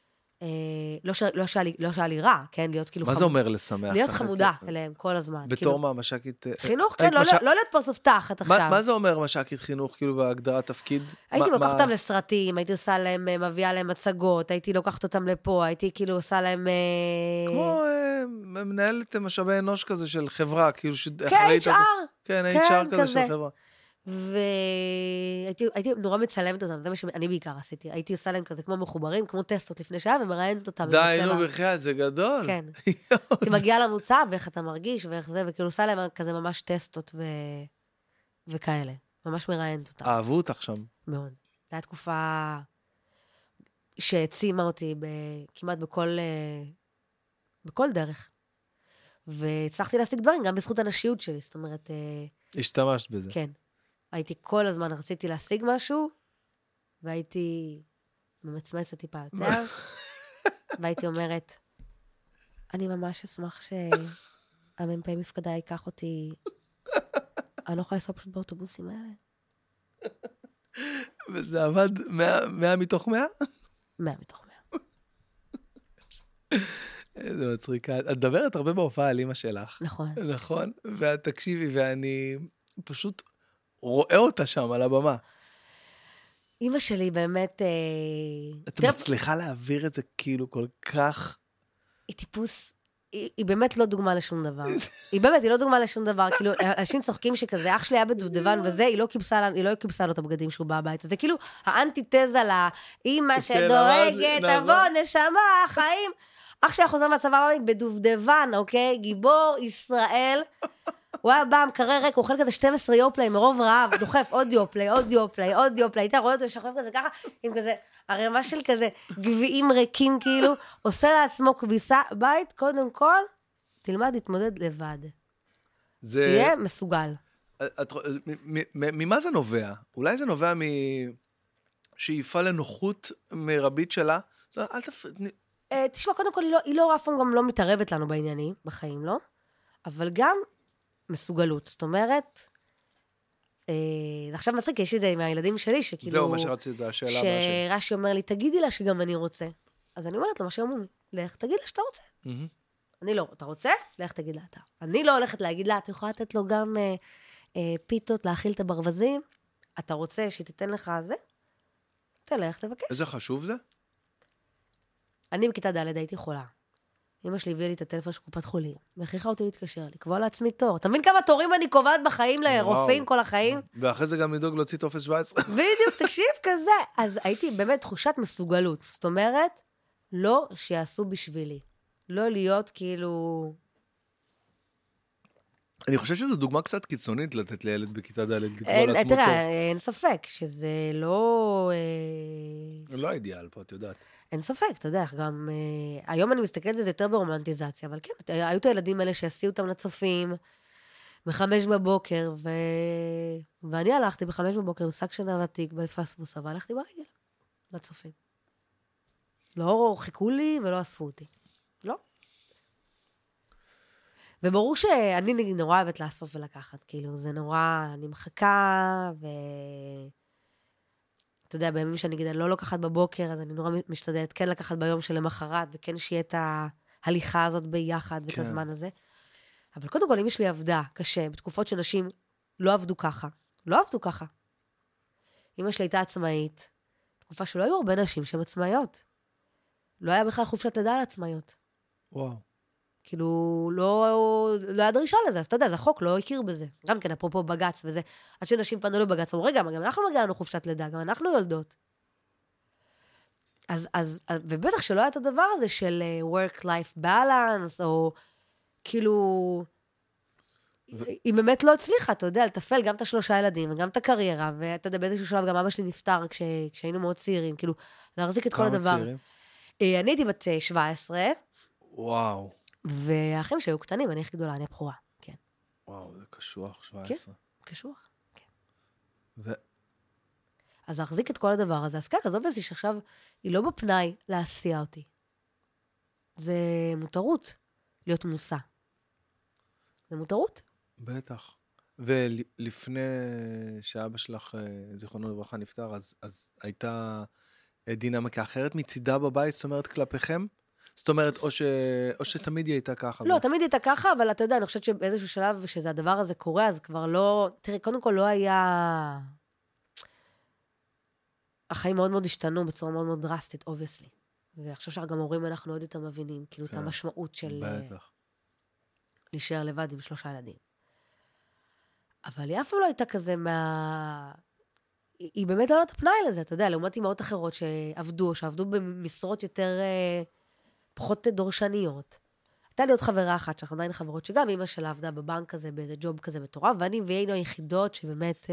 Speaker 2: לא שהיה לי רע, כן? להיות כאילו...
Speaker 1: מה זה אומר לשמח?
Speaker 2: להיות חמודה אליהם כל הזמן.
Speaker 1: בתור מה, מש"קית...
Speaker 2: חינוך, כן, לא להיות פרצוף תחת עכשיו.
Speaker 1: מה זה אומר מש"קית חינוך, כאילו בהגדרת תפקיד?
Speaker 2: הייתי לוקחת אותם לסרטים, הייתי עושה להם, מביאה להם מצגות, הייתי לוקחת אותם לפה, הייתי כאילו עושה להם...
Speaker 1: כמו מנהלת משאבי אנוש כזה של חברה, כאילו...
Speaker 2: כן, HR.
Speaker 1: כן, HR כזה של חברה.
Speaker 2: והייתי נורא מצלמת אותם, זה מה שאני בעיקר עשיתי. הייתי עושה להם כזה כמו מחוברים, כמו טסטות לפני שעה, ומראיינת אותם.
Speaker 1: די, נו, בחייאת, זה גדול.
Speaker 2: כן. הייתי מגיעה למוצא, ואיך אתה מרגיש, ואיך זה, וכאילו עושה להם כזה ממש טסטות וכאלה. ממש מראיינת אותם.
Speaker 1: אהבו אותך שם.
Speaker 2: מאוד. זו הייתה תקופה שהעצימה אותי כמעט בכל דרך. והצלחתי להשיג דברים, גם בזכות הנשיות שלי, זאת אומרת...
Speaker 1: השתמשת בזה.
Speaker 2: כן. הייתי כל הזמן, רציתי להשיג משהו, והייתי ממצמצת טיפה יותר, והייתי אומרת, אני ממש אשמח שהמ"פ מפקדה ייקח אותי, אני לא יכולה לנסוע פשוט באוטובוסים האלה.
Speaker 1: וזה עבד 100 מתוך 100?
Speaker 2: 100 מתוך
Speaker 1: 100. איזה מצחיקה. את מדברת הרבה בהופעה על אמא שלך.
Speaker 2: נכון.
Speaker 1: נכון? ואת תקשיבי, ואני פשוט רואה אותה שם על הבמה.
Speaker 2: אמא שלי באמת...
Speaker 1: את מצליחה להעביר את זה כאילו כל כך...
Speaker 2: היא טיפוס... היא באמת לא דוגמה לשום דבר. היא לא דוגמה לשום דבר. כאילו, אנשים צוחקים שכזה, אח שלי היה בדובדבן וזה, היא לא כיבסה לו את הבגדים שהוא בא הביתה. זה כאילו האנטיתזה לאמא שדואגת, תבוא, נשמה, חיים. אח שלי חוזר מהצבא בדובדבן, אוקיי? גיבור ישראל. הוא היה בא, מקרר ריק, הוא אוכל כזה 12 יופלי, מרוב רעב, דוחף עוד יופלי, עוד יופלי, עוד יופלי. היית רואה אותו שחוף כזה ככה, עם כזה, הרמה של כזה גביעים ריקים כאילו, עושה לעצמו כביסה. בית, קודם כל, תלמד להתמודד לבד. תהיה מסוגל.
Speaker 1: ממה זה נובע? אולי זה נובע משאיפה לנוחות מרבית שלה?
Speaker 2: תשמע, קודם כל, היא לא אף פעם גם לא מתערבת לנו בעניינים, בחיים, לא? אבל גם מסוגלות. זאת אומרת, עכשיו מצחיק, יש את זה עם הילדים שלי, שכאילו...
Speaker 1: זהו, מה שרציתי, זה השאלה הבאה שלי.
Speaker 2: שרש"י אומר לי, תגידי לה שגם אני רוצה. אז אני אומרת לו, מה שאומרים לי, לך, תגיד לה שאתה רוצה. אני לא, אתה רוצה? לך, תגיד לה אתה. אני לא הולכת להגיד לה, את יכולה לתת לו גם פיתות, להאכיל את הברווזים? אתה רוצה שהיא תיתן לך זה? תלך, תבקש.
Speaker 1: איזה חשוב זה?
Speaker 2: אני בכיתה ד' הייתי חולה. אמא שלי הביאה לי את הטלפון של קופת חולים, והכריחה אותי להתקשר, לקבוע לעצמי תור. אתה מבין כמה תורים אני קובעת בחיים לרופאים כל החיים?
Speaker 1: ואחרי זה גם לדאוג להוציא טופס 17.
Speaker 2: בדיוק, תקשיב כזה. אז הייתי באמת תחושת מסוגלות. זאת אומרת, לא שיעשו בשבילי. לא להיות כאילו...
Speaker 1: אני חושב שזו דוגמה קצת קיצונית לתת לילד בכיתה ד' לקבוע לעצמו תור.
Speaker 2: תראה, אין ספק שזה לא...
Speaker 1: לא האידיאל פה, את יודעת.
Speaker 2: אין ספק, אתה יודע, גם... היום אני מסתכלת על זה יותר ברומנטיזציה, אבל כן, היו את הילדים האלה שהסיעו אותם לצופים, ב5 בבוקר, ואני הלכתי ב5 בבוקר, בשק שנה ותיק, בפספוסה, והלכתי ברגל לצופים. לא חיכו לי ולא אספו אותי. לא. וברור שאני נורא אוהבת לאסוף ולקחת, כאילו, זה נורא, אני מחכה, אתה יודע, בימים שאני אגיד, אני לא לוקחת בבוקר, אז אני נורא משתדלת כן לקחת ביום שלמחרת, וכן שיהיה את ההליכה הזאת ביחד, ואת הזמן הזה. אבל קודם כל, אמא שלי עבדה קשה, בתקופות שנשים לא עבדו ככה. לא עבדו ככה. אמא שלי הייתה עצמאית, תקופה שלא היו הרבה נשים שהן עצמאיות. לא היה בכלל חופשת לידה לעצמאיות.
Speaker 1: וואו.
Speaker 2: כאילו, לא היה דרישה לזה, אז אתה יודע, אז החוק לא הכיר בזה. גם כן, אפרופו בגץ וזה, עד שנשים פנו לבגץ, אמרו, רגע, גם אנחנו מגיע לנו חופשת לידה, גם אנחנו יולדות. ובטח שלא היה את הדבר הזה של work-life balance, או כאילו, היא באמת לא הצליחה, אתה יודע, לתפעל גם את 3 ילדים, וגם את הקריירה, ואתה יודע, באיזשהו שלב גם אבא שלי נפטר כשהיינו מאוד צעירים, כאילו, להחזיק את כל הדבר. כמה צעירים? אני הייתי בת 17.
Speaker 1: וואו.
Speaker 2: והאחים שהיו קטנים, אני הכי גדולה, אני הבחורה, כן.
Speaker 1: וואו, זה קשוח, 17.
Speaker 2: כן, קשוח, כן. אז להחזיק את כל הדבר הזה, אז כן, אז אובייסלי שעכשיו היא לא בפנאי להסיע אותי. זה מותרות להיות מוסע. זה מותרות.
Speaker 1: בטח. ולפני שאבא שלך, זיכרונו לברכה, נפטר, אז הייתה דינמיקה אחרת מצידה בבית, זאת אומרת, כלפיכם? זאת אומרת, או שתמיד היא הייתה ככה.
Speaker 2: לא, תמיד היא הייתה ככה, אבל אתה יודע, אני חושבת שבאיזשהו שלב, כשזה הדבר הזה קורה, אז כבר לא... תראי, קודם כל לא היה... החיים מאוד מאוד השתנו בצורה מאוד מאוד דרסטית, obviously. ועכשיו שגם הורים אנחנו עוד יותר מבינים, כאילו, את המשמעות של...
Speaker 1: בטח.
Speaker 2: להישאר לבד עם 3 ילדים. אבל היא אף פעם לא הייתה כזה מה... היא באמת לא הפנאי לזה, אתה יודע, לעומת אימהות אחרות שעבדו במשרות יותר... פחות דורשניות. הייתה לי עוד חברה אחת, שאנחנו עדיין חברות, שגם אמא שלה עבדה בבנק הזה, באיזה ג'וב כזה מטורף, ואני והיינו היחידות שבאמת,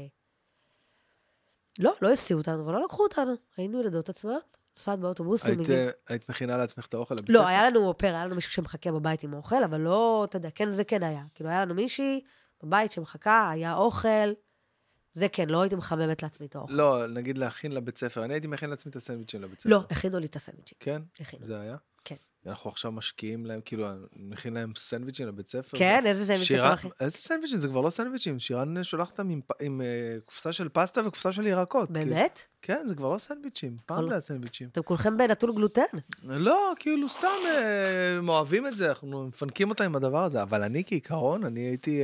Speaker 2: לא הסיעו אותנו, ולא לקחו אותנו. היינו ילדות עצמאיות, נוסעת באוטובוסים.
Speaker 1: היית מכינה לעצמך את האוכל?
Speaker 2: לא, היה לנו אופר, היה לנו מישהו שמחכה בבית עם האוכל, אבל לא, אתה יודע, כן, זה כן היה. כאילו, היה לנו מישהי בבית שמחכה, היה אוכל, זה כן, לא הייתי מחממת לעצמי את האוכל.
Speaker 1: לא, נגיד להכין לבית ספר. אני הייתי מכין לעצמי את הסנדוויצ'ים לבית ספר.
Speaker 2: לא, הכינו לי את הסנדוויצ'ים.
Speaker 1: כן?
Speaker 2: הכינו.
Speaker 1: זה היה?
Speaker 2: כן.
Speaker 1: אנחנו עכשיו משקיעים להם, כאילו, נכין להם סנדוויצ'ים לבית ספר.
Speaker 2: כן, איזה סנדוויצ'ים אתה מכין?
Speaker 1: איזה סנדוויצ'ים? זה כבר לא סנדוויצ'ים. שירן שולח אותם עם קופסה של פסטה וקופסה של ירקות.
Speaker 2: באמת?
Speaker 1: כן, זה כבר לא סנדוויצ'ים. פעם זה היה סנדוויצ'ים.
Speaker 2: אתם כולכם בנטול גלוטן?
Speaker 1: לא, כאילו, סתם אוהבים את זה, אנחנו מפנקים אותם עם הדבר הזה. אבל אני כעיקרון, אני הייתי...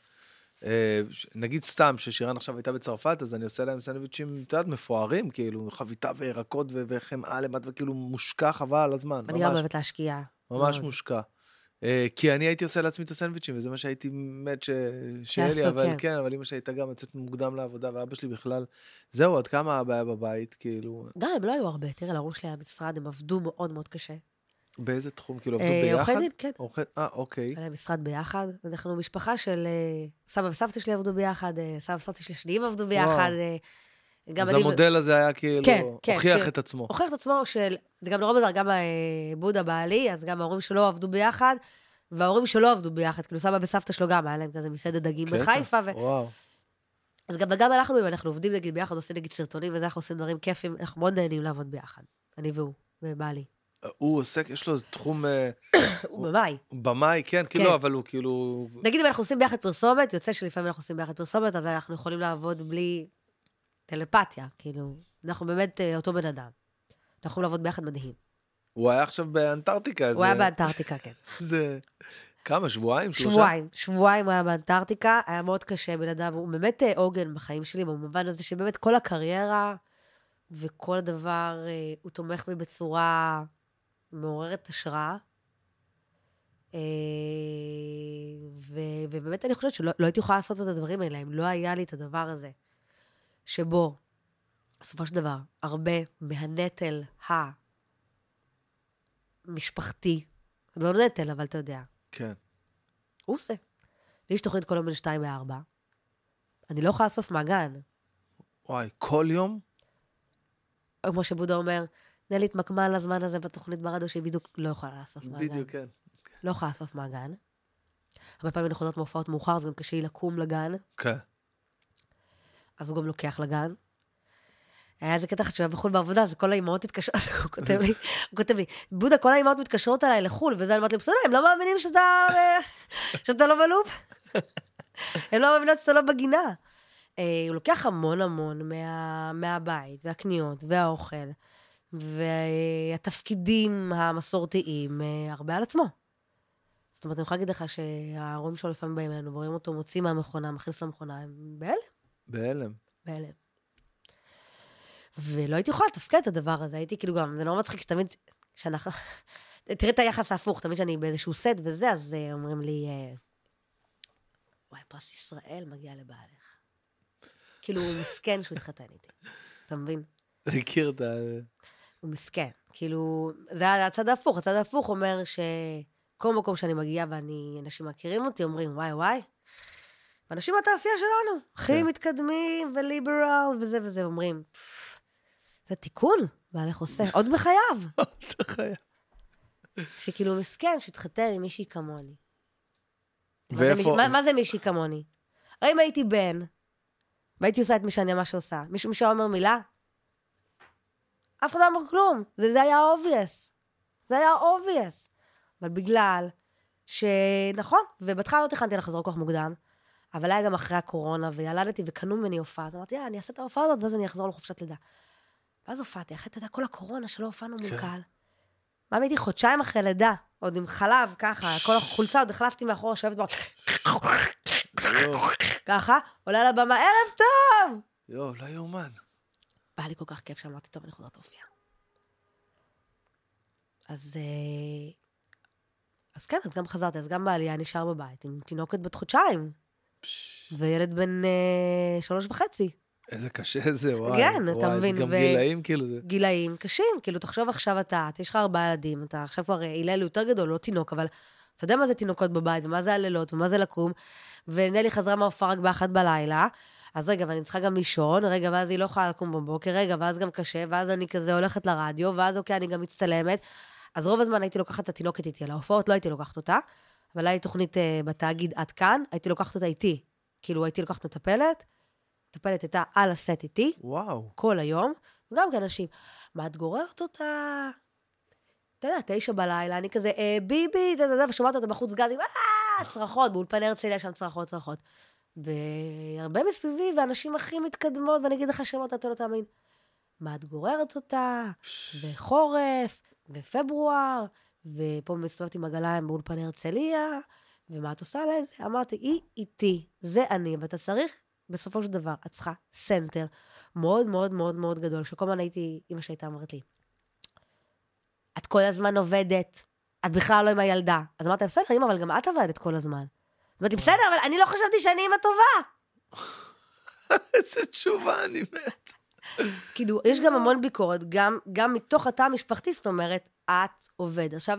Speaker 1: נגיד סתם ששירן עכשיו הייתה בצרפת, אז אני עושה להם סנדוויצ'ים, את יודעת, מפוארים, כאילו, חביתה וירקות וחמאה למטה, וכאילו מושקע חבל על הזמן.
Speaker 2: אני גם אוהבת להשקיע.
Speaker 1: ממש מושקע. כי אני הייתי עושה לעצמי את הסנדוויצ'ים, וזה מה שהייתי מת שיהיה לי, אבל כן, אבל אמא שהייתה גם יוצאת מוקדם לעבודה, ואבא שלי בכלל, זהו, עד כמה הבעיה בבית, כאילו...
Speaker 2: גם הם לא היו הרבה, תראה, להורים שלי היה משרד, הם עבדו מאוד מאוד קשה.
Speaker 1: באיזה תחום? כאילו עבדו ביחד?
Speaker 2: עורכי דין, כן.
Speaker 1: אוקיי.
Speaker 2: היה משרד ביחד. אנחנו משפחה של סבא וסבתא שלי עבדו ביחד, סבא וסבתא שלי השניים עבדו ביחד.
Speaker 1: אז המודל הזה היה כאילו, הוכיח את עצמו.
Speaker 2: הוכיח את עצמו, זה גם נורא בזר, גם בודה בעלי, אז גם ההורים שלו עבדו ביחד, וההורים שלו עבדו ביחד, כאילו סבא וסבתא שלו גם, היה להם כזה מסעדת דגים בחיפה.
Speaker 1: וואו.
Speaker 2: אז גם אנחנו, אם אנחנו עובדים נגיד ביחד, עושים נגיד סרטונים, וזה אנחנו עושים דברים כיפים, אנחנו מאוד נהנים לעבוד ביחד. אני והוא, ובעלי.
Speaker 1: הוא עוסק, יש לו תחום...
Speaker 2: הוא במאי.
Speaker 1: במאי, כן, כאילו, אבל הוא כאילו...
Speaker 2: נגיד אם אנחנו עושים ביחד פרסומת, יוצא שלפעמים אנחנו עושים ביחד פרסומת, אז אנחנו יכולים לעבוד בלי טלפתיה, כאילו, אנחנו באמת אותו בן אדם. אנחנו יכולים לעבוד ביחד מדהים.
Speaker 1: הוא היה עכשיו באנטארקטיקה.
Speaker 2: הוא היה באנטארקטיקה, כן.
Speaker 1: זה... כמה, שבועיים?
Speaker 2: שבועיים הוא היה באנטארקטיקה, היה מאוד קשה בן אדם, הוא באמת עוגן בחיים שלי, במובן הזה שבאמת כל הקריירה וכל הדבר, הוא תומך בי בצורה מעוררת השראה, ובאמת אני חושבת שלא הייתי יכולה לעשות את הדברים האלה, אם לא היה לי את הדבר הזה, שבו, בסופו של דבר, הרבה מהנטל המשפחתי, לא נטל, אבל אתה יודע,
Speaker 1: כן.
Speaker 2: הוא עושה. לי יש תוכנית כל יום בין 2 ל-4. אני לא יכולה לאסוף מהגן.
Speaker 1: וואי, כל יום?
Speaker 2: כמו שבודה אומר, נלי התמקמה על הזמן הזה בתוכנית ברדיו, שהיא בדיוק לא יכולה לאסוף מהגן.
Speaker 1: בדיוק, כן.
Speaker 2: לא יכולה לאסוף מהגן. הרבה פעמים אני חוזרת מהופעות מאוחר, אז גם קשה לי לקום לגן.
Speaker 1: כן.
Speaker 2: אז הוא גם לוקח לגן. היה איזה קטע שהוא היה בחול בעבודה, אז כל האימהות התקשרות, הוא כותב לי, בודה, כל האימהות מתקשרות עליי לחול, וזה אני אמרתי לי, בסדר, הם לא מאמינים שאתה לא בלופ. הם לא מאמינות שאתה לא בגינה. הוא לוקח המון המון מהבית, והקניות, והאוכל, והתפקידים המסורתיים, הרבה על עצמו. זאת אומרת, אני יכולה להגיד לך שההורים שלו לפעמים באים אלינו, ורואים אותו מוציא מהמכונה, מכניס למכונה, הם בהלם. בהלם. ולא הייתי יכולה לתפקד את הדבר הזה, הייתי כאילו גם, זה לא מצחיק שתמיד, שאנחנו, תראה את היחס ההפוך, תמיד שאני באיזשהו סט וזה, אז אומרים לי, וואי, פרס ישראל מגיע לבעלך. כאילו, הוא מסכן שהוא התחתן איתי. אתה מבין?
Speaker 1: הכיר את ה...
Speaker 2: הוא מסכן. כאילו, זה הצד ההפוך. הצד ההפוך אומר שכל מקום שאני מגיעה ואנשים מכירים אותי, אומרים, וואי, ואנשים מהתעשייה שלנו, הכי מתקדמים וליברל וזה וזה, אומרים, זה תיקון, בעלך עושה, עוד בחייו. שכאילו מסכן, שהתחתן עם מישהי כמוני. מה זה מישהי כמוני? הרי אם הייתי בן, והייתי עושה את מי שאני ממש עושה, מישהו אומר מילה? אף אחד לא אמר כלום. זה היה obvious. זה היה obvious. אבל בגלל שנכון, ובהתחלה לא תכנתי לחזור כוח מוקדם, אבל היה גם אחרי הקורונה, וילדתי וקנו ממני הופעה, אז אמרתי, אני אעשה את ההופעה הזאת, ואז אני אחזור לחופשת לידה. ואז הופעתי, אחרי, אתה יודע, כל הקורונה שלא הופענו מול קהל. מה הייתי חודשיים אחרי לידה, עוד עם חלב, ככה, כל החולצה, עוד החלפתי מאחורה, שואבת בה, ככה, עולה לבמה, ערב טוב!
Speaker 1: לא יאומן.
Speaker 2: בא לי כל כך כיף שאמרתי, טוב, אני חוזרת להופיע. אז כן, אז גם חזרתי, אז גם בעלייה נשאר בבית, עם תינוקת בת חודשיים, וילד בן 3.5.
Speaker 1: איזה קשה זה, וואי.
Speaker 2: כן, אתה מבין.
Speaker 1: גם גילאים, כאילו זה.
Speaker 2: גילאים קשים, כאילו, תחשוב עכשיו אתה יש לך 4 ילדים, אתה עכשיו כבר הלל יותר גדול, לא תינוק, אבל אתה יודע מה זה תינוקות בבית, ומה זה הלילות, ומה זה לקום, ונלי חזרה מההופעה רק ב1 בלילה, אז רגע, ואני צריכה גם לישון, רגע, ואז היא לא יכולה לקום בבוקר, רגע, ואז גם קשה, ואז אני כזה הולכת לרדיו, ואז אוקיי, אני גם מצטלמת, אז רוב הזמן הייתי לוקחת את התינוקת איתי, על ההופעות לא הייתי לוקחת אותה, אבל היה לי תוכנית בתאגיד עד כאן, הייתי לוקחת אותה איתי, כאילו הייתי לוקחת מטפלת הייתה על הסט איתי,
Speaker 1: וואו.
Speaker 2: כל היום, וגם כאנשים, מה את גוררת אותה? אתה יודע, 9 בלילה, אני כזה, ביבי, ושומעת אותה בחוץ גזים, צרחות, באולפני הרצליה שם צרחות. והרבה מסביבי, ואנשים הכי מתקדמות, ואני אגיד לך שמות, אתה לא תאמין. מה את גוררת אותה? וחורף, ופברואר, ופה מסתובבת עם הגליים באולפני הרצליה, ומה את עושה להם? אמרתי, היא איתי, זה אני, ואתה צריך, בסופו של דבר, את צריכה סנטר מאוד מאוד מאוד מאוד גדול, שכל הזמן הייתי, אמא שהייתה אמרת לי, את כל הזמן עובדת, את בכלל לא עם הילדה. אז אמרתי, בסדר, אמא, אבל גם את עבדת כל הזמן. אמרתי, בסדר, אבל אני לא חשבתי שאני אמא טובה.
Speaker 1: איזה תשובה, אני מת.
Speaker 2: כאילו, יש גם המון ביקורת, גם מתוך התא המשפחתי, זאת אומרת, את עובד. עכשיו,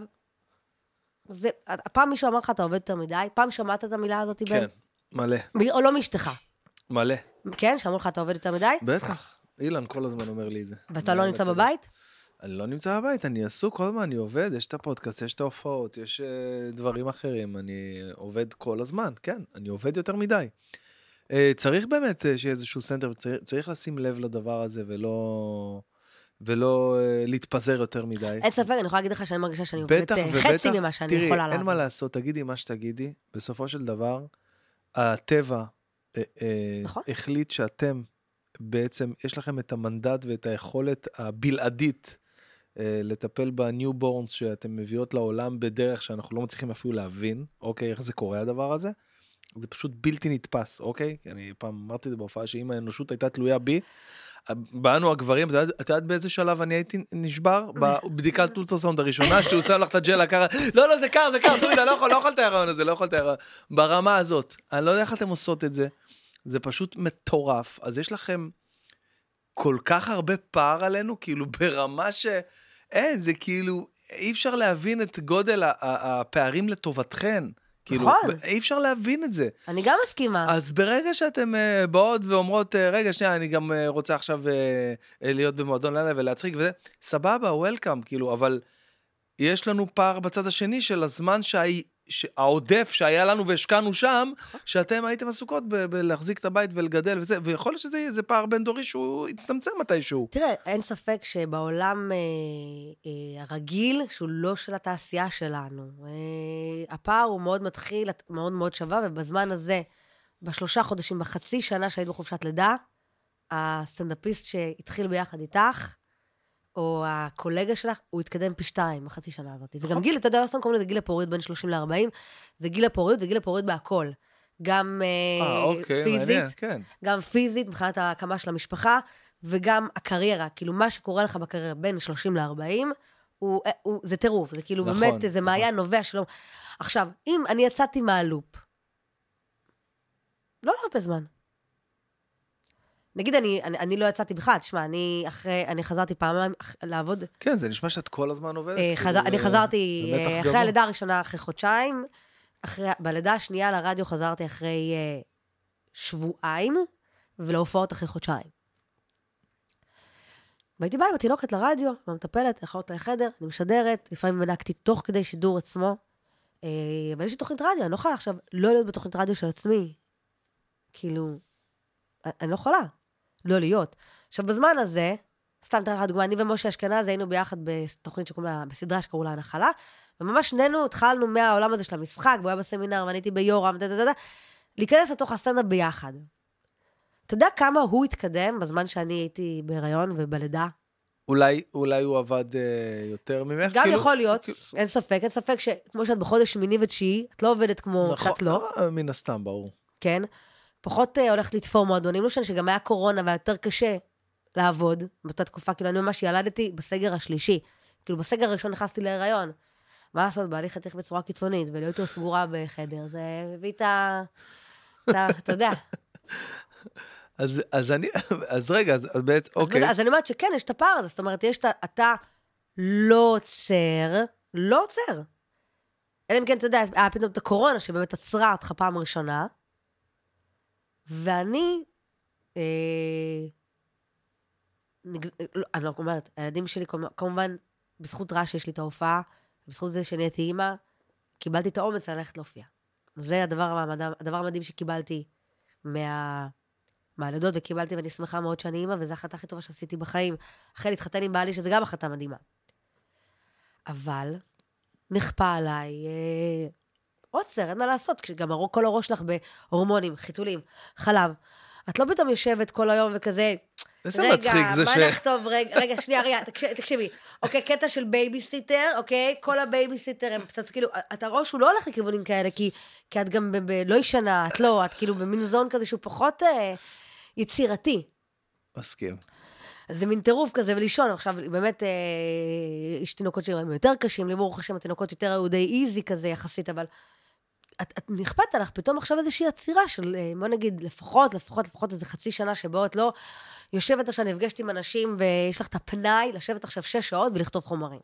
Speaker 2: הפעם מישהו אמר לך, אתה עובד יותר מדי? פעם שמעת את המילה הזאת?
Speaker 1: כן, מלא.
Speaker 2: או לא מאשתך?
Speaker 1: מלא.
Speaker 2: כן, שאמרו לך, אתה עובד יותר מדי?
Speaker 1: בטח. אילן כל הזמן אומר לי את זה.
Speaker 2: ואתה לא נמצא בבית?
Speaker 1: אני לא נמצא בבית, אני עסוק כל הזמן, אני עובד, יש את הפודקאסט, יש את ההופעות, יש דברים אחרים, אני עובד כל הזמן, כן, אני עובד יותר מדי. צריך באמת שיהיה איזשהו סנטר, צריך לשים לב לדבר הזה ולא להתפזר יותר מדי.
Speaker 2: אין ספק, אני יכולה להגיד לך שאני מרגישה שאני עובדת חצי ממה שאני יכולה לעבוד.
Speaker 1: תראי, אין מה לעשות, תגידי מה שתגידי, בסופו של דבר, הטבע החליט שאתם בעצם, יש לכם את המנדט ואת היכולת הבלעדית לטפל בניובורנס שאתם מביאות לעולם בדרך שאנחנו לא מצליחים אפילו להבין, אוקיי, איך זה קורה הדבר הזה? זה פשוט בלתי נתפס, אוקיי? אני פעם אמרתי את זה בהופעה, שאם האנושות הייתה תלויה בי, באנו הגברים, את יודעת באיזה שלב אני הייתי נשבר? בבדיקת אולטרסאונד הראשונה, שהוא שם לך את הג'ל הקר, לא, זה קר, תורידה, לא יכול את ההיריון הזה, לא יכול את ההיריון. ברמה הזאת, אני לא יודע איך אתם עושות את זה, זה פשוט מטורף, אז יש לכם כל כך הרבה פער עלינו, כאילו ברמה אין, זה כאילו, אי אפשר להבין את גודל הפערים לטובתכן, כאילו, אי אפשר להבין את זה.
Speaker 2: אני גם מסכימה.
Speaker 1: אז ברגע שאתם באות ואומרות, רגע, שנייה, אני גם רוצה עכשיו להיות במועדון לילה ולהצחיק וזה, סבבה, וולקאם, כאילו, אבל יש לנו פער בצד השני של הזמן העודף שהיה לנו והשקענו שם, שאתם הייתם עסוקות בלהחזיק את הבית ולגדל וזה, ויכול להיות שזה פער בין דורי שהוא יצטמצם מתישהו.
Speaker 2: תראה, אין ספק שבעולם הרגיל, שהוא לא של התעשייה שלנו, הפער הוא מאוד מתחיל, מאוד מאוד שווה, ובזמן הזה, ב3 חודשים, בחצי שנה שהיית בחופשת לידה, הסטנדאפיסט שהתחיל ביחד איתך, או הקולגה שלך, הוא התקדם פי 2 בחצי שנה הזאת. זה גם גיל, אתה יודע, לא סתם קוראים לזה גיל הפוריות בין 30 ל-40, זה גיל הפוריות, זה גיל הפוריות בהכל. גם פיזית, גם פיזית, מבחינת ההקמה של המשפחה, וגם הקריירה, כאילו מה שקורה לך בקריירה בין 30 ל-40, זה טירוף, זה כאילו באמת, זה מעיין נובע שלום. עכשיו, אם אני יצאתי מהלופ, לא הרבה זמן. נגיד, אני לא יצאתי בכלל, תשמע, אני חזרתי פעמיים לעבוד.
Speaker 1: כן, זה נשמע שאת כל הזמן עובדת.
Speaker 2: אני חזרתי אחרי הלידה הראשונה אחרי חודשיים, בלידה השנייה לרדיו חזרתי אחרי שבועיים, ולהופעות אחרי חודשיים. והייתי באה עם התינוקת לרדיו, ומטפלת, יכולת לחדר, אני משדרת, לפעמים מנקתי תוך כדי שידור עצמו, אבל יש לי תוכנית רדיו, אני לא יכולה עכשיו לא להיות בתוכנית רדיו של עצמי. כאילו, אני לא יכולה. לא להיות. עכשיו, בזמן הזה, סתם תראה לך דוגמה, אני ומשה אשכנז היינו ביחד בתוכנית בסדרה שקראו לה הנחלה, וממש שנינו התחלנו מהעולם הזה של המשחק, והוא היה בסמינר, ואני הייתי ביורם, להיכנס לתוך הסטנדאפ ביחד. אתה יודע כמה הוא התקדם בזמן שאני הייתי בהיריון ובלידה?
Speaker 1: אולי הוא עבד יותר ממך?
Speaker 2: גם יכול להיות, אין ספק שכמו שאת בחודש 8 ו9, את לא עובדת כמו שאת לא.
Speaker 1: מן הסתם, ברור.
Speaker 2: כן. פחות הולכת לתפור מועדונים, לא משנה שגם היה קורונה והיה יותר קשה לעבוד באותה תקופה, כאילו אני ממש ילדתי בסגר השלישי, כאילו בסגר הראשון נכנסתי להיריון, מה לעשות, בעלי חתך בצורה קיצונית, ולהיות לו סגורה בחדר, זה הביא אתה יודע.
Speaker 1: אז רגע, אז בעצם, אוקיי.
Speaker 2: אז אני אומרת שכן, יש את הפער הזה, זאת אומרת, אתה לא עוצר. אלא אם כן, אתה יודע, היה פתאום את הקורונה, שבאמת עצרה אותך פעם ראשונה, ואני, אני לא אומרת, הילדים שלי, כמובן, בזכות רע שיש לי את ההופעה, בזכות זה שאני הייתי אימא, קיבלתי את האומץ ללכת להופיע. זה הדבר המדהים שקיבלתי מהלידות, וקיבלתי, ואני שמחה מאוד שאני אימא, וזו החלטה הכי טובה שעשיתי בחיים, אחרי להתחתן עם בעלי, שזה גם החלטה מדהימה. אבל, נכפה עליי, עוצר, אין מה לעשות, כשגם כל הראש שלך בהורמונים, חיתולים, חלב. את לא פתאום יושבת כל היום וכזה, רגע, מה נכתוב, רגע, שנייה, תקשיבי. אוקיי, קטע של בייביסיטר, אוקיי, כל הבייביסיטר הם קצת, כאילו, את הראש הוא לא הולך לכיוונים כאלה, כי את גם לא ישנה, את כאילו במין זון כזה שהוא פחות יצירתי.
Speaker 1: מסכים.
Speaker 2: אז זה מין טירוף כזה ולישון, עכשיו באמת יש תינוקות שהם יותר קשים, לי ברוך השם, התינוקות יותר היו די איזי כזה יחסית, אבל את נכפת עליך פתאום עכשיו איזושהי עצירה של, בוא נגיד, לפחות איזה חצי שנה שבו את לא יושבת עכשיו, נפגשת עם אנשים ויש לך את הפנאי לשבת עכשיו 6 שעות ולכתוב חומרים.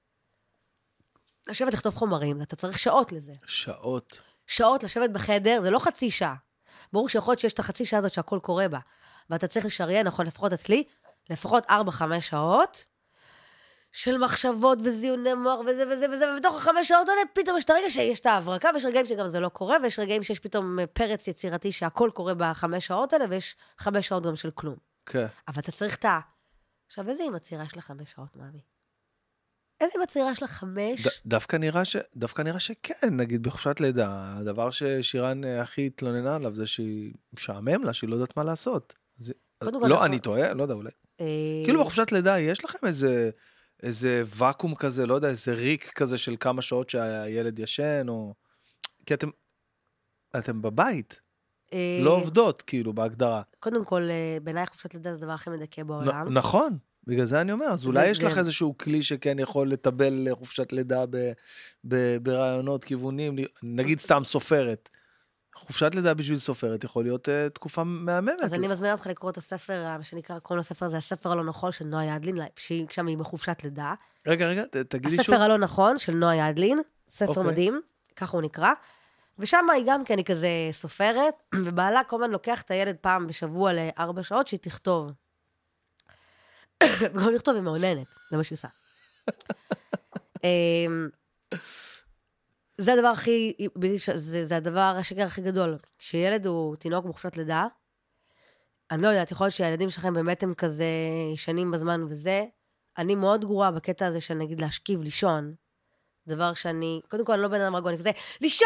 Speaker 2: לשבת לכתוב חומרים, אתה צריך שעות לזה. שעות לשבת בחדר, זה לא חצי שעה. ברור שיכול להיות שיש את החצי שעה הזאת שהכל קורה בה, ואתה צריך לשריין, נכון, לפחות אצלי, לפחות 4-5 שעות, של מחשבות וזיוני מוח וזה וזה וזה, ובתוך 5 שעות האלה פתאום יש את הרגע שיש את ההברקה, ויש רגעים שגם זה לא קורה, ויש רגעים שיש פתאום פרץ יצירתי שהכל קורה ב5 שעות האלה, ויש 5 שעות גם של כלום.
Speaker 1: כן.
Speaker 2: אבל אתה צריך את ה... עכשיו, איזה עם הצעירה יש לה 5 שעות, מאמי? איזה עם הצעירה יש לה 5?
Speaker 1: דווקא נראה שכן, נגיד בחופשת לידה, הדבר ששירן הכי התלוננה עליו, זה שהיא משעמם לה, שהיא לא יודעת מה לעשות. לא, אני טועה, לא יודע, אולי. כאילו בחופשת לידה, יש לכם איזה ואקום כזה, לא יודע, איזה ריק כזה של כמה שעות שהילד ישן, או... כי אתם בבית, לא עובדות, כאילו, בהגדרה.
Speaker 2: קודם כל, בעיניי חופשת לידה זה הדבר הכי מדכא בעולם.
Speaker 1: נכון, בגלל זה אני אומר, אז אולי יש לך איזשהו כלי שכן יכול לטבל חופשת לידה ברעיונות, כיוונים, נגיד סתם סופרת. חופשת לידה בשביל סופרת יכול להיות תקופה מהממת.
Speaker 2: אז אני מזמינה אותך לקרוא את הספר, מה שנקרא, קוראים לספר, זה הספר הלא נכון של נועה ידלין, שם היא בחופשת לידה.
Speaker 1: רגע, תגידי שוב.
Speaker 2: הספר הלא נכון של נועה ידלין, ספר מדהים, ככה הוא נקרא. ושם היא גם כן, היא כזה סופרת, ובעלה כל הזמן לוקח את הילד פעם בשבוע ל4 שעות שהיא תכתוב. גם לכתוב היא מעוננת, זה מה שהיא עושה. זה הדבר הכי, זה הדבר השקר הכי גדול. כשילד הוא תינוק בחופשת לידה, אני לא יודעת, יכול להיות שהילדים שלכם באמת הם כזה שנים בזמן וזה, אני מאוד גרועה בקטע הזה של נגיד להשכיב, לישון, דבר שאני, קודם כל אני לא בן אדם רגוע, אני כזה, לישון!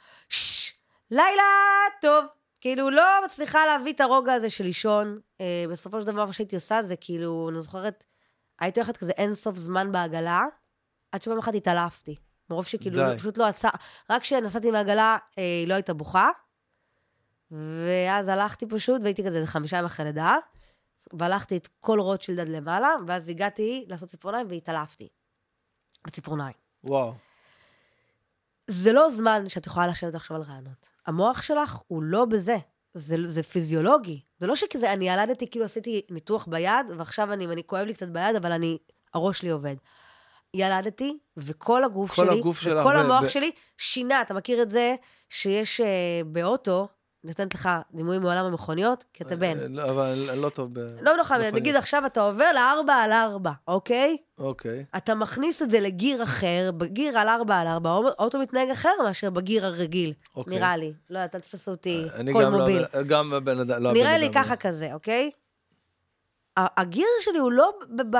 Speaker 2: לילה טוב! כאילו לא מצליחה להביא את הרוגע הזה של לישון, בסופו של דבר מה שהייתי עושה זה כאילו, אני זוכרת, הייתי הולכת כזה אין סוף זמן בעגלה, עד שפעם אחת התעלפתי. מרוב שכאילו פשוט לא עצה, רק כשנסעתי מהעגלה היא לא הייתה בוכה, ואז הלכתי פשוט, והייתי כזה 5 ימים אחרי לידה, והלכתי את כל רוטשילד עד למעלה, ואז הגעתי לעשות ציפורניים והתעלפתי. בציפורניים.
Speaker 1: וואו.
Speaker 2: זה לא זמן שאת יכולה לשבת עכשיו על רעיונות. המוח שלך הוא לא בזה. זה פיזיולוגי. זה לא שכזה, אני ילדתי, כאילו עשיתי ניתוח ביד, ועכשיו אני כואב לי קצת ביד, אבל הראש שלי עובד. ילדתי, וכל הגוף שלי, וכל המוח שלי, שינה. אתה מכיר את זה שיש באוטו, נותנת לך דימויים מעולם המכוניות, כי אתה בן.
Speaker 1: אבל לא טוב.
Speaker 2: לא נכון, נגיד עכשיו אתה עובר ל4x4, אוקיי?
Speaker 1: אוקיי.
Speaker 2: אתה מכניס את זה לגיר אחר, בגיר על 4x4, האוטו מתנהג אחר מאשר בגיר הרגיל, נראה לי. לא, אתה תפסו אותי כל מוביל.
Speaker 1: גם בן אדם.
Speaker 2: נראה לי ככה כזה, אוקיי? הגיר שלי הוא לא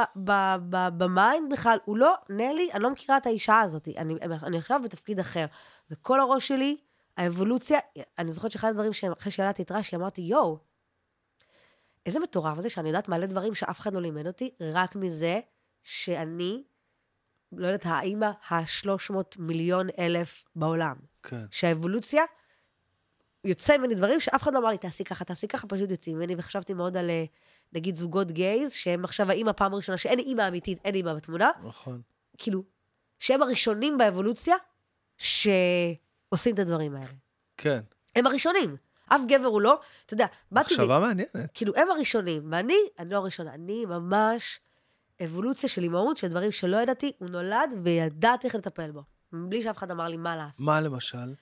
Speaker 2: במיינד בכלל, הוא לא, נלי, אני לא מכירה את האישה הזאת, אני עכשיו בתפקיד אחר. וכל הראש שלי, האבולוציה, אני זוכרת שאחד הדברים שאחרי שילדתי את רש"י, אמרתי, יואו, איזה מטורף זה שאני יודעת מעלה דברים שאף אחד לא לימד אותי, רק מזה שאני, לא יודעת, האמא ה-300 מיליון אלף בעולם.
Speaker 1: כן.
Speaker 2: שהאבולוציה יוצא ממני דברים שאף אחד לא אמר לי, תעשי ככה, פשוט יוצאים ממני, וחשבתי מאוד על, נגיד, זוגות גייז, שהם עכשיו האמא פעם ראשונה, שאין אמא אמיתית, אין אמא בתמונה.
Speaker 1: נכון.
Speaker 2: כאילו, שהם הראשונים באבולוציה, שעושים את הדברים האלה.
Speaker 1: כן.
Speaker 2: הם הראשונים. אף גבר הוא לא, אתה יודע, באתי...
Speaker 1: מחשבה מעניינת.
Speaker 2: כאילו, הם הראשונים, ואני לא הראשונה, אני ממש אבולוציה של אימהות, של דברים שלא ידעתי, הוא נולד וידעתי איך לטפל בו. בלי שאף אחד אמר לי מה לעשות.
Speaker 1: מה למשל?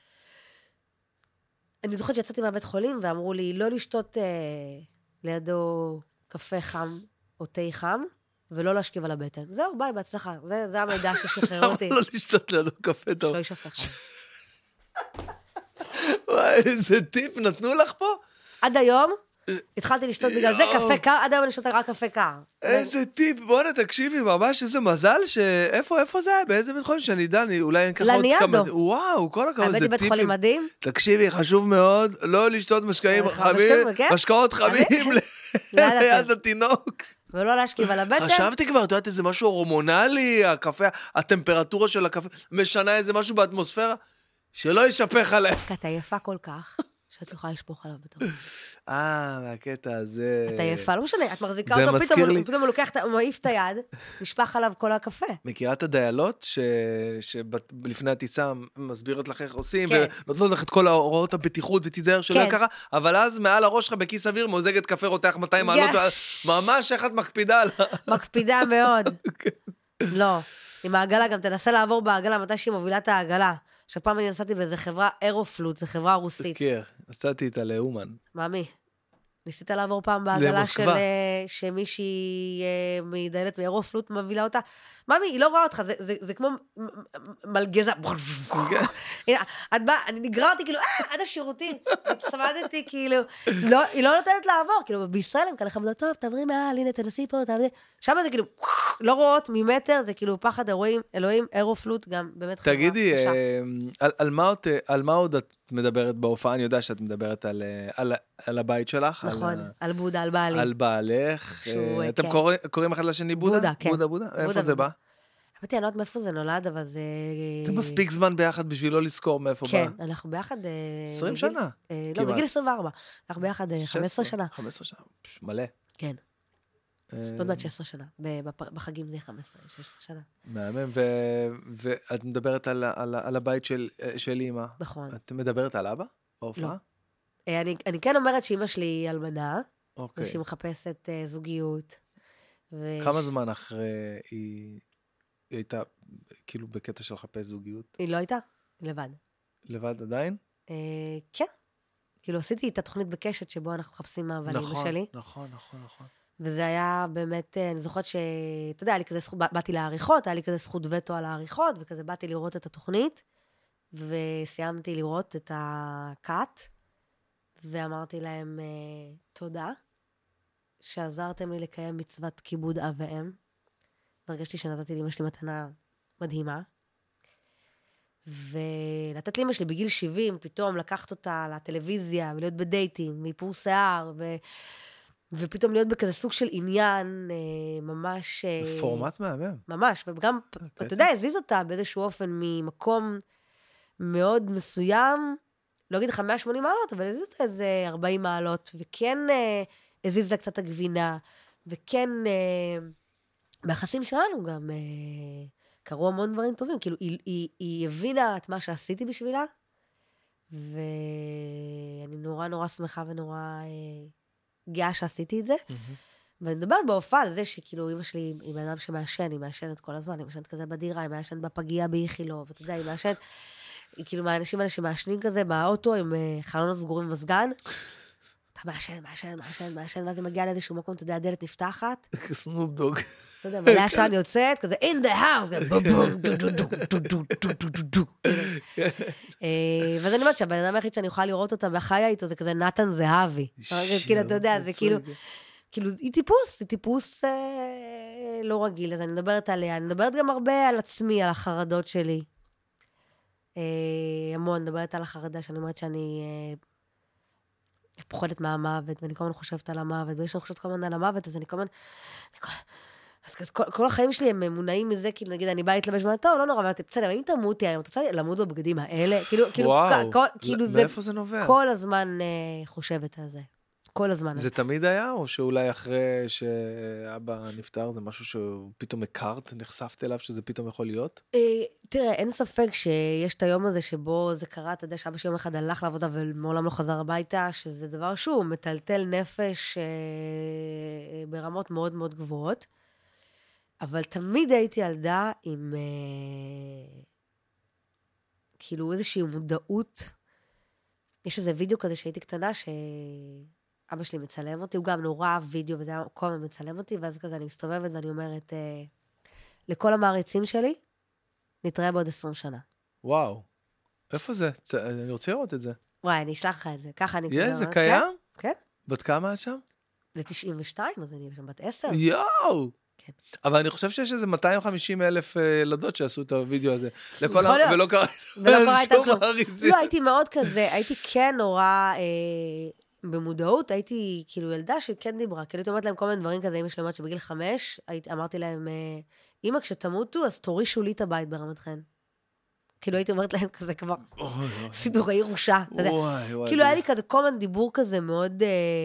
Speaker 2: אני זוכרת שיצאתי מהבית חולים, ואמרו לי לא לשתות לידו קפה חם או תה חם, ולא להשכיב על הבטן. זהו, ביי, בהצלחה. זה המידע ששחרר אותי.
Speaker 1: למה לא לשתות לידו קפה טוב?
Speaker 2: שלא ישפך חם.
Speaker 1: וואי, איזה טיפ נתנו לך פה?
Speaker 2: עד היום, התחלתי לשתות בגלל זה קפה קר, עד היום אני שותת רק קפה קר.
Speaker 1: איזה טיפ, בוא'נה, תקשיבי, ממש איזה מזל איפה זה היה? באיזה בית חולים שאני יודע, אולי אין ככה עוד כמה... וואו, כל הכבוד,
Speaker 2: זה טיפים. הבאתי בית חולים מדהים.
Speaker 1: תקשיבי, חשוב מאוד, לא לשתות משקאות חמים ליד התינוק.
Speaker 2: ולא להשכיב על הבטן.
Speaker 1: חשבתי כבר, את יודעת, איזה משהו הורמונלי, הקפה, הטמפרטורה של הקפה, משנה איזה משהו באטמוספירה, שלא ישפך עליהם.
Speaker 2: אתה יפה כל כך, שאת יכולה לשפוך עליו בתור.
Speaker 1: מהקטע הזה.
Speaker 2: אתה יפה, לא משנה, את מחזיקה אותו, פתאום הוא לוקח, הוא מעיף את היד, נשפך עליו כל הקפה.
Speaker 1: מכירה את הדיילות, שלפני הטיסה מסבירות לך איך עושים, ונותנות לך את כל ההוראות הבטיחות, ותיזהר שלא ככה, אבל אז מעל הראש שלך בכיס אוויר, מוזגת קפה רותח 200 מעלות, ממש איך את מקפידה עליו.
Speaker 2: מקפידה מאוד. לא, עם העגלה, גם תנסה לעבור בעגלה, מתי שהיא מובילה את העגלה. שפעם אני נסעתי באיזה חברה אירופלוט, זו חברה רוסית.
Speaker 1: כן, נסעתי איתה לאומן.
Speaker 2: מאמי, ניסית לעבור פעם בעגלה
Speaker 1: למוסקבה.
Speaker 2: שמישהי מדיילת מאירופלוט מובילה אותה? ממי, היא לא רואה אותך, זה כמו מלגזה. הנה, את באה, אני נגררתי, כאילו, עד השירותים, צמדתי, כאילו, היא לא נותנת לעבור, כאילו, בישראל הם כאלה חמדות, טוב, תעברי מעל, הנה, תנסי פה, תעברי, שם זה כאילו, לא רואות ממטר, זה כאילו פחד אלוהים, אירופלוט, גם באמת חברה.
Speaker 1: תגידי, על מה עוד את מדברת בהופעה? אני יודע שאת מדברת על הבית שלך.
Speaker 2: נכון, על בודה, על בעלי.
Speaker 1: על בעלך. אתם קוראים אחד לשני בודה?
Speaker 2: בודה, כן.
Speaker 1: בודה? איפה זה בא?
Speaker 2: אמרתי, אני לא יודעת מאיפה זה נולד, אבל זה...
Speaker 1: זה מספיק זמן ביחד בשביל לא לזכור מאיפה בא.
Speaker 2: כן, אנחנו ביחד...
Speaker 1: 20 שנה.
Speaker 2: לא, בגיל 24. אנחנו ביחד 15 שנה.
Speaker 1: 15 שנה, מלא.
Speaker 2: כן. עוד מעט 16 שנה. בחגים זה 15, 16 שנה.
Speaker 1: מהמם, ואת מדברת על הבית של אמא.
Speaker 2: נכון.
Speaker 1: את מדברת על אבא? בהופעה?
Speaker 2: לא. אני כן אומרת שאמא שלי היא אלמנה,
Speaker 1: אוקיי.
Speaker 2: ושהיא מחפשת זוגיות.
Speaker 1: כמה זמן אחרי היא הייתה כאילו בקטע של לחפש זוגיות?
Speaker 2: היא לא הייתה? לבד.
Speaker 1: לבד עדיין?
Speaker 2: כן. כאילו עשיתי את התוכנית בקשת שבו אנחנו מחפשים מאהבה לאמא שלי.
Speaker 1: נכון.
Speaker 2: וזה היה באמת, אני זוכרת אתה יודע, היה לי כזה זכות, באתי לעריכות, היה לי כזה זכות וטו על העריכות, וכזה באתי לראות את התוכנית, וסיימתי לראות את הקאט, ואמרתי להם, תודה, שעזרתם לי לקיים מצוות כיבוד אב ואם, והרגשתי שנתתי לאמא שלי מתנה מדהימה, ולתת לאמא שלי בגיל 70, פתאום לקחת אותה לטלוויזיה, ולהיות בדייטים, מאיפור שיער, ופתאום להיות בכזה סוג של עניין, ממש...
Speaker 1: פורמט מהמם.
Speaker 2: ממש, וגם, אתה יודע, הזיז אותה באיזשהו אופן ממקום מאוד מסוים, לא אגיד לך 180 מעלות, אבל הזיז אותה איזה 40 מעלות, וכן הזיז לה קצת הגבינה, וכן ביחסים שלנו גם קרו המון דברים טובים, כאילו היא הבינה את מה שעשיתי בשבילה, ואני נורא נורא שמחה ונורא גאה שעשיתי את זה, ואני מדברת בהופעה על זה שכאילו אמא שלי היא בן אדם שמעשן, היא מעשנת כל הזמן, היא מעשנת כזה בדירה, היא מעשנת בפגייה באיכילוב, ואתה יודע, היא מעשנת, היא כאילו מהאנשים האלה שמעשנים כזה באוטו עם חלונות סגורים ומזגן, אתה מעשן, ואז זה מגיע לאיזשהו מקום, אתה יודע, הדלת נפתחת.
Speaker 1: סנופ דוג.
Speaker 2: אתה יודע, מלא עשן יוצאת, כזה, in the house, ואז אני אומרת שהבן אדם היחיד שאני יכולה לראות אותה בחיה איתו, זה כזה נתן זהבי. כאילו, אתה יודע, זה כאילו, היא טיפוס לא רגיל, אז אני מדברת עליה, אני מדברת גם הרבה על עצמי, על החרדות שלי. המון, מדברת על החרדה, שאני אומרת שאני פוחדת מהמוות, ואני כל הזמן חושבת על המוות, ויש לי חושבת כל הזמן על המוות, אז אני כל הזמן... אז כל החיים שלי הם מונעים מזה, כאילו נגיד, אני באה להתלבש ואומרת, טוב, לא נורא, אבל בסדר, אם תמותי היום, אתה רוצה למות בבגדים האלה?
Speaker 1: וואו, מאיפה זה נובע?
Speaker 2: כל הזמן חושבת על זה. כל הזמן.
Speaker 1: זה תמיד היה, או שאולי אחרי שאבא נפטר, זה משהו שפתאום הכרת, נחשפת אליו, שזה פתאום יכול להיות?
Speaker 2: תראה, אין ספק שיש את היום הזה שבו זה קרה, אתה יודע שאבא שיום אחד הלך לעבודה ומעולם לא חזר הביתה, שזה דבר שהוא מטלטל נפש ברמות מאוד מאוד גבוהות, אבל תמיד הייתי ילדה עם כאילו איזושהי מודעות. יש איזה וידאו כזה שהייתי קטנה אבא שלי מצלם אותי, הוא גם נורא אהב וידאו, וזה היה כל הזמן מצלם אותי, ואז כזה אני מסתובבת ואני אומרת, לכל המעריצים שלי, נתראה בעוד 20 שנה.
Speaker 1: וואו, איפה זה? אני רוצה לראות את זה.
Speaker 2: וואי, אני אשלח לך את זה, ככה אני...
Speaker 1: זה קיים?
Speaker 2: כן.
Speaker 1: בת כמה את שם?
Speaker 2: זה 92, אז אני שם בת 10.
Speaker 1: יואו!
Speaker 2: כן.
Speaker 1: אבל אני חושב שיש איזה 250,000 ילדות שעשו את הוידאו הזה. ולא קרה
Speaker 2: איתם כלום. לא, הייתי מאוד כזה, הייתי כן נורא... במודעות, הייתי כאילו ילדה שכן דיברה, כאילו הייתי אומרת להם כל מיני דברים כזה, אמא שלי אומרת שבגיל 5, אמרתי להם, אמא, כשתמותו, אז תורישו לי את הבית ברמת חן. כאילו הייתי אומרת להם כזה כבר, סידורי ירושה, אתה יודע. כאילו היה לי כזה כל מיני דיבור כזה מאוד...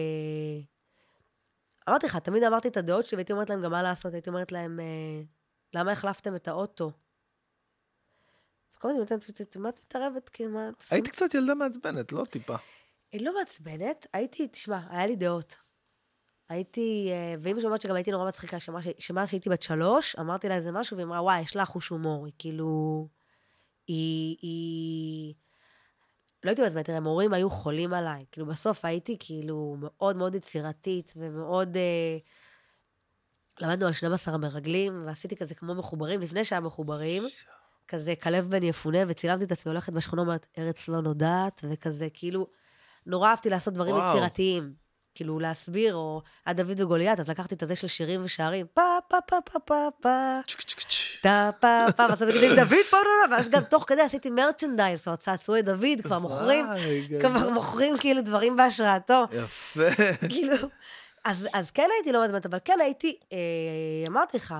Speaker 2: אמרתי לך, תמיד אמרתי את הדעות שלי, והייתי אומרת להם גם מה לעשות, הייתי אומרת להם, למה החלפתם את האוטו? וכל מיני, מה את מתערבת?
Speaker 1: הייתי קצת ילדה מעצבנת, לא טיפה.
Speaker 2: לא מעצבנת, תשמע, היה לי דעות. ואמא שאומרת שגם הייתי נורא מצחיקה, שמאז שהייתי בת 3, אמרתי לה איזה משהו, והיא אמרה, וואי, יש לה חוש הומור, היא כאילו, לא הייתי בעצמי, תראה, מורים היו חולים עליי. כאילו, בסוף הייתי כאילו מאוד מאוד יצירתית, ומאוד... למדנו על 12 המרגלים, ועשיתי כזה כמו מחוברים, לפני שהיה מחוברים, כזה כלב בן יפונה, וצילמתי את עצמי, הולכת בשכונה, אומרת, ארץ לא נודעת, וכזה, כאילו, נורא אהבתי לעשות דברים יצירתיים, כאילו, להסביר, או עד דוד וגוליית, אז לקחתי את הזה של שירים ושערים, פה, פה, פה, פה, פה, פה, פה, פה, פה, ואז תגידי, דוד, פה, ואז גם תוך כדי עשיתי מרצ'נדייז, כבר צעצועי דוד, כבר מוכרים כאילו דברים בהשראתו.
Speaker 1: יפה.
Speaker 2: כאילו, אז כן הייתי לא מדמנת, אבל כן הייתי, אמרתי לך,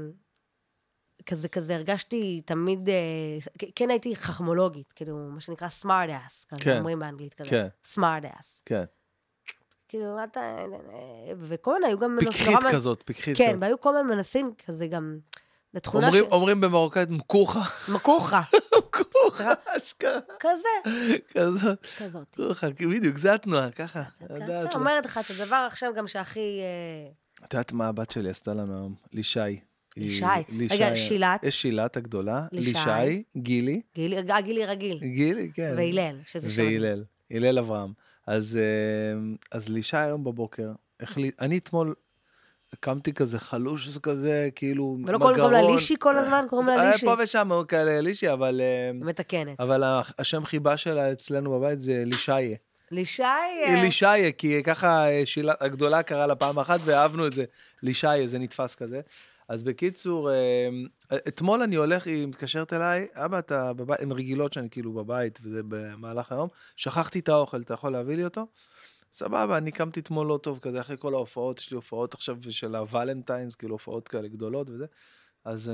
Speaker 2: כזה הרגשתי תמיד, כן הייתי חכמולוגית, כאילו, מה שנקרא smart ass, כזה אומרים באנגלית כזה, smart ass.
Speaker 1: כן.
Speaker 2: כאילו, וכל מיני היו גם...
Speaker 1: פיקחית כזאת, פיקחית.
Speaker 2: כן, והיו כל מיני מנסים כזה גם, לתכונה
Speaker 1: אומרים במרוקאית, מקוחה.
Speaker 2: מקוחה.
Speaker 1: מקוחה, אשכרה.
Speaker 2: כזה.
Speaker 1: כזאת. מקוחה, בדיוק, זה התנועה, ככה.
Speaker 2: אתה אומרת לך את הדבר עכשיו גם שהכי...
Speaker 1: את יודעת מה הבת שלי עשתה לנו היום? לישי.
Speaker 2: לישי. רגע, שילת.
Speaker 1: יש שילת הגדולה. לישי. גילי.
Speaker 2: גילי רגיל.
Speaker 1: גילי, כן.
Speaker 2: והילל, שזה שונה.
Speaker 1: והילל. הילל אברהם. אז לישי היום בבוקר, אני אתמול קמתי כזה חלוש כזה, כאילו
Speaker 2: ולא קוראים לה לישי כל הזמן? קוראים לה לישי?
Speaker 1: פה ושם כאלה לישי, אבל...
Speaker 2: מתקנת.
Speaker 1: אבל השם חיבה שלה אצלנו בבית זה לישיה.
Speaker 2: לישיה?
Speaker 1: לישיה, כי ככה הגדולה קראה לה פעם אחת, ואהבנו את זה. לישיה, זה נתפס כזה. אז בקיצור, אתמול אני הולך, היא מתקשרת אליי, אבא, אתה בבית, הן רגילות שאני כאילו בבית, וזה במהלך היום, שכחתי את האוכל, אתה יכול להביא לי אותו? סבבה, אני קמתי אתמול לא טוב כזה, אחרי כל ההופעות, יש לי הופעות עכשיו של הוולנטיינס, כאילו הופעות כאלה גדולות וזה, אז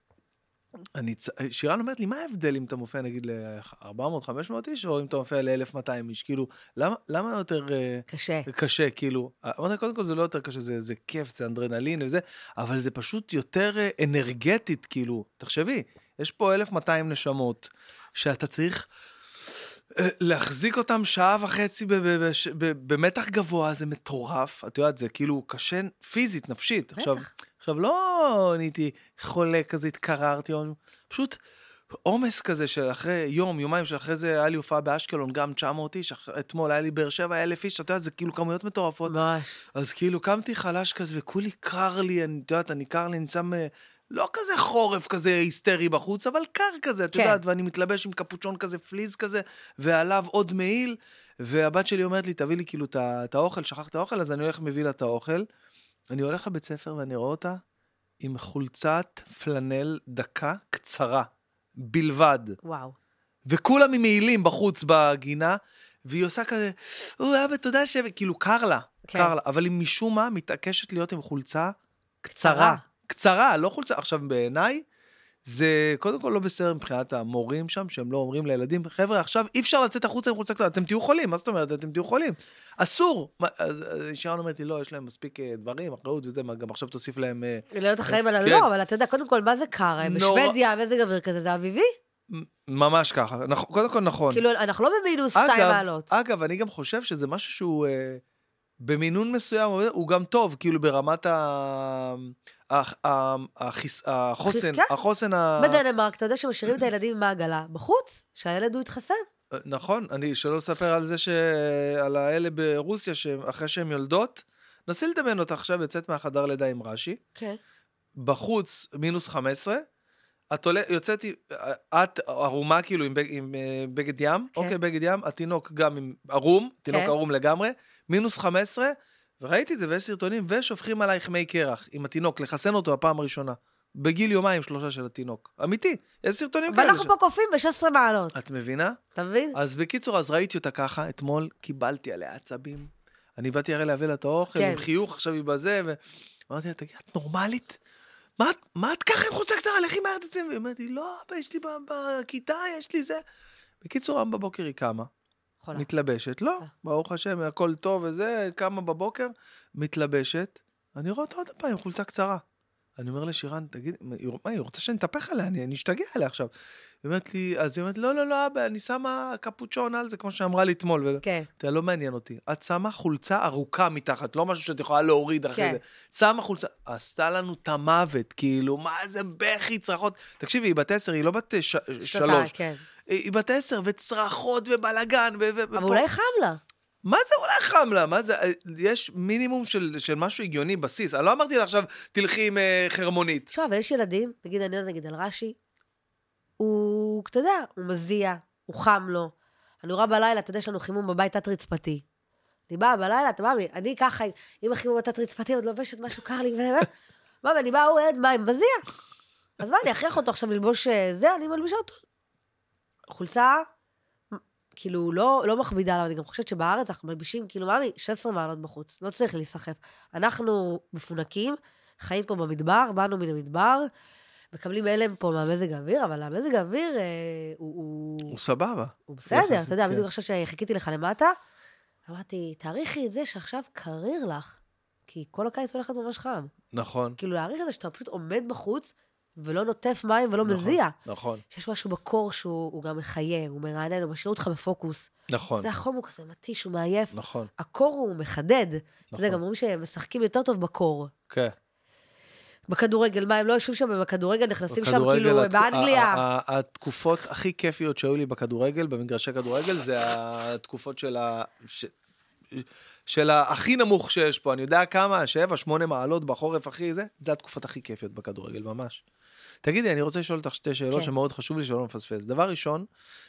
Speaker 1: שירן אומרת לי, מה ההבדל אם אתה מופיע נגיד ל-400-500 איש, או אם אתה מופיע ל-1200 איש, כאילו, למה יותר קשה, כאילו, קודם כל זה לא יותר קשה, זה כיף, זה אנדרנלין וזה, אבל זה פשוט יותר אנרגטית, כאילו, תחשבי, יש פה 1200 נשמות, שאתה צריך להחזיק אותם שעה וחצי במתח גבוה, זה מטורף, את יודעת, זה כאילו קשה פיזית, נפשית, עכשיו לא נהייתי חולה כזה, התקררתי, פשוט עומס כזה של אחרי יומיים שאחרי זה היה לי הופעה באשקלון, גם 900 איש, אתמול היה לי באר שבע 1,000 איש, אתה יודעת, זה כאילו כמויות מטורפות.
Speaker 2: ממש.
Speaker 1: אז כאילו קמתי חלש כזה, וכולי קר לי, אני יודעת, אני שם, לא כזה חורף כזה היסטרי בחוץ, אבל קר כזה, את יודעת, ואני מתלבש עם קפוצ'ון כזה, פליז כזה, ועליו עוד מעיל, והבת שלי אומרת לי, תביא לי כאילו את האוכל, שכח את האוכל, אז אני הולך מביא לה את האוכל, אני הולך לבית ספר ואני רואה אותה עם חולצת פלנל דקה קצרה, בלבד.
Speaker 2: וואו.
Speaker 1: וכולם עם מעילים בחוץ בגינה, והיא עושה כזה, אבא, תודה כאילו קר לה, קר לה, אבל היא משום מה מתעקשת להיות עם חולצה קצרה. קצרה, לא חולצה. עכשיו בעיניי, זה קודם כל לא בסדר מבחינת המורים שם, שהם לא אומרים לילדים, חבר'ה, עכשיו אי אפשר לצאת החוצה עם חולצה קצרה, אתם תהיו חולים, מה זאת אומרת? אתם תהיו חולים. אסור. שירן אומרת לי, לא, יש להם מספיק דברים, אחריות וזה, גם עכשיו תוסיף להם...
Speaker 2: להיות אחראים על לא, אבל אתה יודע, קודם כל, מה זה קר? בשוודיה, מזג אוויר כזה, זה אביבי? ממש
Speaker 1: ככה, קודם כל נכון.
Speaker 2: כאילו, אנחנו לא במינוס 2 מעלות.
Speaker 1: אגב, אני גם חושב שזה משהו שהוא במינון מסוים, הוא גם טוב, כאילו ברמת החוסן
Speaker 2: בדנמרק, אתה יודע שמשאירים את הילדים עם העגלה בחוץ, שהילד הוא יתחסן.
Speaker 1: נכון, אני שלא לספר על זה שעל האלה ברוסיה, שאחרי שהן יולדות, נסי לדמיין אותה עכשיו, יוצאת מהחדר לידה עם רש"י, בחוץ מינוס 15, את יוצאת, את ערומה כאילו עם בגד ים, אוקיי, בגד ים, התינוק גם עם ערום, תינוק ערום לגמרי, מינוס 15, וראיתי את זה, ויש סרטונים, ושופכים עלייך מי קרח עם התינוק, לחסן אותו הפעם הראשונה, בגיל 2-3 של התינוק. אמיתי, יש סרטונים כאלה.
Speaker 2: ואנחנו פה קופים ב-16 מעלות.
Speaker 1: את מבינה?
Speaker 2: אתה מבין?
Speaker 1: אז בקיצור, אז ראיתי אותה ככה, אתמול קיבלתי עליה עצבים. אני באתי הרי להביא לה את האוכל, עם חיוך, עכשיו היא בזה, ואמרתי לה, תגיד, את נורמלית? מה את ככה עם חוצה קצרה? לכי מהרת את זה? והיא אמרתי, לא, אבא, יש לי בכיתה, יש לי זה. בקיצור, בבוקר היא קמה. מתלבשת, לא, ברוך השם, הכל טוב וזה, קמה בבוקר, מתלבשת, אני רואה אותה עוד פעם, חולצה קצרה. אני אומר לשירן, תגיד, מה, היא רוצה שנתפך עליה, אני אשתגע עליה עכשיו. היא אומרת לי, אז היא אומרת, לא, אבא, אני שמה קפוצ'ון על זה, כמו שאמרה לי אתמול, אתה לא מעניין אותי, את שמה חולצה ארוכה מתחת, לא משהו שאת יכולה להוריד אחרי זה, שמה חולצה, עשתה לנו את המוות, כאילו, מה זה בכי צרחות, תקשיבי, היא בת 10, היא לא בת 3, היא בת 10, וצרחות ובלגן,
Speaker 2: אבל אולי חם לה.
Speaker 1: מה זה אולי חם לה? מה זה? יש מינימום של משהו הגיוני בסיס. אני לא אמרתי לה עכשיו, תלכי עם חרמונית.
Speaker 2: תשמע, אבל יש ילדים, נגיד, אני יודעת, נגיד, על רש"י, הוא, אתה יודע, הוא מזיע, הוא חם לו. אני רואה בלילה, אתה יודע, יש לנו חימום בבית תת-רצפתי. אני באה בלילה, אתה מאמי, אני ככה, עם החימום בתת-רצפתי, עוד לובשת משהו קר לי, מאמי, אני באה, הוא עד מים, מזיע. אז מה, אני אכריח אותו עכשיו ללבוש זה, אני מלבישה אותו. חולצה, כאילו, לא מכבידה עליו, אני גם חושבת שבארץ אנחנו מלבישים, כאילו, מאמי, 16 מעלות בחוץ, לא צריך להיסחף. אנחנו מפונקים, חיים פה במדבר, באנו מן המדבר, מקבלים אלם פה מהמזג האוויר, אבל המזג האוויר
Speaker 1: הוא סבבה.
Speaker 2: הוא בסדר, אתה יודע, בדיוק עכשיו שחיכיתי לך למטה, אמרתי, תאריכי את זה שעכשיו קריר לך, כי כל הקיץ הולכת ממש חם.
Speaker 1: נכון.
Speaker 2: כאילו, להאריך את זה שאתה פשוט עומד בחוץ, ולא נוטף מים ולא מזיע.
Speaker 1: נכון.
Speaker 2: שיש משהו בקור שהוא גם מחיה, הוא מרענן, הוא משאיר אותך בפוקוס.
Speaker 1: נכון.
Speaker 2: זה החום הוא כזה מתיש, הוא מעייף.
Speaker 1: נכון.
Speaker 2: הקור הוא מחדד. אתה יודע, גם אומרים שהם משחקים יותר טוב בקור.
Speaker 1: כן.
Speaker 2: בכדורגל, מה, הם לא יושבים שם בכדורגל, נכנסים שם כאילו באנגליה.
Speaker 1: התקופות הכי כיפיות שהיו לי בכדורגל, במגרשי כדורגל, זה התקופות של הכי נמוך שיש פה. אני יודע כמה, 7-8 מעלות בחורף הכי זה, זה התקופות הכי כיפיות בכדורגל, ממש. תגידי, אני רוצה לשאול אותך שתי שאלות שמאוד חשוב לי שלא מפספס. דבר ראשון,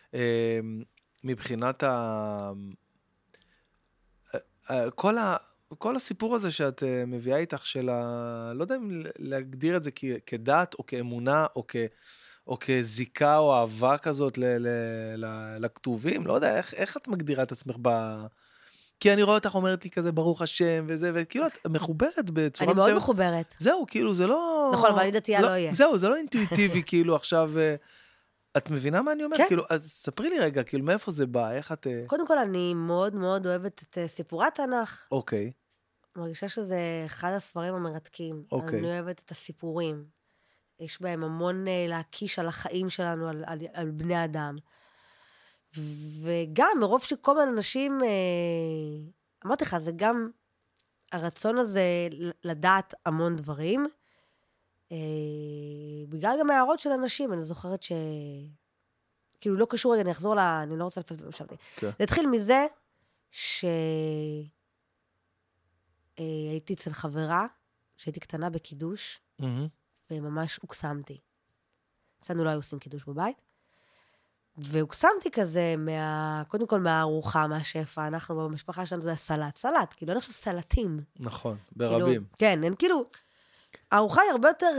Speaker 1: מבחינת כל הסיפור הזה שאת מביאה איתך של לא יודע אם להגדיר את זה כדת או כאמונה או כזיקה או אהבה כזאת לכתובים, לא יודע, איך את מגדירה את עצמך כי אני רואה אותך אומרת לי כזה ברוך השם וזה, וכאילו את מחוברת בצורה
Speaker 2: מסוימת. אני מאוד מחוברת.
Speaker 1: זהו, כאילו זה לא...
Speaker 2: נכון, אבל אני דתייה לא יהיה.
Speaker 1: זהו, זה לא אינטואיטיבי, כאילו עכשיו... את מבינה מה אני אומר?
Speaker 2: כן.
Speaker 1: כאילו, אז ספרי לי רגע, כאילו מאיפה זה בא, איך את...
Speaker 2: קודם כל, אני מאוד מאוד אוהבת את סיפורי התנ"ך.
Speaker 1: אוקיי.
Speaker 2: מרגישה שזה אחד הספרים המרתקים.
Speaker 1: אוקיי.
Speaker 2: אני אוהבת את הסיפורים. יש בהם המון להקיש על החיים שלנו, על בני אדם. וגם, מרוב שכל מיני אנשים, אמרתי לך, זה גם הרצון הזה לדעת המון דברים, בגלל גם הערות של אנשים, אני זוכרת כאילו לא קשור, רגע, אני אחזור אני לא רוצה לפספס במשלתי. זה התחיל מזה שהייתי אצל חברה, שהייתי קטנה בקידוש, וממש הוקסמתי. אצלנו לא היו עושים קידוש בבית, והוקסמתי כזה, קודם כל מהארוחה, מהשפע, אנחנו במשפחה שלנו זה סלט, כאילו אין עכשיו סלטים.
Speaker 1: נכון, ברבים.
Speaker 2: כן, אין כאילו, הארוחה היא הרבה יותר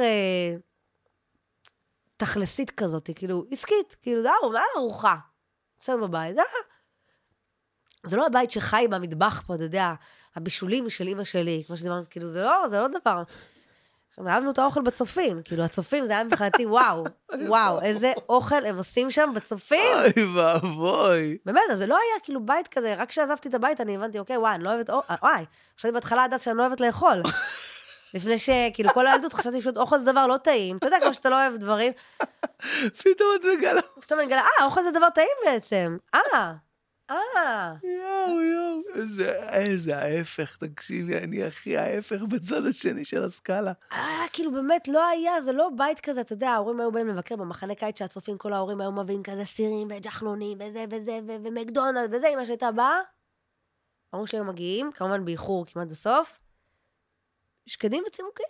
Speaker 2: תכלסית כזאת, כאילו עסקית, כאילו זה מה הארוחה? אצלנו בבית, זה לא הבית שחי במטבח פה, אתה יודע, הבישולים של אמא שלי, כמו שדיברנו, כאילו זה לא דבר. אהבנו את האוכל בצופים, כאילו הצופים זה היה מבחינתי, וואו, איזה אוכל הם עושים שם בצופים.
Speaker 1: אוי ואבוי.
Speaker 2: באמת, אז זה לא היה כאילו בית כזה, רק כשעזבתי את הבית אני הבנתי, אוקיי, אני לא אוהבת, חשבתי בהתחלה עדת שאני לא אוהבת לאכול. לפני שכאילו כל הילדות חשבתי פשוט אוכל זה דבר לא טעים, אתה יודע כמו שאתה לא אוהב דברים.
Speaker 1: פתאום את מגלה.
Speaker 2: פתאום אני מגלה, אוכל זה דבר טעים בעצם.
Speaker 1: יואו, איזה ההפך, תקשיבי, אני הכי ההפך בצד השני של הסקאלה.
Speaker 2: כאילו באמת לא היה, זה לא בית כזה, אתה יודע, ההורים היו באים לבקר במחנה קיץ שהצופים, כל ההורים היו מביאים כזה סירים וג'חנונים וזה ומקדונלד וזה, אמא שהייתה באה. ההורים שלי היו מגיעים, כמובן באיחור כמעט בסוף, שקדים וצימוקים.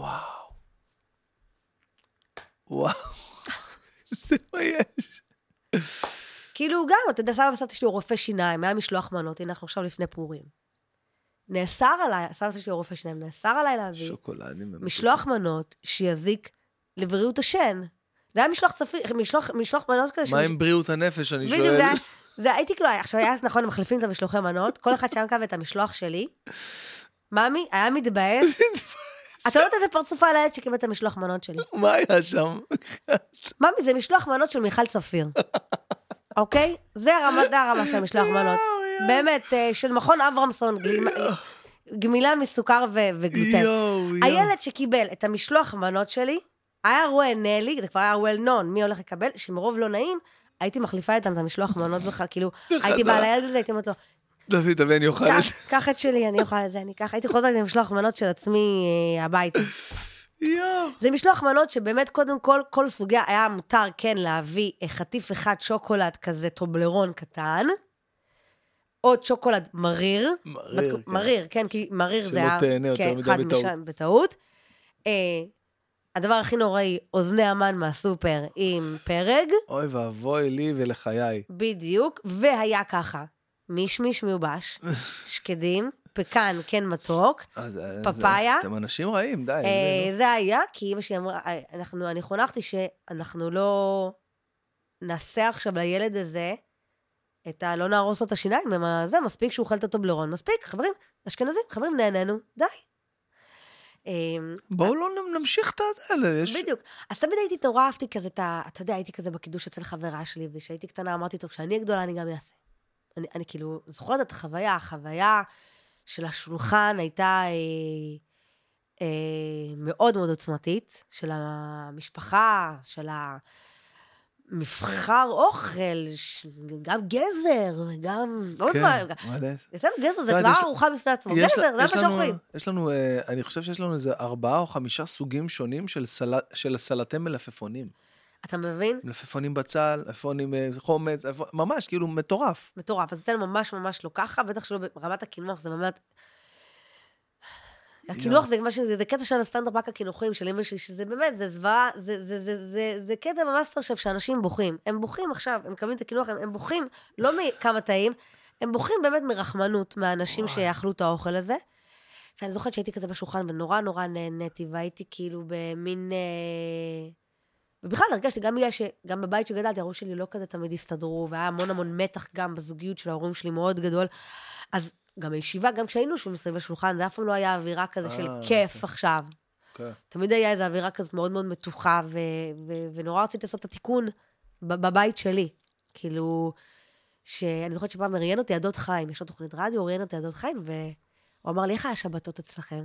Speaker 1: וואו, זה מה יש.
Speaker 2: כאילו גם, אתה יודע, סבא וסבתא שלי הוא רופא שיניים, היה משלוח מנות, הנה אנחנו עכשיו לפני פורים. נאסר עליי, סבתא שלי הוא רופא שיניים, נאסר עליי להביא משלוח מנות שיזיק לבריאות השן. זה היה משלוח מנות כזה.
Speaker 1: מה עם בריאות הנפש, אני שואל?
Speaker 2: בדיוק, זה הייתי כאילו, עכשיו היה נכון, מחליפים את המשלוחי מנות, כל אחד שם קם את המשלוח שלי, מאמי, היה מתבאס, אתה לא יודעת איזה פרצופה על הילד שקיבל את המשלוח מנות שלי.
Speaker 1: מה היה שם?
Speaker 2: מאמי, זה משלוח מנות של מיכל צפיר. אוקיי? זה הרמה של המשלוח מנות. באמת, של מכון אברמסון, גמילה מסוכר וגלוטן. הילד שקיבל את המשלוח מנות שלי, היה רואה עיני, זה כבר היה רואה נון, מי הולך לקבל, שמרוב לא נעים, הייתי מחליפה איתם את המשלוח מנות בך, כאילו, הייתי באה לילד הזה, הייתי אומרת לו,
Speaker 1: דוד, אני אוכל את זה.
Speaker 2: קח את שלי, אני אוכל את זה, אני אקח. הייתי חוזרת עם משלוח מנות של עצמי הביתה. זה משלוח מנות שבאמת קודם כל סוגיה היה מותר כן להביא חטיף אחד שוקולד כזה, טובלרון קטן, עוד שוקולד מריר. מריר, כן, כי מריר זה היה...
Speaker 1: שלא תהנה יותר מדי בטעות.
Speaker 2: בטעות. הדבר הכי נוראי, אוזני המן מהסופר עם פרג.
Speaker 1: אוי ואבוי לי ולחיי.
Speaker 2: בדיוק, והיה ככה, מישמיש מיובש, שקדים, פקן, כן מתוק, פפאיה.
Speaker 1: אתם אנשים רעים, די.
Speaker 2: זה היה, כי אמא שלי אמרה, אני חונכתי שאנחנו לא נעשה עכשיו לילד הזה, לא נהרוס לו את השיניים, זה מספיק שהוא אוכל את הטובלרון, מספיק, חברים, אשכנזים, חברים, נהננו, די.
Speaker 1: בואו לא נמשיך את האלה.
Speaker 2: בדיוק. אז תמיד הייתי נורא אהבתי כזה, אתה יודע, הייתי כזה בקידוש אצל חברה שלי, ושהייתי קטנה אמרתי טוב, כשאני הגדולה אני גם אעשה. אני כאילו זוכרת את החוויה של השולחן הייתה מאוד מאוד עוצמתית, של המשפחה, של המבחר אוכל, גם גזר, וגם...
Speaker 1: כן,
Speaker 2: אצלנו גזר זה כבר ארוחה בפני עצמו. גזר, זה מה שאוכלים.
Speaker 1: יש לנו, אני חושב שיש לנו איזה 4 או 5 סוגים שונים של סלטי מלפפונים.
Speaker 2: אתה מבין?
Speaker 1: מלפפונים בצל, מלפפונים חומץ, ממש, כאילו מטורף.
Speaker 2: מטורף, אז אצלנו ממש ממש לא ככה, בטח שלא ברמת הקינוח, זה באמת... הקינוח זה קטע של הסטנדאפ רק הקינוחים של אמא שלי, שזה באמת, זה זוועה, זה קטע במאסטר שף שאנשים בוכים. הם בוכים עכשיו, הם קמים את הקינוח, הם בוכים, לא מכמה תאים, הם בוכים באמת מרחמנות מהאנשים שיאכלו את האוכל הזה. ואני זוכרת שהייתי כזה בשולחן, ונורא נורא נהניתי, והייתי כאילו במין... ובכלל הרגשתי, גם בגלל שגם בבית שגדלתי, ההורים שלי לא כזה תמיד הסתדרו, והיה המון מתח גם בזוגיות של ההורים שלי מאוד גדול. אז גם הישיבה, גם כשהיינו שהוא מסביב לשולחן, זה אף פעם לא היה אווירה כזה של כיף עכשיו. תמיד היה איזו אווירה כזאת מאוד מאוד מתוחה, ונורא רציתי לעשות את התיקון בבית שלי. כאילו, שאני זוכרת שפעם ראיין אותי עדות חיים, יש לו תוכנית רדיו, ראיין אותי עדות חיים, והוא אמר לי, איך היה שבתות אצלכם?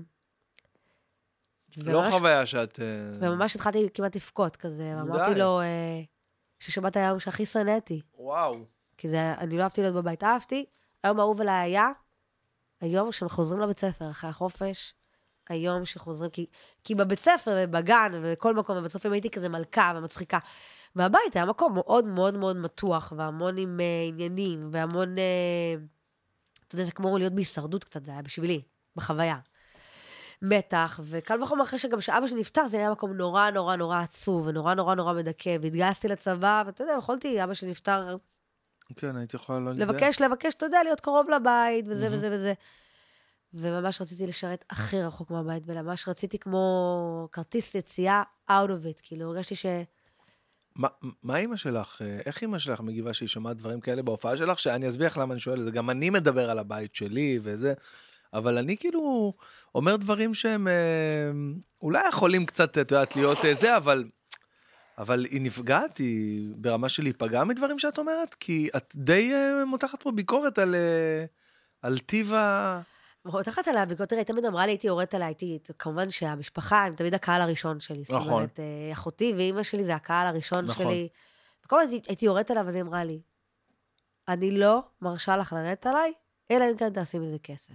Speaker 1: לא חוויה שאת...
Speaker 2: וממש התחלתי כמעט לפקוט כזה, ואמרתי לו ששבת היה היום שהכי שנאתי.
Speaker 1: וואו.
Speaker 2: כי אני לא אהבתי להיות בבית, אהבתי. היום האהוב עליי היה, היום שחוזרים לבית ספר אחרי החופש, היום שחוזרים, כי בבית ספר ובגן ובכל מקום, בבית ספר הייתי כזה מלכה ומצחיקה. והבית היה מקום מאוד מאוד מאוד מתוח, והמון עם עניינים, והמון, אתה יודע, זה כמו להיות בהישרדות קצת, זה היה בשבילי, בחוויה. מתח, וקל וחומר אחרי שגם שאבא שלי נפטר, זה היה מקום נורא נורא נורא עצוב, ונורא נורא נורא מדכא, והתגייסתי לצבא, ואתה יודע, יכולתי, אבא שלי נפטר,
Speaker 1: כן, הייתי יכולה לא
Speaker 2: לבקש, אתה יודע, להיות קרוב לבית, וזה וזה וזה. וממש רציתי לשרת הכי רחוק מהבית, וממש רציתי כמו כרטיס יציאה out of it, כאילו, הרגשתי ש...
Speaker 1: מה אמא שלך, איך אמא שלך מגיבה שהיא שומעת דברים כאלה בהופעה שלך, שאני אסביר לך למה אני שואל את זה, גם אני מדבר על הבית שלי וזה, אבל אני כאילו אומר דברים שהם אולי יכולים קצת, את יודעת, להיות זה, אבל היא נפגעת, היא ברמה של להיפגע מדברים שאת אומרת, כי את די מותחת פה ביקורת על טיב ה...
Speaker 2: מותחת עליה ביקורת, תראה, תמיד אמרה לי, הייתי יורדת עליה, כמובן שהמשפחה הם תמיד הקהל הראשון שלי, זאת אומרת, אחותי ואמא שלי זה הקהל הראשון שלי, וכל הזמן הייתי יורדת עליה, וזה אמרה לי, אני לא מרשה לך לרדת עליי, אלא אם כן תעשי מזה כסף.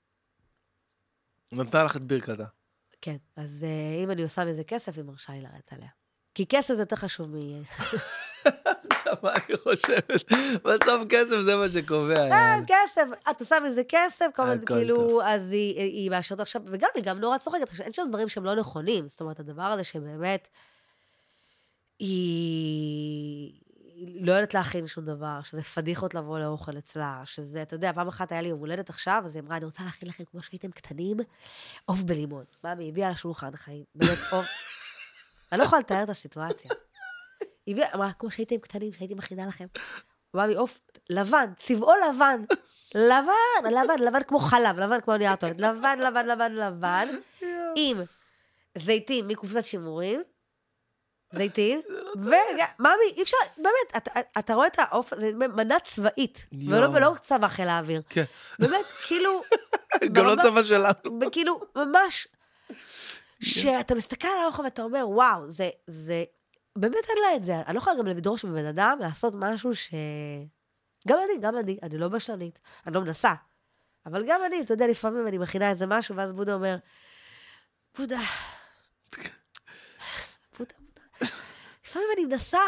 Speaker 1: נתנה לך את ברכתה.
Speaker 2: כן, אז אם אני עושה מזה כסף, היא מרשה לי לרדת עליה. כי כסף זה יותר חשוב
Speaker 1: מה אני חושבת? בסוף כסף זה מה שקובע.
Speaker 2: כסף, את עושה מזה כסף, כאילו, אז היא מאשרת עכשיו, וגם היא גם נורא צוחקת, אין שם דברים שהם לא נכונים, זאת אומרת, הדבר הזה שבאמת, היא לא יודעת להכין שום דבר, שזה פדיחות לבוא לאוכל אצלה, שזה, אתה יודע, פעם אחת היה לי יום הולדת עכשיו, אז היא אמרה, אני רוצה להכין לכם כמו שהייתם קטנים, עוף בלימון. מאמי, הביאה לשולחן חיים, באמת עוף. אני לא יכולה לתאר את הסיטואציה. היא אמרה, כמו שהייתם קטנים, שהייתי מכינה לכם. מאמי, עוף לבן, צבעו לבן. לבן כמו חלב, לבן כמו נייר טואלט. לבן, עם זיתים מקופסת שימורים, זיתים, ומאמי, אי אפשר, באמת, אתה רואה את העוף, זה מנה צבאית, ולא צבא חיל האוויר. באמת, כאילו...
Speaker 1: גם לא צבא שלנו.
Speaker 2: כאילו, ממש, שאתה מסתכל על האוכל ואתה אומר, וואו, זה, באמת אין לה את זה. אני לא יכולה גם לדרוש מבן אדם לעשות משהו ש... גם אני לא בשלנית, אני לא מנסה. אבל גם אני, אתה יודע, לפעמים אני מכינה איזה משהו, ואז בודה אומר, בודה, לפעמים אני מנסה.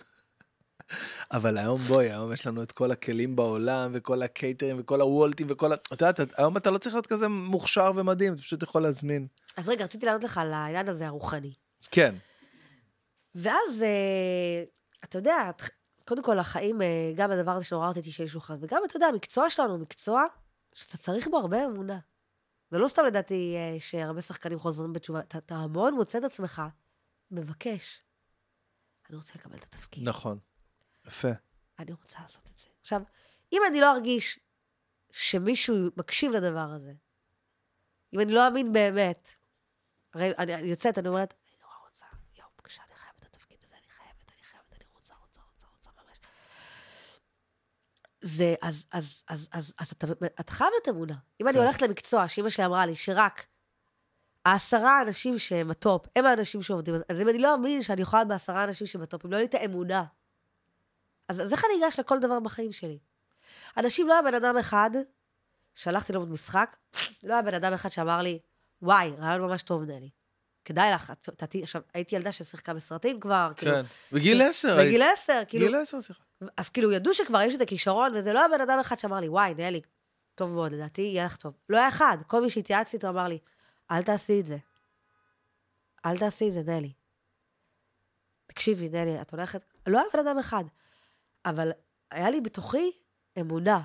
Speaker 1: אבל היום בואי, היום יש לנו את כל הכלים בעולם, וכל הקייטרים, וכל הוולטים, וכל אתה יודעת, היום אתה לא צריך להיות כזה מוכשר ומדהים, אתה פשוט יכול להזמין.
Speaker 2: אז רגע, רציתי לענות לך על העניין הזה הרוחני.
Speaker 1: כן.
Speaker 2: ואז, אתה יודע, קודם כל החיים, גם הדבר הזה שנורא רציתי שיש שולחן, וגם, אתה יודע, המקצוע שלנו הוא מקצוע שאתה צריך בו הרבה אמונה. זה לא סתם לדעתי שהרבה שחקנים חוזרים בתשובה, אתה המון מוצא את עצמך, מבקש. אני רוצה לקבל את התפקיד.
Speaker 1: נכון. יפה. אני
Speaker 2: רוצה לעשות את זה. עכשיו, אם אני לא ארגיש שמישהו מקשיב לדבר הזה, אם אני לא אאמין באמת, הרי אני יוצאת, אני אומרת, אני נורא רוצה, בבקשה, אני חייבת את התפקיד הזה, אני חייבת, אני רוצה ממש. זה, אז אתה חייב להיות אמונה. אם אני הולכת למקצוע, שאמא שלי אמרה לי, שרק 10 אנשים שהם הטופ, הם האנשים שעובדים, אז אם אני לא אאמין שאני יכולה ב10 אנשים שהם הטופ, אם לא לי את האמונה, אז איך אני אגש לכל דבר בחיים שלי? אנשים, לא היה בן אדם אחד, שהלכתי ללמוד משחק, לא היה בן אדם אחד שאמר לי, וואי, רעיון ממש טוב, נלי. כדאי לך, עכשיו, הייתי ילדה ששיחקה בסרטים כבר,
Speaker 1: כן, בגיל 10.
Speaker 2: בגיל 10, כאילו.
Speaker 1: בגיל 10 שיחק.
Speaker 2: אז כאילו, ידעו שכבר יש את הכישרון, וזה לא היה בן אדם אחד שאמר לי, וואי, נלי, טוב מאוד, לדעתי, יהיה לך טוב. לא היה אחד, כל מי שהתייעצתי איתו אמר לי, אל תעשי את זה. אל תעשי את זה, נלי. תקשיבי, נלי, את הולכת, לא היה בן אדם אחד. אבל היה לי בתוכי אמונה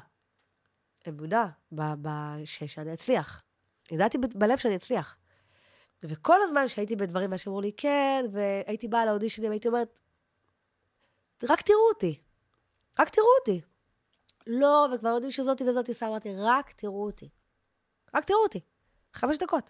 Speaker 2: שאני אצליח. ידעתי בלב שאני אצליח. וכל הזמן שהייתי בדברים, מה שאמרו לי, כן, והייתי באה לאודישנים, הייתי אומרת, רק תראו אותי. לא, וכבר יודעים שזאתי וזאתי עושה, אמרתי, רק תראו אותי. 5 דקות.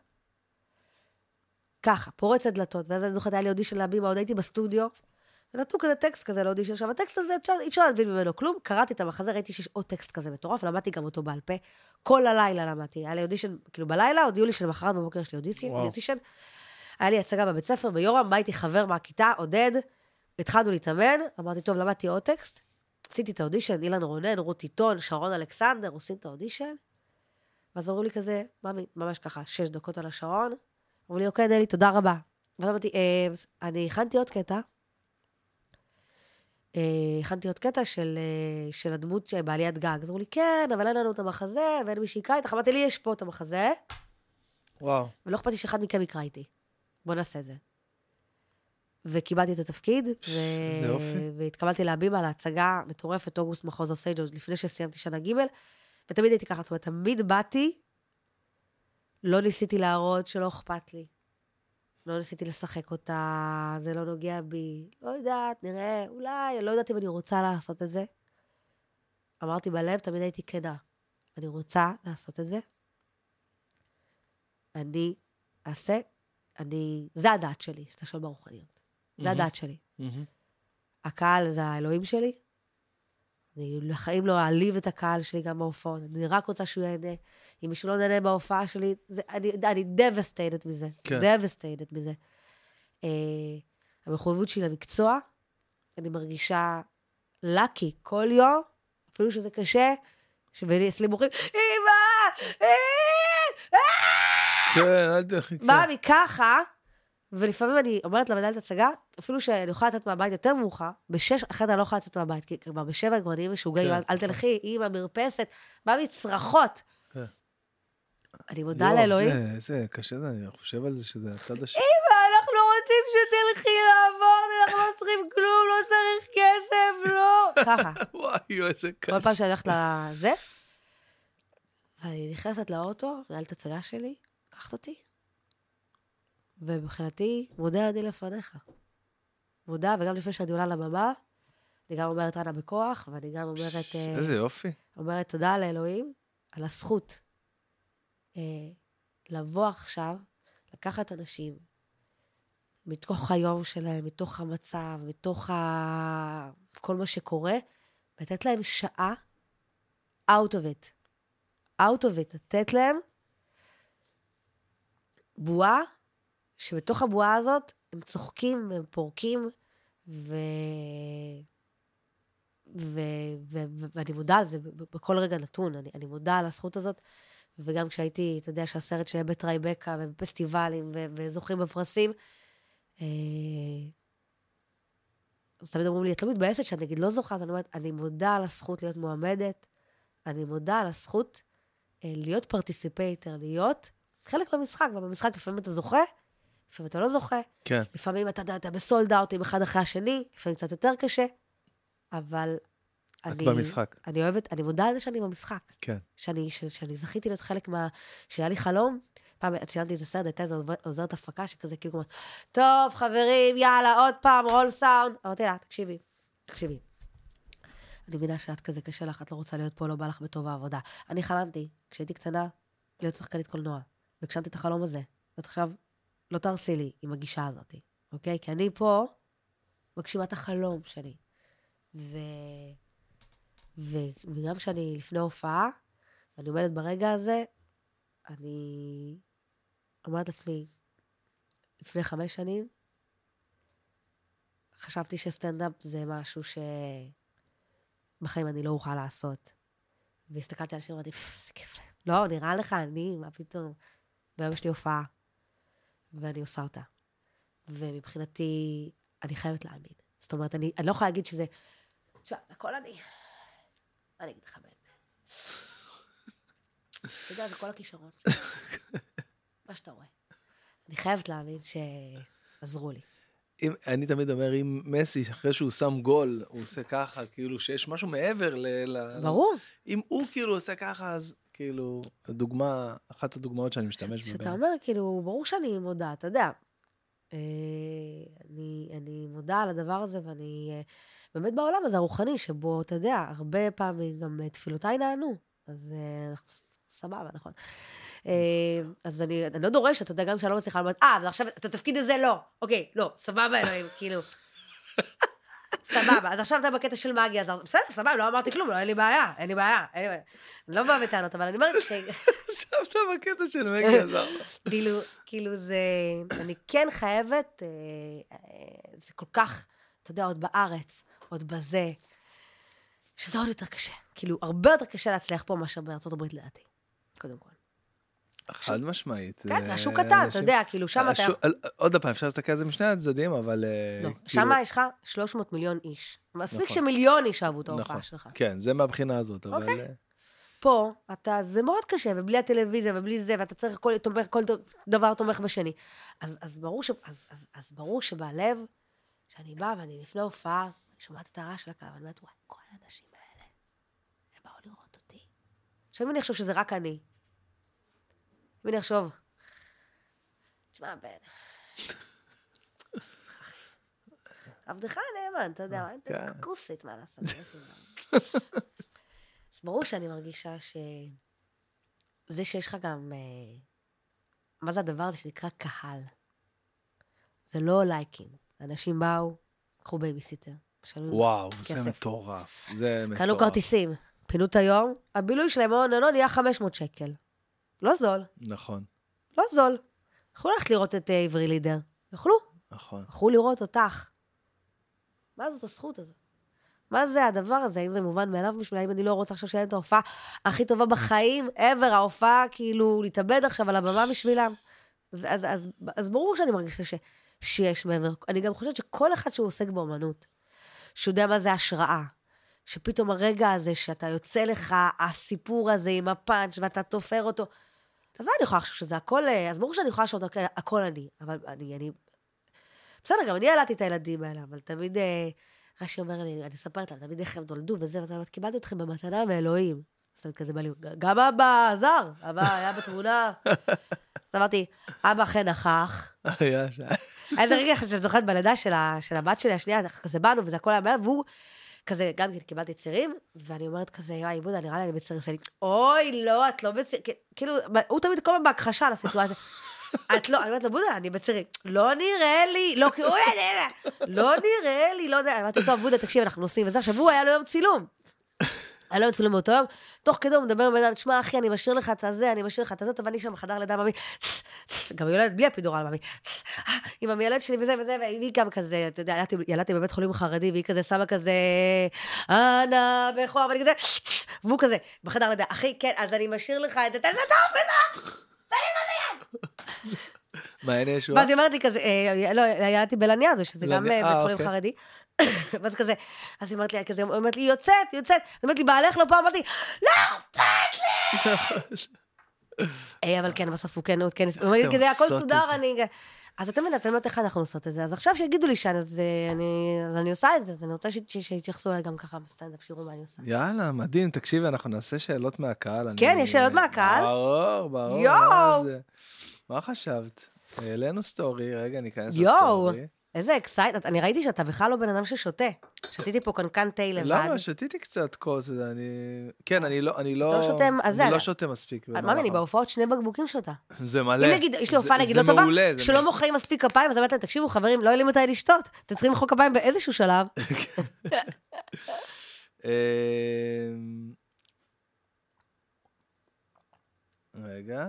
Speaker 2: ככה, פורץ הדלתות, ואז אני זוכרת, היה לי אודישן להבימה, עוד הייתי בסטודיו, ונתנו כזה טקסט כזה לאודישן. עכשיו, הטקסט הזה, אי אפשר להבין ממנו כלום. קראתי את המחזה, ראיתי שיש עוד טקסט כזה מטורף, למדתי גם אותו בעל פה. כל הלילה למדתי. היה לי אודישן, כאילו בלילה, הודיעו לי שלמחרת בבוקר יש לי אודישן. היה לי הצגה בבית ספר, ביורם, בא איתי חבר מהכיתה, עודד, התחלנו להתאמן, אמרתי, טוב, למדתי עוד טקסט, עשיתי את האודישן, אילן רונן, רותי טון, שרון אלכסנדר, עושים את האודישן, ואז אמרו לי כזה, ממש ככה, 6 דקות על השעון, אמרו לי, אוקיי, נלי, תודה רבה. ואז אמרתי, אני הכנתי עוד קטע של הדמות בעליית גג. אז אמרו לי, כן, אבל אין לנו את המחזה, ואין מי שיקרא איתך. אמרתי לי, יש פה את המחזה.
Speaker 1: וואו.
Speaker 2: ולא אכפתי שאחד מכם יקרא איתי. בוא נעשה זה. וקיבלתי את התפקיד, והתקבלתי להבימה להצגה מטורפת, אוגוסט מחוז אוסייג' עוד לפני שסיימתי שנה ג', ותמיד הייתי ככה, זאת אומרת, תמיד באתי, לא ניסיתי להראות שלא אכפת לי. לא ניסיתי לשחק אותה, זה לא נוגע בי, לא יודעת, נראה, אולי, לא יודעת אם אני רוצה לעשות את זה. אמרתי בלב, תמיד הייתי כנה. אני רוצה לעשות את זה. אני אעשה, זה הדעת שלי, שאתה שואל ברוחניות. זה הדעת שלי. הקהל זה האלוהים שלי. אני לחיים לא אעליב את הקהל שלי גם בהופעות. אני רק רוצה שהוא ייהנה. אם מישהו לא נהנה בהופעה שלי, אני devastated מזה. devastated מזה. המחויבות שלי למקצוע, אני מרגישה lucky כל יום, אפילו שזה קשה, אצלי מוחים, אמא!
Speaker 1: כן,
Speaker 2: מאמי, ככה, ולפעמים אני אומרת למנהלת הצגה, אפילו שאני יכולה לצאת מהבית יותר מאוחר, ב6, אחרת אני לא יכולה לצאת מהבית, כי כבר ב7 כבר נהיים משוגעים, אל תלכי, אמא, מרפסת, מאמי, צרחות. אני מודה לאלוהים.
Speaker 1: זה קשה, אני חושב על זה שזה הצד השני.
Speaker 2: אמא, אנחנו רוצים שתלכי לעבוד, אנחנו לא צריכים כלום, לא צריך כסף, לא. ככה.
Speaker 1: וואי, איזה קשה.
Speaker 2: כל פעם שאני הולכת לזה, ואני נכנסת לאוטו, מנהלת הצגה שלי, לקחת אותי. ומבחינתי, מודה אני לפניך. מודה, וגם לפני שאני עולה לבמה, אני גם אומרת רנה בכוח, ואני גם אומרת...
Speaker 1: איזה יופי.
Speaker 2: אומרת תודה לאלוהים על הזכות לבוא עכשיו, לקחת אנשים, מתוך היום שלהם, מתוך המצב, מתוך כל מה שקורה, לתת להם שעה out of it. out of it. לתת להם בועה, שבתוך הבועה הזאת הם צוחקים, הם פורקים, ואני מודה על זה בכל רגע נתון, אני מודה על הזכות הזאת, וגם כשהייתי, אתה יודע, שהסרט שלי בטרייבקה, ובפסטיבלים, וזוכים בפרסים, אז תמיד אומרים לי, את לא מתבאסת שאת נגיד לא זוכה, אז אני אומרת, אני מודה על הזכות להיות מועמדת, אני מודה על הזכות להיות פרטיסיפייטר, להיות חלק במשחק, ובמשחק לפעמים אתה זוכה, לפעמים אתה לא זוכה,
Speaker 1: כן.
Speaker 2: לפעמים אתה בסולד אאוט עם אחד אחרי השני, לפעמים קצת יותר קשה, אבל
Speaker 1: את במשחק.
Speaker 2: אני אוהבת, אני מודה על זה שאני במשחק.
Speaker 1: כן.
Speaker 2: שאני זכיתי להיות חלק שהיה לי חלום, פעם צילמתי איזה סרט, הייתה איזו עוזרת הפקה, שכזה כאילו כמו, טוב, חברים, יאללה, עוד פעם, רול סאונד. אמרתי לה, תקשיבי. אני מבינה שאת כזה קשה לך, את לא רוצה להיות פה, לא בא לך בטוב העבודה. אני חלמתי, כשהייתי קטנה, להיות שחקנית קולנוע, והגשמתי את החלום הזה. ואת עכשיו, לא תרסי לי עם הגישה הזאת, אוקיי? כי אני פה, מגשימה את החלום שלי. וגם שאני לפני הופעה, אני עומדת ברגע הזה, אני אומרת לעצמי, לפני 5 שנים, חשבתי שסטנדאפ זה משהו שבחיים אני לא אוכל לעשות. והסתכלתי על אנשים ואמרתי, זה כיף להם. לא, נראה לך, מה פתאום? והיום יש לי הופעה, ואני עושה אותה. ומבחינתי, אני חייבת להאמין. זאת אומרת, אני לא יכולה להגיד שזה, תשמע, זה הכל אני אגיד לך באמת. אתה יודע, זה כל הכישרון. מה שאתה רואה. אני חייבת להאמין שעזרו לי.
Speaker 1: אני תמיד אומר, אם מסי, אחרי שהוא שם גול, הוא עושה ככה, כאילו שיש משהו מעבר
Speaker 2: ברור.
Speaker 1: אם הוא כאילו עושה ככה, אז כאילו, אחת הדוגמאות שאני משתמש
Speaker 2: שאתה אומר, כאילו, ברור שאני מודה, אתה יודע. אני מודה על הדבר הזה, ואני באמת בעולם הזה הרוחני, שבו, אתה יודע, הרבה פעמים גם תפילותיי נענו. אז סבבה, נכון. אז אני לא דורשת, אתה יודע, גם כשאני לא מצליחה, אני אומרת, ועכשיו את התפקיד הזה לא. אוקיי, לא, סבבה אלוהים, כאילו. סבבה, אז עכשיו אתה בקטע של מגיה, אז בסדר, סבבה, לא אמרתי כלום, לא, אין לי בעיה. אני לא באה בטענות, אבל אני אומרת
Speaker 1: עכשיו אתה בקטע של מגיה,
Speaker 2: כאילו זה, אני כן חייבת, זה כל כך, אתה יודע, עוד בארץ, עוד בזה, שזה עוד יותר קשה. כאילו, הרבה יותר קשה להצליח פה מאשר בארצות הברית לדעתי, קודם כל.
Speaker 1: חד משמעית.
Speaker 2: כן, השוק קטן, אתה יודע, כאילו, שם אתה...
Speaker 1: עוד פעם, אפשר להסתכל על זה משני הצדדים, אבל...
Speaker 2: לא, שם יש לך 300 מיליון איש. מספיק שמיליון איש אהבו את ההופעה שלך.
Speaker 1: כן, זה מהבחינה הזאת, אבל...
Speaker 2: פה, זה מאוד קשה, ובלי הטלוויזיה, ובלי זה, ואתה צריך כל דבר תומך בשני. אז ברור שבלב, שאני באה ואני לפני הופעה, אני שומעת את הרעש של הקהל, ואני אומרת, וואי, כל האנשים האלה, הם באו לראות אותי. עכשיו, אם אני חושב שזה רק אני, אם אני אחשוב, תשמע, בן, אחי, עבדך נאמן, אתה יודע, אתה כוסית, מה לעשות? אז ברור שאני מרגישה שזה שיש לך גם, מה זה הדבר הזה שנקרא קהל? זה לא לייקים. אנשים באו, קחו בייביסיטר.
Speaker 1: וואו, זה מטורף.
Speaker 2: קנו כרטיסים, פינו את היום, הבילוי שלהם נהיה 500 שקל. לא זול.
Speaker 1: נכון.
Speaker 2: לא זול. יכולו ללכת לראות את עברי לידר. יכולו.
Speaker 1: נכון.
Speaker 2: יכולו לראות אותך. מה זאת הזכות הזאת? מה זה הדבר הזה? האם זה מובן מאליו בשבילה? האם אני לא רוצה עכשיו שלהם את ההופעה הכי טובה בחיים? ever, ההופעה כאילו להתאבד עכשיו על הבמה בשבילם. אז ברור שאני מרגישה שיש מעבר. אני גם חושבת שכל אחד שהוא עוסק באמנות, שהוא יודע מה זה השראה, שפתאום הרגע הזה שאתה יוצא לך, הסיפור הזה עם הפאנץ' ואתה תופר אותו, אז אני יכולה לחשוב שזה הכל, אז ברור שאני יכולה לשאול אותו, הכל אני, אבל אני, בסדר, גם אני ילדתי את הילדים האלה, אבל תמיד, רש"י אומר לי, אני אספרת לה, תמיד איך הם נולדו וזה, ואתה אומרת, קיבלתי אתכם במתנה מאלוהים. אז תמיד כזה בא לי, גם אבא עזר, אבא היה בתמונה. אז אמרתי, אבא אכן נכח. איזה רגע שזוכרת בלידה של הבת שלי השנייה, כזה באנו וזה הכל היה מהר, והוא כזה, גם קיבלתי צירים, ואני אומרת כזה, יואי, בודה, נראה לי אני בצירים, אוי, לא, את לא בצירים, כאילו, הוא תמיד כל פעם בהכחשה לסיטואציה. את לא, אני אומרת לו, בודה, אני בצירים, לא נראה לי, לא נראה לי, לא יודע, אני אומרת, טוב, בודה, תקשיב, אנחנו נוסעים, וזה, עכשיו הוא היה לו יום צילום. אני לא מצולם באותו יום, תוך כדי הוא מדבר עם בן אדם, תשמע, אחי, אני משאיר לך את הזה, אני משאיר לך את הזאת, אבל אני שם בחדר לידה, ממי, גם ילדת בלי הפידורל, ממי, עם המילד שלי וזה וזה, והיא גם כזה, אתה יודע, ילדתי בבית חולים חרדי, והיא כזה שמה כזה, אנה, בכוח, ואני כזה, והוא כזה, בחדר לידה, אחי, כן, אז אני משאיר לך את זה, תעשה טוב, אמא!
Speaker 1: מה, אין ישועה?
Speaker 2: ואז היא אומרת לי כזה, לא, ילדתי בלניאדו, שזה גם בית חולים חרדי. ואז כזה, אז היא אומרת לי, כזה, היא אומרת לי, יוצאת. היא אומרת לי, בעלך לא פעם, אמרתי, לא אכפת לי! אבל כן, בסוף הוא כן, הוא אומר לי, כזה, הכל סודר, אני... אז אתם יודעת איך אנחנו עושות את זה. אז עכשיו שיגידו לי אז אני עושה את זה, אז אני רוצה שיתייחסו אליי גם ככה בסטנדאפ, שיראו מה אני עושה.
Speaker 1: יאללה, מדהים, תקשיבי, אנחנו נעשה שאלות מהקהל.
Speaker 2: כן, יש שאלות מהקהל?
Speaker 1: ברור.
Speaker 2: יואו!
Speaker 1: מה חשבת? העלינו סטורי, רגע, ניכנס לסטורי.
Speaker 2: איזה אקסייט, אני ראיתי שאתה בכלל לא בן אדם ששותה. שתיתי פה קנקן תה לבד.
Speaker 1: למה? שתיתי קצת כוס, כן, אני לא שותה מספיק.
Speaker 2: מה, אני בהופעות 2 בקבוקים שותה.
Speaker 1: זה מלא.
Speaker 2: אם נגיד, יש לי הופעה נגיד לא טובה, שלא מוחאים מספיק כפיים, אז אמרת להם, תקשיבו חברים, לא יודעים מתי לשתות. אתם צריכים למחוא כפיים באיזשהו שלב.
Speaker 1: רגע.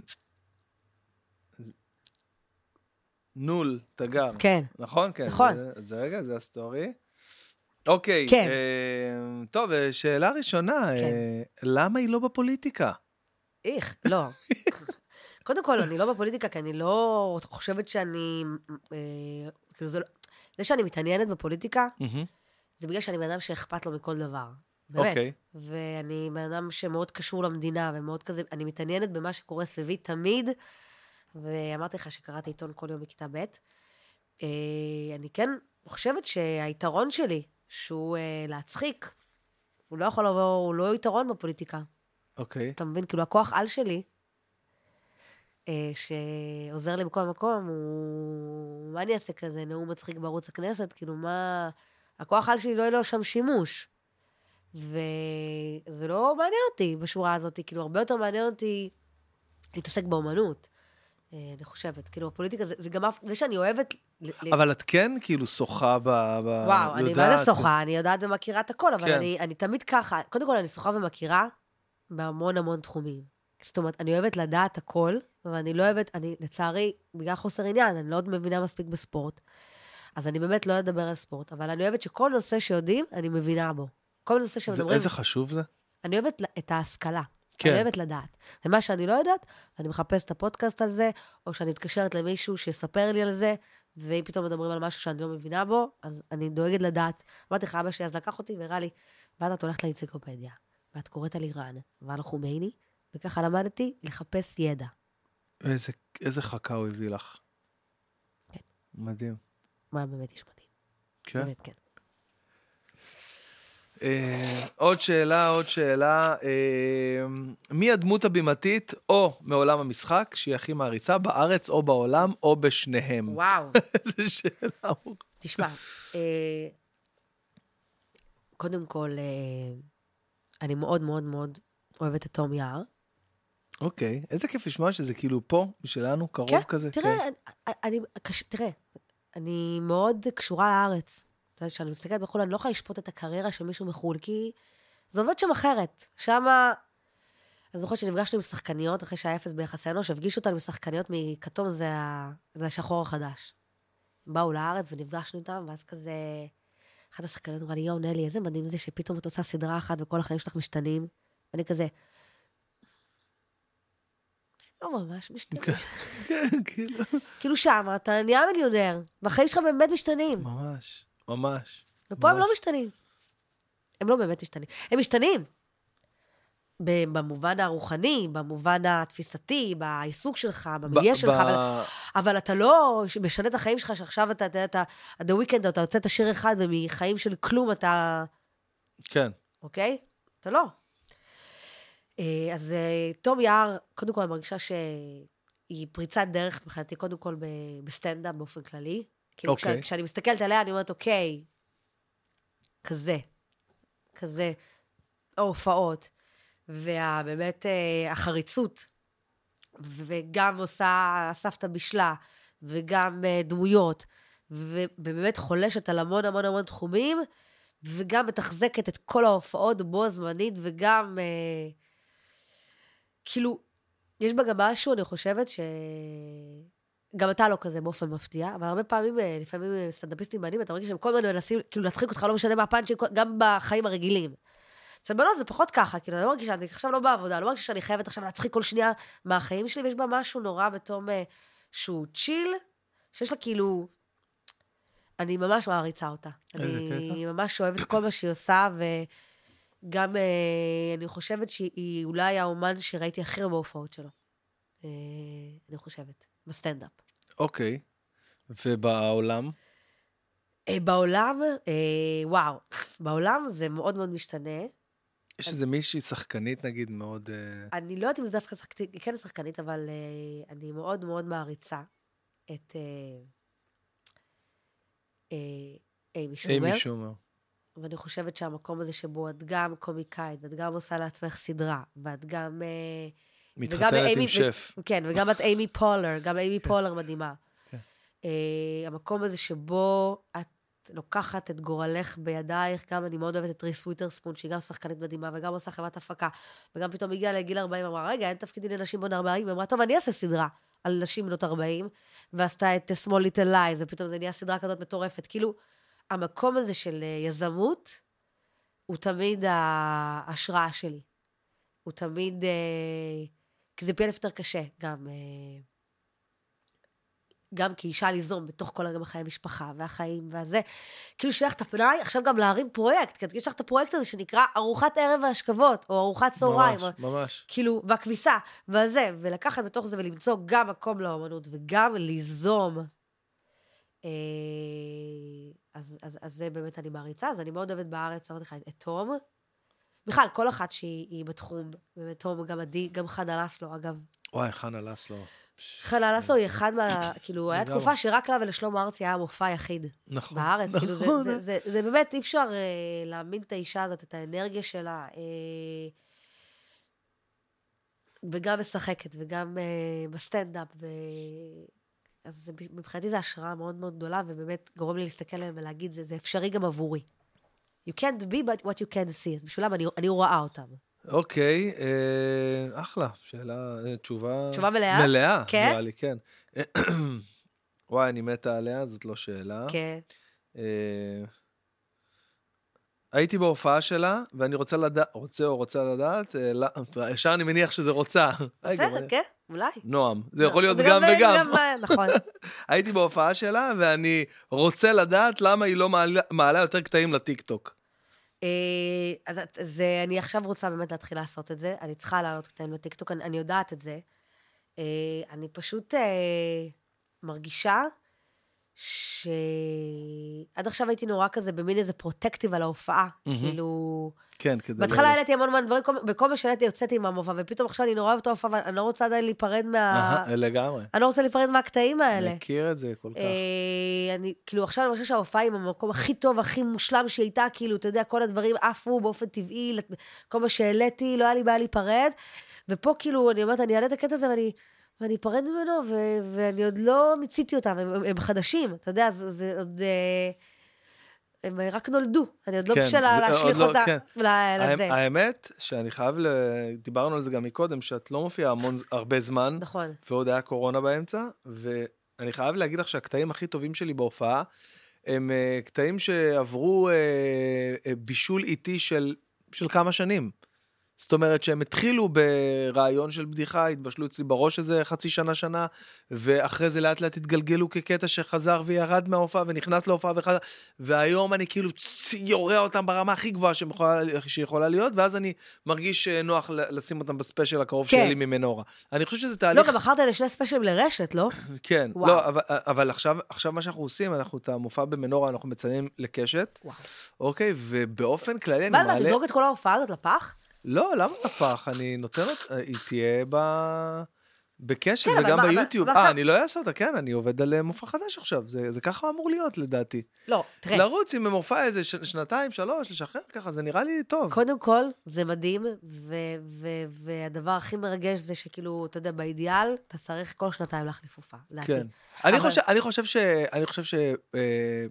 Speaker 1: נול, תגר.
Speaker 2: כן.
Speaker 1: נכון? כן.
Speaker 2: נכון.
Speaker 1: זה רגע, זה הסטורי. אוקיי.
Speaker 2: כן.
Speaker 1: טוב, שאלה ראשונה. למה היא לא בפוליטיקה?
Speaker 2: לא. קודם כל, אני לא בפוליטיקה, כי אני לא חושבת שאני... כאילו, זה שאני מתעניינת בפוליטיקה, זה בגלל שאני בן אדם שאכפת לו מכל דבר. באמת. ואני בן אדם שמאוד קשור למדינה, ומאוד כזה, אני מתעניינת במה שקורה סביבי תמיד, ואמרתי לך שקראתי עיתון כל יום בכיתה ב'. אני כן חושבת שהיתרון שלי, שהוא להצחיק, הוא לא יכול לבוא, הוא לא יתרון בפוליטיקה.
Speaker 1: אוקיי.
Speaker 2: אתה מבין? כאילו, הכוח על שלי, שעוזר לי בכל מקום, הוא... מה אני אעשה כזה? נאום מצחיק בערוץ הכנסת? כאילו, מה... הכוח על שלי לא יהיה לו שם שימוש. וזה לא מעניין אותי בשורה הזאת, כאילו, הרבה יותר מעניין אותי להתעסק באומנות. אני חושבת, כאילו, הפוליטיקה, זה גם זה שאני אוהבת...
Speaker 1: אבל את כן, כאילו, שוחה
Speaker 2: וואו, אני מה זה שוחה? אני יודעת ומכירה את הכל, אבל אני תמיד ככה, קודם כל, אני שוחה ומכירה בהמון המון תחומים. זאת אומרת, אני אוהבת לדעת הכל, ואני לא אוהבת, לצערי, בגלל חוסר עניין, אני לא עוד מבינה מספיק בספורט, אז אני באמת לא אדבר על ספורט, אבל אני אוהבת שכל נושא שיודעים, אני מבינה בו. כל נושא שמדברים...
Speaker 1: איזה חשוב זה?
Speaker 2: אני אוהבת את ההשכלה. כן. אני אוהבת לדעת. ומה שאני לא יודעת, אני מחפש את הפודקאסט על זה, או שאני מתקשרת למישהו שיספר לי על זה, ואם פתאום מדברים על משהו שאני לא מבינה בו, אז אני דואגת לדעת. אמרתי לך, אבא שלי אז לקח אותי והראה לי, ואז את הולכת לאנציקלופדיה, ואת קוראת על איראן, ועל חומייני, וככה למדתי לחפש ידע.
Speaker 1: איזה חכה הוא הביא לך.
Speaker 2: כן.
Speaker 1: מדהים.
Speaker 2: מה באמת איש מדהים.
Speaker 1: כן?
Speaker 2: באמת, כן.
Speaker 1: עוד שאלה. מי הדמות הבימתית או מעולם המשחק שהיא הכי מעריצה בארץ או בעולם או בשניהם?
Speaker 2: וואו.
Speaker 1: איזה שאלה.
Speaker 2: תשמע, קודם כל, אני מאוד מאוד מאוד אוהבת את תום יער.
Speaker 1: אוקיי, איזה כיף לשמוע שזה כאילו פה, משלנו, קרוב כזה.
Speaker 2: תראה, אני מאוד קשורה לארץ. כשאני מסתכלת בחו"ל, אני לא יכולה לשפוט את הקריירה של מישהו מחו"ל, כי זה עובד שם אחרת. שמה, אני זוכרת שנפגשנו עם שחקניות, אחרי שהיה אפס ביחסי אנוש, הפגישו אותנו עם שחקניות מכתום, זה השחור החדש. באו לארץ ונפגשנו איתם, ואז כזה, אחת השחקניות אמרה לי, יואו, נלי, איזה מדהים זה שפתאום את עושה סדרה אחת, וכל החיים שלך משתנים. ואני כזה, לא ממש משתנים.
Speaker 1: כן, כאילו.
Speaker 2: כאילו שמה, אתה נהיה מיליונר, והחיים שלך באמת משתנים.
Speaker 1: ממש.
Speaker 2: ופה הם לא משתנים. הם לא באמת משתנים. הם משתנים. במובן הרוחני, במובן התפיסתי, בעיסוק שלך, במיליה שלך, אבל אתה לא משנה את החיים שלך, שעכשיו אתה The Weeknd, אתה יוצא את השיר אחד, ומחיים של כלום אתה...
Speaker 1: כן.
Speaker 2: אוקיי? אתה לא. אז תום יער, קודם כל אני מרגישה שהיא פריצת דרך, מבחינתי קודם כל בסטנדאפ באופן כללי. כאילו כשאני מסתכלת עליה, אני אומרת, אוקיי, כזה, ההופעות, ובאמת החריצות, וגם עושה סבתא בשלה, וגם דמויות, ובאמת חולשת על המון המון המון תחומים, וגם מתחזקת את כל ההופעות בו זמנית, וגם, כאילו, יש בה גם משהו, אני חושבת גם אתה לא כזה באופן מפתיע, אבל הרבה פעמים, לפעמים סטנדאפיסטים מעניינים, אתה מרגיש שהם כל הזמן מנסים, כאילו, להצחיק אותך, לא משנה מהפאנצ'ים, גם בחיים הרגילים. אצל בנות זה פחות ככה, כאילו, אני לא מרגישה, אני עכשיו לא בעבודה, אני לא מרגישה שאני חייבת עכשיו להצחיק כל שנייה מהחיים שלי, ויש בה משהו נורא בתום שהוא צ'יל, שיש לה כאילו, אני ממש מעריצה אותה. אני ממש אוהבת כל מה שהיא עושה, וגם אני חושבת שהיא אולי האומן שראיתי הכי הרבה בהופעות שלו. אני חושבת, בסטנדאפ.
Speaker 1: אוקיי. ובעולם?
Speaker 2: בעולם, וואו, בעולם זה מאוד מאוד משתנה.
Speaker 1: יש איזה מישהי שחקנית, נגיד, מאוד...
Speaker 2: אני לא יודעת אם זה דווקא שחקנית, היא כן שחקנית, אבל אני מאוד מאוד מעריצה את אימי שומר.
Speaker 1: אימי שומר.
Speaker 2: ואני חושבת שהמקום הזה שבו את גם קומיקאית, ואת גם עושה לעצמך סדרה, ואת גם...
Speaker 1: מתחתנת עם שף.
Speaker 2: כן, וגם את אימי פולר, גם אימי פולר מדהימה. המקום הזה שבו את לוקחת את גורלך בידייך, גם אני מאוד אוהבת את ריס וויתרספון, שהיא גם שחקנית מדהימה, וגם עושה חברת הפקה, וגם פתאום הגיעה לגיל 40, אמרה, רגע, אין תפקידים לנשים בנות 40, אמרה, טוב, אני אעשה סדרה על נשים בנות 40, ועשתה את Small Little Lies, ופתאום זה נהיה סדרה כזאת מטורפת. כאילו, המקום הזה של יזמות, הוא תמיד ההשראה שלי. הוא תמיד, כי זה פי אלף יותר קשה, גם כאישה ליזום בתוך כל גם חיי המשפחה והחיים והזה. כאילו שיש לך את הפנאי, עכשיו גם להרים פרויקט, כי יש לך את הפרויקט הזה שנקרא ארוחת ערב והשכבות, או ארוחת צהריים.
Speaker 1: ממש, ממש.
Speaker 2: כאילו, והכביסה, וזה, ולקחת בתוך זה ולמצוא גם מקום לאומנות, וגם ליזום. אז זה באמת אני מעריצה, אז אני מאוד אוהבת בארץ, אמרתי לך, את תום. בכלל, כל אחת שהיא בתחום, באמת תום, גם עדי, גם חנה לסלו, אגב.
Speaker 1: וואי, חנה לסלו.
Speaker 2: חנה לסלו היא אחד כאילו, היה תקופה שרק לה ולשלמה ארצי היה מופע יחיד.
Speaker 1: נכון.
Speaker 2: בארץ, כאילו, זה באמת, אי אפשר להאמין את האישה הזאת, את האנרגיה שלה, וגם משחקת, וגם בסטנדאפ, אז מבחינתי זה השראה מאוד מאוד גדולה, ובאמת גורם לי להסתכל עליהם ולהגיד, זה אפשרי גם עבורי. You can't be but what you can see. אז בשבילם אני רואה אותם.
Speaker 1: אוקיי, אחלה. שאלה, תשובה
Speaker 2: מלאה?
Speaker 1: מלאה,
Speaker 2: כן?
Speaker 1: נראה לי, כן. וואי, אני מתה עליה, זאת לא שאלה.
Speaker 2: כן.
Speaker 1: הייתי בהופעה שלה, ואני רוצה לדעת, ישר אני מניח שזה רוצה.
Speaker 2: בסדר, כן, אולי.
Speaker 1: נועם, זה יכול להיות גם וגם.
Speaker 2: נכון.
Speaker 1: הייתי בהופעה שלה, ואני רוצה לדעת למה היא לא מעלה יותר קטעים לטיק-טוק.
Speaker 2: אני עכשיו רוצה באמת להתחיל לעשות את זה, אני צריכה לעלות קטעים לטיק-טוק, אני יודעת את זה. אני פשוט מרגישה שעד עכשיו הייתי נורא כזה במין איזה פרוטקטיב על ההופעה, כאילו...
Speaker 1: כן, כדי...
Speaker 2: בהתחלה העליתי המון דברים, בכל מה שהעליתי יוצאתי עם המופע, ופתאום עכשיו אני נורא אוהבת ההופעה, ואני לא רוצה עדיין להיפרד
Speaker 1: לגמרי.
Speaker 2: אני לא רוצה להיפרד מהקטעים האלה.
Speaker 1: אני מכיר את זה כל כך.
Speaker 2: כאילו עכשיו אני חושב שההופעה היא המקום הכי טוב, הכי מושלם שהייתה, כאילו, אתה יודע, כל הדברים עפו באופן טבעי, כל מה שהעליתי, לא היה לי בעיה להיפרד, ופה כאילו, אני אומרת, אני אעלה את הקטע הזה, ואני אפרד ממנו, ואני עוד לא מיציתי אותם, הם חדשים, אתה יודע, זה עוד... הם רק נולדו, אני עוד לא בשלה להשליך אותה לזה.
Speaker 1: האמת שאני חייב, דיברנו על זה גם מקודם, שאת לא מופיעה הרבה זמן,
Speaker 2: נכון.
Speaker 1: ועוד היה קורונה באמצע, ואני חייב להגיד לך שהקטעים הכי טובים שלי בהופעה, הם קטעים שעברו בישול איטי של כמה שנים. זאת אומרת שהם התחילו ברעיון של בדיחה, התבשלו אצלי בראש איזה חצי שנה, ואחרי זה לאט לאט התגלגלו כקטע שחזר וירד מההופעה, ונכנס להופעה וחזר, והיום אני כאילו יורה אותם ברמה הכי גבוהה שיכולה להיות, ואז אני מרגיש נוח לשים אותם בספיישל הקרוב שלי ממנורה. אני חושב שזה תהליך...
Speaker 2: לא, גם אחרת לשני ספיישלים לרשת, לא?
Speaker 1: כן, לא, אבל עכשיו מה שאנחנו עושים, אנחנו את המופע במנורה, אנחנו מציינים לקשת, אוקיי, ובאופן כללי אני מעלה...
Speaker 2: מה, תזרוק את כל ההופעה הזאת לפח?
Speaker 1: לא, למה לפח? אני נותן אותה, היא תהיה בקשב וגם ביוטיוב. אני לא אעשה אותה, כן, אני עובד על מופע חדש עכשיו, זה ככה אמור להיות לדעתי.
Speaker 2: לא, תראה.
Speaker 1: לרוץ עם מופע איזה 2, 3, לשחרר ככה, זה נראה לי טוב.
Speaker 2: קודם כל, זה מדהים, והדבר הכי מרגש זה שכאילו, אתה יודע, באידיאל, אתה צריך כל 2 להחליף הופעה, לדעתי.
Speaker 1: כן. אני חושב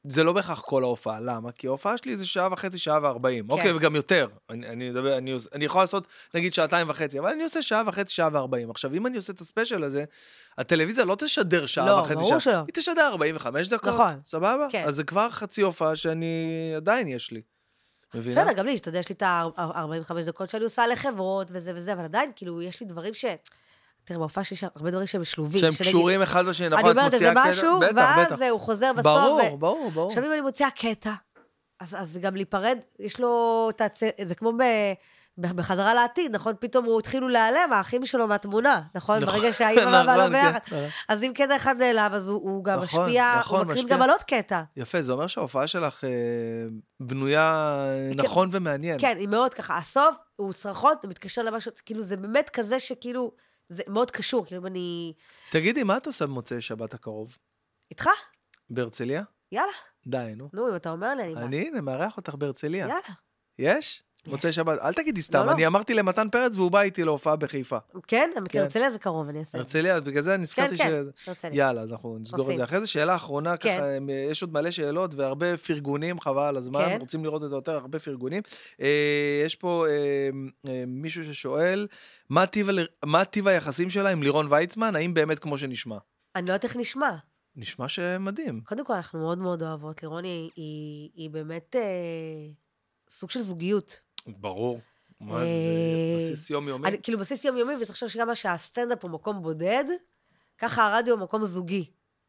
Speaker 1: זה לא בהכרח כל ההופעה, למה? כי ההופעה שלי זה שעה וחצי, שעה ו40, אוקיי, וגם יותר. אני יכול לעשות, נגיד, 2.5, אבל אני עושה שעה וחצי, שעה ו40. עכשיו, אם אני עושה את הספיישל הזה, הטלוויזיה לא תשדר שעה וחצי,
Speaker 2: ברור שלא.
Speaker 1: היא תשדר 45 דקות,
Speaker 2: נכון.
Speaker 1: סבבה?
Speaker 2: כן.
Speaker 1: אז זה כבר חצי הופעה שאני עדיין יש לי. מבינה?
Speaker 2: בסדר, גם לי, אתה יודע, יש לי את ה-45 דקות שאני עושה לחברות וזה וזה, אבל עדיין, כאילו, יש לי דברים תראה, בהופעה שיש הרבה דברים שהם שלובים.
Speaker 1: שהם קשורים אחד בשני, נכון?
Speaker 2: אני אומרת איזה משהו, ואז הוא חוזר בסוף.
Speaker 1: ברור.
Speaker 2: עכשיו, אם אני מוציאה קטע, אז גם להיפרד, יש לו זה כמו בחזרה לעתיד, נכון? פתאום הוא התחילו להיעלם, האחים שלו מהתמונה, נכון? ברגע שהאימא והבעלה ביחד. אז אם קטע אחד נעלם, אז הוא גם משפיע, הוא מקרין גם על עוד קטע.
Speaker 1: יפה, זה אומר שההופעה שלך בנויה נכון ומעניין.
Speaker 2: כן, היא מאוד ככה. הסוף, הוא צרחות, הוא מתקשר למשהו, כאילו, זה באמת כזה שכאילו, זה מאוד קשור, כאילו, אני...
Speaker 1: תגידי, מה את עושה במוצאי שבת הקרוב?
Speaker 2: איתך?
Speaker 1: בהרצליה?
Speaker 2: יאללה.
Speaker 1: די, נו.
Speaker 2: נו, אם אתה אומר לי,
Speaker 1: אני מארח אותך בהרצליה.
Speaker 2: יאללה.
Speaker 1: יש? מוצאי שבת. אל תגידי סתם,
Speaker 2: לא.
Speaker 1: אני אמרתי למתן פרץ והוא בא איתי להופעה בחיפה.
Speaker 2: כן? הרצליה זה קרוב, אני אעשה.
Speaker 1: הרצליה, בגלל זה נזכרתי
Speaker 2: כן, הרצליה.
Speaker 1: יאללה, אז אנחנו נסגור את זה. אחרי זה שאלה אחרונה, ככה, יש עוד מלא שאלות והרבה פרגונים, חבל על הזמן, רוצים לראות את זה יותר, הרבה פרגונים. יש פה מישהו ששואל, מה טיב היחסים שלה עם לירון ויצמן? האם באמת כמו שנשמע?
Speaker 2: אני לא יודעת איך נשמע.
Speaker 1: נשמע שמדהים.
Speaker 2: קודם כל, אנחנו מאוד מאוד אוהבות. לירון היא באמת סוג של זוגיות.
Speaker 1: ברור. מה זה? בסיס יומיומי?
Speaker 2: כאילו, בסיס יומיומי, ותחשוב שגם מה שהסטנדאפ הוא מקום בודד, ככה הרדיו הוא מקום זוגי.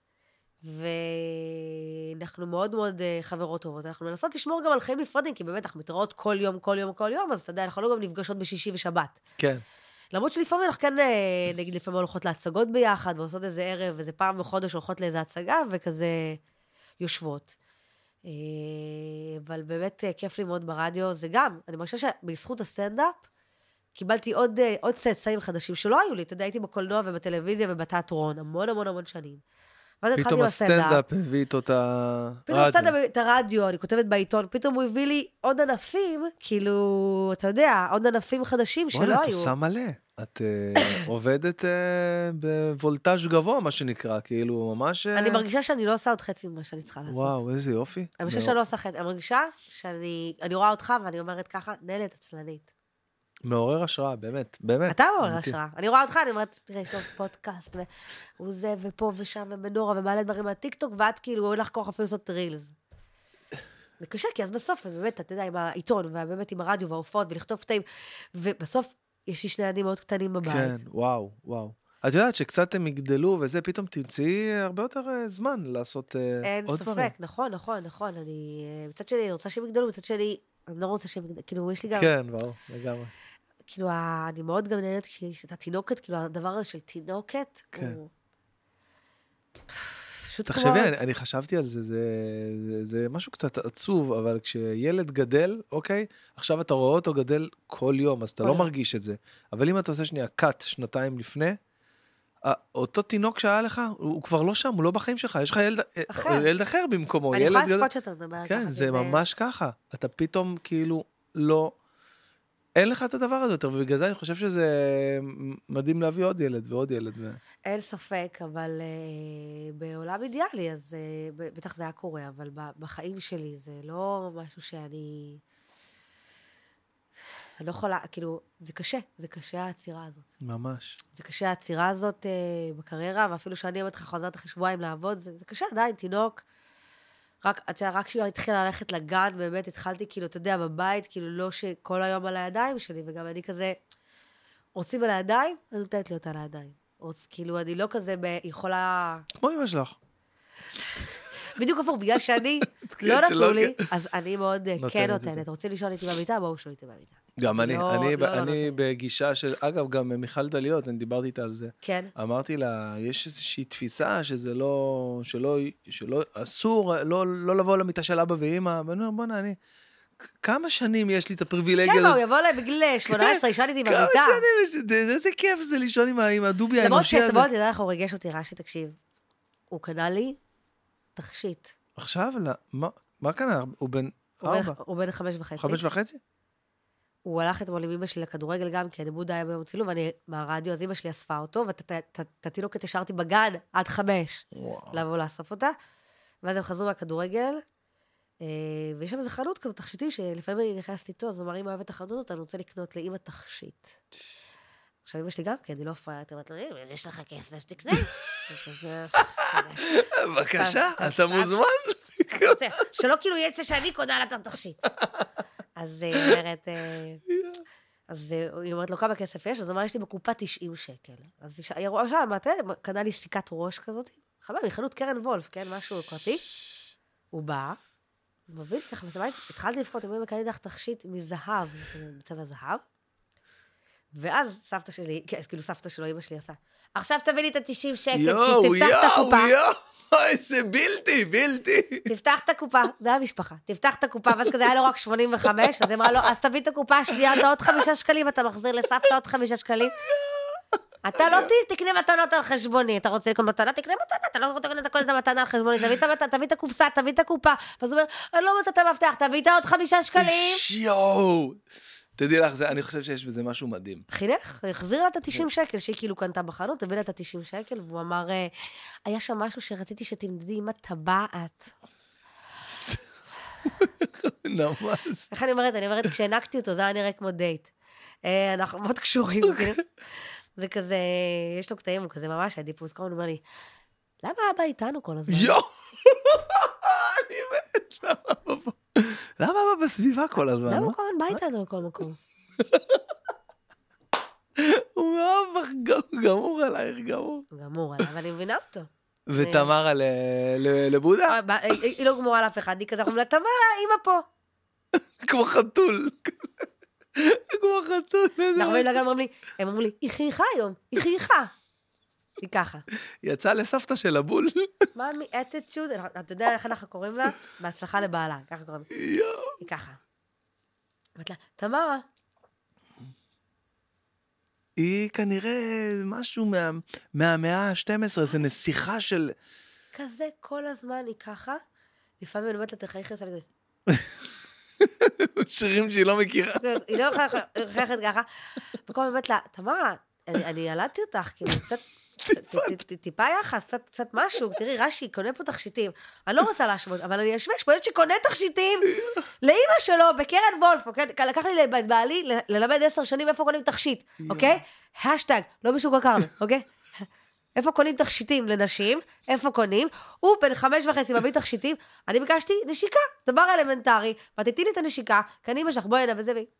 Speaker 2: ואנחנו מאוד מאוד חברות טובות. אנחנו מנסות לשמור גם על חיים נפרדים, כי באמת אנחנו מתראות כל יום, אז אתה יודע, אנחנו לא גם נפגשות בשישי ושבת.
Speaker 1: כן.
Speaker 2: למרות שלפעמים אנחנו כן, נגיד, לפעמים הולכות להצגות ביחד, ועושות איזה ערב, איזה פעם בחודש הולכות לאיזה הצגה, וכזה יושבות. אבל באמת כיף לי מאוד ברדיו, זה גם, אני מרגישה שבזכות הסטנדאפ, קיבלתי עוד צאצאים חדשים שלא היו לי, אתה יודע, הייתי בקולנוע ובטלוויזיה ובתיאטרון, המון שנים.
Speaker 1: פתאום הסטנדאפ הביא איתו את הרדיו.
Speaker 2: פתאום הסטנדאפ את הרדיו, אני כותבת בעיתון, פתאום הוא הביא לי עוד ענפים, כאילו, אתה יודע, עוד ענפים חדשים שלא היו.
Speaker 1: וואלה, את עושה מלא. את עובדת בוולטאז' גבוה, מה שנקרא, כאילו, ממש...
Speaker 2: אני מרגישה שאני לא עושה עוד חצי ממה שאני צריכה לעשות.
Speaker 1: וואו, איזה יופי.
Speaker 2: אני מרגישה שאני לא עושה חצי, אני מרגישה שאני רואה אותך ואני אומרת ככה, נהלת עצלנית.
Speaker 1: מעורר השראה, באמת, באמת.
Speaker 2: אתה מעורר השראה. אני רואה אותך, אני אומרת, תראה, יש לו פודקאסט, והוא זה, ופה ושם, ובנורה, ומעלה דברים מהטיקטוק, ואת כאילו, אין לך כוח אפילו לעשות רילס. זה קשה, כי אז בסוף, באמת, אתה יודע, עם העיתון, ובאמת עם הרדיו וההופעות, ולכתוב קטעים, ובסוף, יש לי שני ילדים מאוד קטנים בבית.
Speaker 1: כן, וואו. את יודעת שקצת הם יגדלו, וזה פתאום תמצאי הרבה יותר זמן לעשות עוד דברים.
Speaker 2: אין ספק, נכון. אני, מצד שלי, אני רוצה שהם יגדלו, מצד שלי, אני לא רוצה שהם יגדלו, כאילו, יש לי גם...
Speaker 1: כן, ברור, לגמרי.
Speaker 2: כאילו, אני מאוד גם נהנית כשאתה תינוקת, כאילו, הדבר הזה של תינוקת, הוא...
Speaker 1: תחשבי, אני חשבתי על זה, זה משהו קצת עצוב, אבל כשילד גדל, אוקיי, עכשיו אתה רואה אותו גדל כל יום, אז אתה לא מרגיש את זה. אבל אם אתה עושה שנייה קאט שנתיים לפני, אותו תינוק שהיה לך, הוא כבר לא שם, הוא לא בחיים שלך, יש לך ילד אחר במקומו.
Speaker 2: אני יכולה לפקוד שאתה מדבר ככה.
Speaker 1: כן, זה ממש ככה. אתה פתאום כאילו לא... אין לך את הדבר הזה יותר, ובגלל זה אני חושב שזה מדהים להביא עוד ילד ועוד ילד.
Speaker 2: אין ספק, אבל בעולם אידיאלי, אז בטח זה היה קורה, אבל בחיים שלי זה לא משהו שאני... אני לא יכולה, כאילו, זה קשה העצירה הזאת.
Speaker 1: ממש.
Speaker 2: זה קשה העצירה הזאת בקריירה, ואפילו שאני אומרת לך, חוזרת אחרי שבועיים לעבוד, זה קשה עדיין, תינוק. רק כשהיא התחילה ללכת לגן, באמת התחלתי, כאילו, אתה יודע, בבית, כאילו, לא שכל היום על הידיים שלי, וגם אני כזה, רוצים על הידיים, אני נותנת לי אותה על הידיים. כאילו, אני לא כזה יכולה...
Speaker 1: כמו אמא שלך.
Speaker 2: בדיוק הפוך, בגלל שאני לא נתנו לי, אז אני מאוד כן נותנת. רוצים לישון איתי במיטה, בואו שואו איתי במיטה.
Speaker 1: גם אני בגישה של, אגב, גם מיכל דליות, אני דיברתי איתה על זה.
Speaker 2: כן.
Speaker 1: אמרתי לה, יש איזושהי תפיסה שזה לא, שלא, אסור, לא לבוא למיטה של אבא ואמא, בוא נעני, כמה שנים יש לי את הפריבילגיה?
Speaker 2: כן, הוא יבוא להם בגיל 18, ישן איתי במיטה.
Speaker 1: כמה שנים יש לי, איזה כיף זה לישון עם הדובי האנושי הזה.
Speaker 2: למרות שתבוא, הוא ריגש אותי, רש"י, תקשיב. הוא קנה לי תכשיט.
Speaker 1: עכשיו, מה קנה? הוא בן 4?
Speaker 2: הוא בן 5.5.
Speaker 1: 5.5?
Speaker 2: הוא הלך אתמול עם אמא שלי לכדורגל גם, כי הנבוד היה ביום צילום, ואני מהרדיו, אז אמא שלי אספה אותו, ואת התינוקת השארתי בגן עד 5, לבוא לאסוף אותה. ואז הם חזרו מהכדורגל, ויש שם איזו חנות כזאת, תכשיטים, שלפעמים אני נכנסת איתו, אז אמר, אמא אוהבת את החנות הזאת, אני רוצה לקנות לאמא תכשיט. עכשיו אמא שלי גם, כי אני לא פריירת, אמרת לו, יש לך כסף, תקנה.
Speaker 1: בבקשה, אתה מוזמן.
Speaker 2: שלא כאילו יצא שאני קונה לה את התכשיט. אז היא אומרת, היא אומרת לו, כמה כסף יש? אז הוא אמר, יש לי בקופה 90 שקל. אז היא רואה שם, קנה לי סיכת ראש כזאת, חבל, מחנות קרן וולף, כן, משהו קראתי. הוא בא, הוא מביא את ככה, התחלתי לבכות, הוא אומר, קנה לי לך תכשיט מזהב, בצבע זהב, ואז סבתא שלי, כאילו סבתא שלו, אמא שלי עשה, עכשיו תביא לי את ה-90 שקל, תפתח את הקופה.
Speaker 1: איזה בלתי.
Speaker 2: תפתח את הקופה, זה היה משפחה, תפתח את הקופה, ואז כזה היה לו רק 85, אז אמרה לו, אז תביא את הקופה השנייה, אתה עוד 5 שקלים, אתה מחזיר לסבתא עוד 5 שקלים. אתה לא תקנה מתנות על חשבוני, אתה רוצה לקנות מתנה, תקנה מתנה, אתה לא רוצה לקנות את המתנה על חשבוני, תביא את הקופסה, תביא את הקופה, ואז הוא אומר, אני לא רוצה את המפתח, תביא את עוד 5 שקלים.
Speaker 1: יואו. תדעי לך, אני חושב שיש בזה משהו מדהים.
Speaker 2: חינך, החזיר לה את ה-90 שקל, שהיא כאילו קנתה בחנות, תביא לה את ה-90 שקל, והוא אמר, היה שם משהו שרציתי שתמדדי עם הטבעת.
Speaker 1: נמס.
Speaker 2: איך אני אומרת, כשהנקתי אותו, זה היה נראה כמו דייט. אנחנו מאוד קשורים, זה כזה, יש לו קטעים, הוא כזה ממש, הדיפוס, הוא אומר לי, למה אבא איתנו כל הזמן?
Speaker 1: יואו, אני מת, למה אבא בסביבה כל הזמן?
Speaker 2: למה הוא כל הזמן בא איתנו בכל מקום?
Speaker 1: הוא מאוהב גמור עלייך,
Speaker 2: גמור עליי, אבל אני מבינה אותו.
Speaker 1: ותמרה לבודה?
Speaker 2: היא לא גמורה לאף אחד, היא כזה, אנחנו אומרים לה, תמרה, אמא פה.
Speaker 1: כמו חתול.
Speaker 2: הם אומרים לי, היא חייכה היום, היא חייכה. היא ככה.
Speaker 1: יצאה לסבתא של הבול.
Speaker 2: מאמי, אטיטיוד, אתה יודע איך אנחנו קוראים לה? בהצלחה לבעלה, ככה קוראים לה. היא ככה. אמרת לה, תמרה.
Speaker 1: היא כנראה משהו מהמאה ה-12, זה נסיכה של...
Speaker 2: כזה כל הזמן היא ככה, לפעמים אני אומרת לה, תחייך על זה.
Speaker 1: שירים שהיא לא מכירה.
Speaker 2: היא לא חייכת ככה. וכל הזמן אומרת לה, תמרה, אני ילדתי אותך, כאילו, קצת... טיפה יחס, קצת משהו, תראי, רש"י, קונה פה תכשיטים, אני לא רוצה להשוות, אבל אני אשווה, יש פה ילד שקונה תכשיטים, לאמא שלו, בקרן וולף, אוקיי? לקח לי לבעלי ללמד 10 שנים איפה קונים תכשיט, אוקיי? השטג, לא בשוק הכרמל, אוקיי? איפה קונים תכשיטים לנשים, איפה קונים, הוא בן 5.5 מביא תכשיטים, אני ביקשתי נשיקה, דבר אלמנטרי, ותתני לי את הנשיקה, כאן אמא שלך, בואי הנה וזה בי.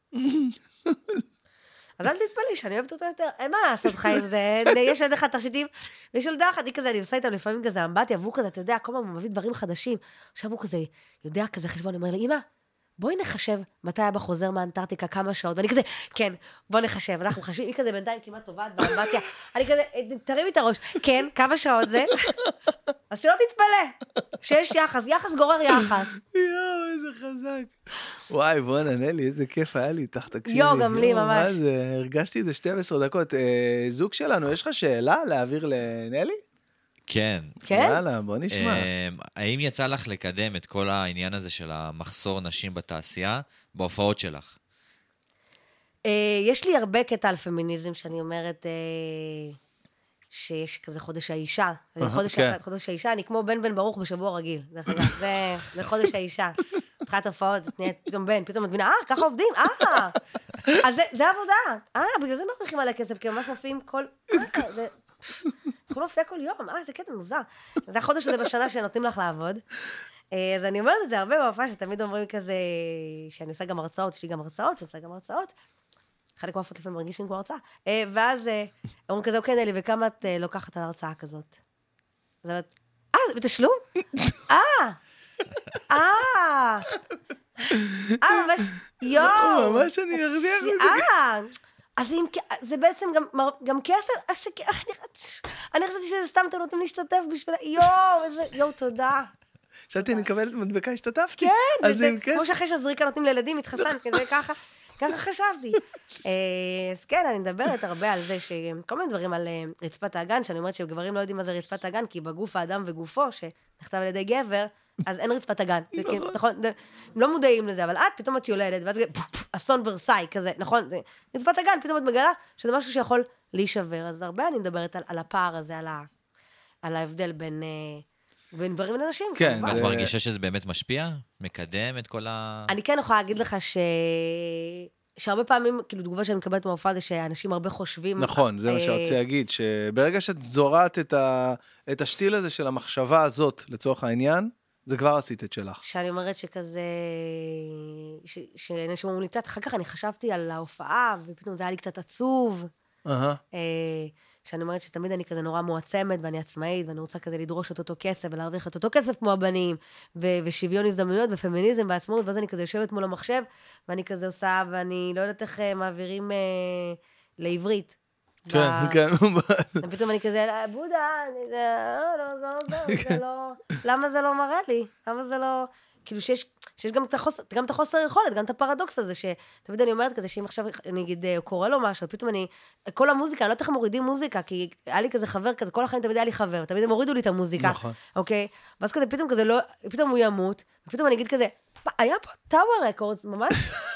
Speaker 2: אז אל תתפלאי שאני אוהבת אותו יותר, אין מה לעשות חיים, יש לידך תכשיטים, ויש ילדה אחת, אני עושה איתם לפעמים כזה אמבטיה, והוא כזה, אתה יודע, כל פעם הוא מביא דברים חדשים, עכשיו הוא כזה, יודע כזה חשבון, אני אומר לה, אמא, בואי נחשב מתי אבא חוזר מהאנטארקטיקה כמה שעות, ואני כזה, כן, בוא נחשב, אנחנו מחשבים, היא כזה בינתיים כמעט טובעת באמבטיה, אני כזה, תרימי את הראש, כן, כמה שעות זה, אז שלא תתפלא, שיש יחס גורר יחס.
Speaker 1: יואו, איזה חזק. וואי, בוא נענה לי, איזה כיף היה לי איתך, תקשיבי.
Speaker 2: יואו, גם לי ממש.
Speaker 1: הרגשתי את זה 12 דקות. זוג שלנו, יש לך שאלה להעביר לנלי?
Speaker 3: כן.
Speaker 2: כן?
Speaker 1: יאללה, בוא נשמע.
Speaker 3: האם יצא לך לקדם את כל העניין הזה של המחסור נשים בתעשייה בהופעות שלך?
Speaker 2: יש לי הרבה קטע על פמיניזם שאני אומרת שיש כזה חודש האישה. חודש האישה, אני כמו בן ברוך בשבוע רגיל. זה חודש האישה. מבחינת הופעות, זה פתאום בן, פתאום את מבינה, ככה עובדים, אז זה עבודה. בגלל זה מרוויחים על הכסף, כי ממש מופיעים כל... זה... אנחנו לא הופיע כל יום, זה קטע מוזר. זה החודש הזה בשנה שנותנים לך לעבוד. אז אני אומרת את זה הרבה בהופעה, שתמיד אומרים כזה, שאני עושה גם הרצאות, שאני עושה גם הרצאות. חלק מההופעות לפעמים מרגישים כמו הרצאה. ואז אומרים כזה, אוקיי, נלי, וכמה את לוקחת על הרצאה כזאת? אז אני אומרת, זה בתשלום? ממש, יואו.
Speaker 1: ממש אני ארוויח מזה.
Speaker 2: אז זה בעצם גם כסף, אני חשבתי שזה סתם אתם נותנים להשתתף בשביל, יואו, תודה.
Speaker 1: חשבתי, אני מקבלת מדבקה, השתתפתי.
Speaker 2: כן, זה כמו שאחרי שהזריקה נותנים לילדים, מתחסן, כזה ככה חשבתי. אז כן, אני מדברת הרבה על זה, שכל מיני דברים על רצפת האגן, שאני אומרת שגברים לא יודעים מה זה רצפת האגן, כי בגוף האדם וגופו, שנכתב על ידי גבר, אז אין רצפת אגן, נכון? הם לא מודעים לזה, אבל פתאום את יולדת, ואז אסון ורסאי כזה, נכון? רצפת אגן, פתאום את מגלה שזה משהו שיכול להישבר, אז הרבה אני מדברת על הפער הזה, על ההבדל בין גברים לנשים,
Speaker 1: כן,
Speaker 2: כמובן.
Speaker 3: ואת מרגישה שזה באמת משפיע? מקדם את כל ה...
Speaker 2: אני כן יכולה להגיד לך שהרבה פעמים, כאילו, תגובות שאני מקבלת מההופעה זה שאנשים הרבה חושבים...
Speaker 1: נכון, זה מה שרציתי להגיד, שברגע שאת זורעת את השתיל הזה של המחשבה הזאת, לצורך העניין, זה כבר עשית את שלך.
Speaker 2: שאני אומרת שכזה... שאנשים אומרים לי, אחר כך אני חשבתי על ההופעה, ופתאום זה היה לי קצת עצוב. שאני אומרת שתמיד אני כזה נורא מועצמת, ואני עצמאית, ואני רוצה כזה לדרוש את אותו כסף, ולהרוויח את אותו כסף כמו הבנים, ושוויון הזדמנויות, ופמיניזם, ועצמאות, ואז אני כזה יושבת מול המחשב, ואני כזה עושה, ואני לא יודעת איך מעבירים לעברית.
Speaker 1: כן, כן.
Speaker 2: ופתאום אני כזה, בודה, זה לא, למה זה לא מראה לי? למה זה לא... כאילו שיש גם את החוסר יכולת, גם את הפרדוקס הזה, שתמיד אני אומרת כזה, שאם עכשיו אני אגיד, קורא לו משהו, פתאום כל המוזיקה, אני לא יודעת איך מורידים מוזיקה, כי היה לי כזה חבר כזה, כל החיים תמיד היה לי חבר, תמיד הם הורידו לי את המוזיקה, אוקיי? ואז כזה פתאום כזה לא, פתאום הוא ימות, ופתאום אני אגיד כזה, היה פה טאוור רקורדס, ממש?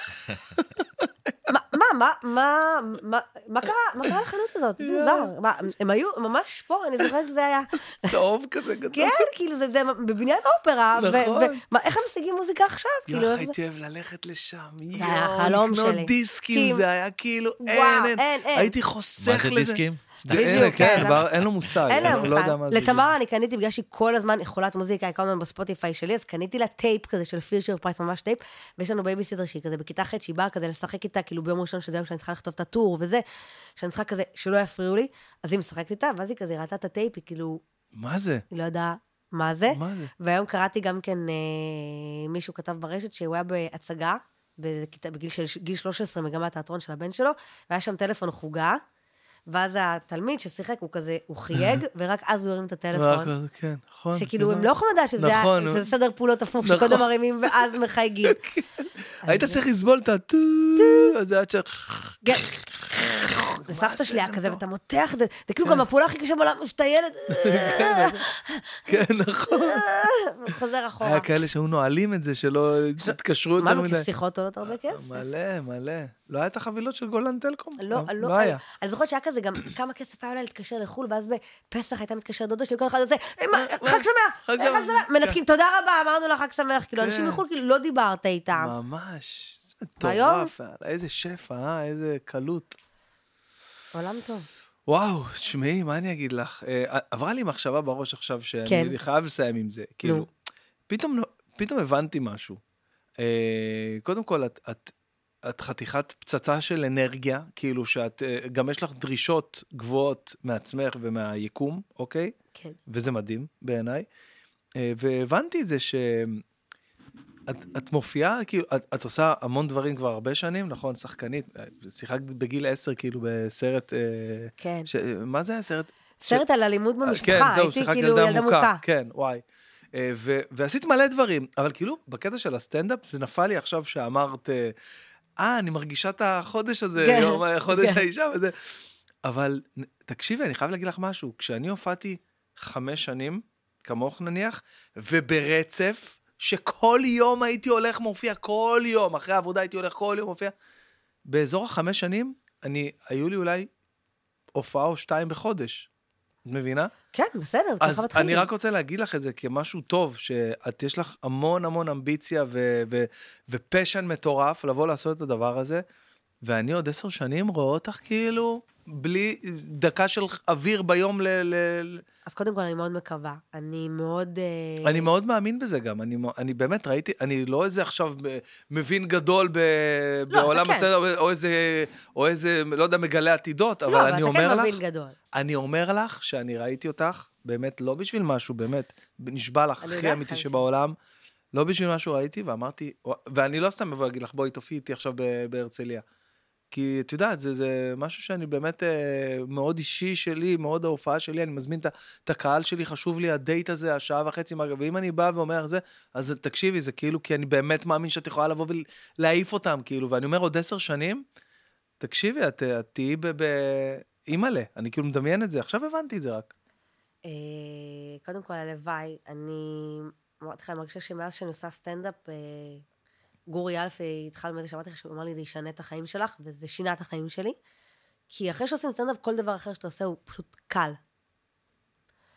Speaker 2: מה קרה לחנות הזאת? זה מוזר. הם היו ממש פה, אני זוכרת שזה היה...
Speaker 1: צהוב כזה גדול.
Speaker 2: כן, כאילו זה בבניין אופרה. נכון. איך הם משיגים מוזיקה עכשיו?
Speaker 1: הייתי אוהב ללכת לשם.
Speaker 2: זה היה החלום שלי.
Speaker 1: לקנות דיסקים, זה היה כאילו, אין. הייתי חוסך לזה.
Speaker 3: מה זה דיסקים?
Speaker 1: כן, אין לו מושג.
Speaker 2: אין לו מושג. לתמר אני קניתי, בגלל שהיא כל הזמן יכולת מוזיקה, היא כל הזמן בספוטיפיי שלי, אז קניתי לה טייפ כזה של פישר פרייס, ממש טייפ, ויש לנו בייביסיטר שהיא כזה בכיתה ח' שהיא באה כזה לשחק איתה, כאילו ביום ראשון שזה היום שאני צריכה לכתוב את הטור וזה, שאני צריכה כזה שלא יפריעו לי, אז היא משחקת איתה, ואז היא כזה ראתה את הטייפ, היא כאילו...
Speaker 1: מה זה?
Speaker 2: היא לא ידעה מה זה. והיום קראתי גם כן, מישהו כתב ברשת שהוא היה בהצגה, בגיל 13 מגמת התיאטרון של הבן שלו, והיה שם טלפון חוגה, ואז התלמיד ששיחק, הוא כזה, הוא חייג, ורק אז הוא הרים את הטלפון.
Speaker 1: כן, נכון.
Speaker 2: שכאילו, הם לא יכולים לדעת שזה סדר פעולות הפוך, שקודם מרימים ואז מחייגים.
Speaker 1: היית צריך לסבול את הטו, אז זה עד ש...
Speaker 2: לסבתא שלי היה כזה, ואתה מותח את זה, זה כאילו גם הפעולה הכי קשה בעולם, שאתה ילד...
Speaker 1: כן, נכון.
Speaker 2: חוזר אחורה.
Speaker 1: היה כאלה שהיו נועלים את זה, שלא התקשרו יותר מדי.
Speaker 2: מה, כי שיחות עולות הרבה כסף?
Speaker 1: מלא. לא היה את החבילות של גולן טלקום?
Speaker 2: לא היה. אני זוכרת שהיה כזה גם כמה כסף היה לה להתקשר לחול, ואז בפסח הייתה מתקשר דודה שלי, כל אחד עושה, חג שמח, מנתקים, תודה רבה, אמרנו לה חג שמח, כאילו, אנשים מחול, כאילו, לא דיברת איתם.
Speaker 1: ממש, זה מטורף, איזה שפע, איזה קלות.
Speaker 2: עולם טוב.
Speaker 1: וואו, תשמעי, מה אני אגיד לך? עברה לי מחשבה בראש עכשיו שאני חייב לסיים עם זה. כאילו, פתאום הבנתי משהו. קודם כל, את חתיכת פצצה של אנרגיה, כאילו שאת, גם יש לך דרישות גבוהות מעצמך ומהיקום, אוקיי?
Speaker 2: כן.
Speaker 1: וזה מדהים בעיניי. והבנתי את זה את מופיעה, כאילו, את עושה המון דברים כבר הרבה שנים, נכון? שחקנית, שיחקת בגיל 10, כאילו, בסרט...
Speaker 2: כן.
Speaker 1: מה זה היה סרט?
Speaker 2: סרט על אלימות במשפחה,
Speaker 1: כן, זהו,
Speaker 2: הייתי
Speaker 1: שיחקת
Speaker 2: כאילו ילדה מוכה.
Speaker 1: כן, וואי. ועשית מלא דברים, אבל כאילו, בקטע של הסטנדאפ, זה נפל לי עכשיו שאמרת, אני מרגישה את החודש הזה, יום החודש האישה וזה. אבל תקשיבי, אני חייב להגיד לך משהו, כשאני הופעתי 5 שנים, כמוך נניח, וברצף, שכל יום הייתי הולך מופיע, כל יום, אחרי העבודה הייתי הולך כל יום מופיע. באזור 5 שנים, היו לי אולי הופעה או 2 בחודש. את מבינה?
Speaker 2: כן, בסדר, זה ככה מתחילים.
Speaker 1: אז אני רק רוצה להגיד לך את זה כמשהו טוב, שאת יש לך המון אמביציה ופשן מטורף לבוא לעשות את הדבר הזה, ואני עוד 10 שנים רואה אותך כאילו, בלי דקה של אוויר ביום
Speaker 2: אז קודם כל אני מאוד מקווה, אני
Speaker 1: מאוד מאמין בזה גם, אני באמת ראיתי, אני לא איזה עכשיו מבין גדול בעולם הסדר, או איזה, לא יודע, מגלה עתידות, אבל אני אומר לך, אני אומר לך שאני ראיתי אותך, באמת לא בשביל משהו, באמת, נשבע לך הכי אמיתי שבעולם, לא בשביל משהו ראיתי, ואמרתי, ואני לא סתם מבוא להגיד לך, בואי תופיעי איתי עכשיו בהרצליה. כי את יודעת, זה משהו שאני באמת מאוד אישי שלי, מאוד ההופעה שלי, אני מזמין את הקהל שלי, חשוב לי הדייט הזה, 1.5 שעה, ואם אני בא ואומר זה, אז תקשיבי, זה כאילו, כי אני באמת מאמין שאת יכולה לבוא ולהעיף אותם, כאילו, ואני אומר עוד 10 שנים, תקשיבי, את תהיי אימא'לה, אני כאילו מדמיין את זה, עכשיו הבנתי את זה רק.
Speaker 2: קודם כל, הלוואי, אמרתי לך, אני מרגישה שמאז שאני עושה סטנדאפ, גורי אלף התחל מזה, שמעתי לך שהוא אמר לי, זה ישנה את החיים שלך, וזה שינה את החיים שלי, כי אחרי שעושים סטנדאפ, כל דבר אחר שאתה עושה הוא פשוט קל.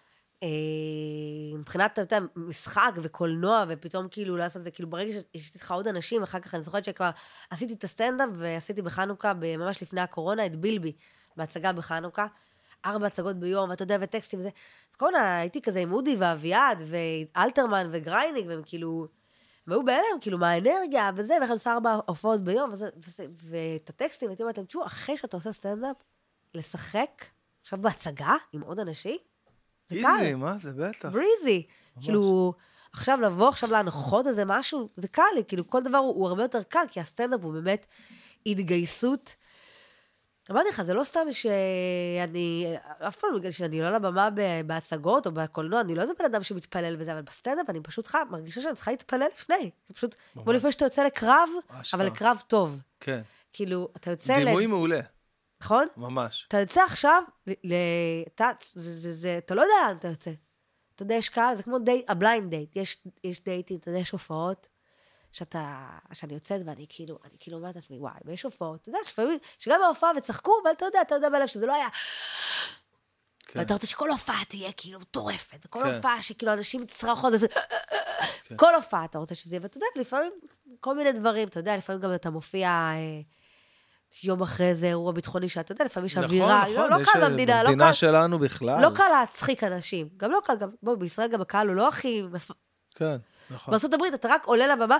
Speaker 2: מבחינת, אתה יודע, משחק וקולנוע, ופתאום כאילו לעשות את זה, כאילו ברגע שיש לך עוד אנשים, אחר כך אני זוכרת שכבר עשיתי את הסטנדאפ, ועשיתי בחנוכה, ממש לפני הקורונה, את בילבי, בהצגה בחנוכה, 4 הצגות ביום, ואתה יודע, וטקסטים וזה. וקורונה, הייתי כזה עם אודי ואביעד, ואלתרמן וגרייניק, והם כאילו, הם היו בהלם, כאילו, מה האנרגיה, וזה, ואיך אני עושה 4 הופעות ביום, ואת הטקסטים, הייתי אומרת להם, תשמעו, אחרי שאתה עושה סטנדאפ, לשחק, עכשיו בהצגה, עם עוד אנשים, זה קל.
Speaker 1: איזי, מה זה? בטח.
Speaker 2: בריזי. כאילו, עכשיו לבוא, עכשיו להנחות איזה משהו, זה קל לי, כאילו, כל דבר הוא הרבה יותר קל, כי הסטנדאפ הוא באמת התגייסות. אמרתי לך, זה לא סתם שאני, אף פעם בגלל שאני לא על הבמה בהצגות או בקולנוע, אני לא איזה בן אדם שמתפלל בזה, אבל בסטנדאפ אני פשוט מרגישה שאני צריכה להתפלל לפני. פשוט, כמו לפני שאתה יוצא לקרב, אבל לקרב טוב.
Speaker 1: כן.
Speaker 2: כאילו, אתה יוצא
Speaker 1: דימוי מעולה.
Speaker 2: נכון?
Speaker 1: ממש.
Speaker 2: אתה יוצא עכשיו, אתה לא יודע לאן אתה יוצא. אתה יודע, יש קהל, זה כמו הבליינד דייט. יש דייטים, אתה יודע, יש הופעות, שאני יוצאת ואני כאילו אומרת לעצמי, וואי, ויש הופעות, אתה יודע, שגם בהופעה וצחקו, אבל אתה יודע בלב שזה לא היה. ואתה רוצה שכל הופעה תהיה כאילו מטורפת, וכל הופעה שכאילו אנשים צרחות, כל הופעה אתה רוצה שזה יהיה, ואתה יודע, לפעמים כל מיני דברים, אתה יודע, לפעמים גם אתה מופיע יום אחרי זה אירוע ביטחוני שאתה יודע, לפעמים יש אווירה, לא קל במדינה,
Speaker 1: במדינה שלנו בכלל.
Speaker 2: לא קל להצחיק אנשים, גם לא קל, בואו, בישראל גם הקהל הוא לא הכי...
Speaker 1: כן, נכון.
Speaker 2: בארצות הברית אתה רק עולה לבמה,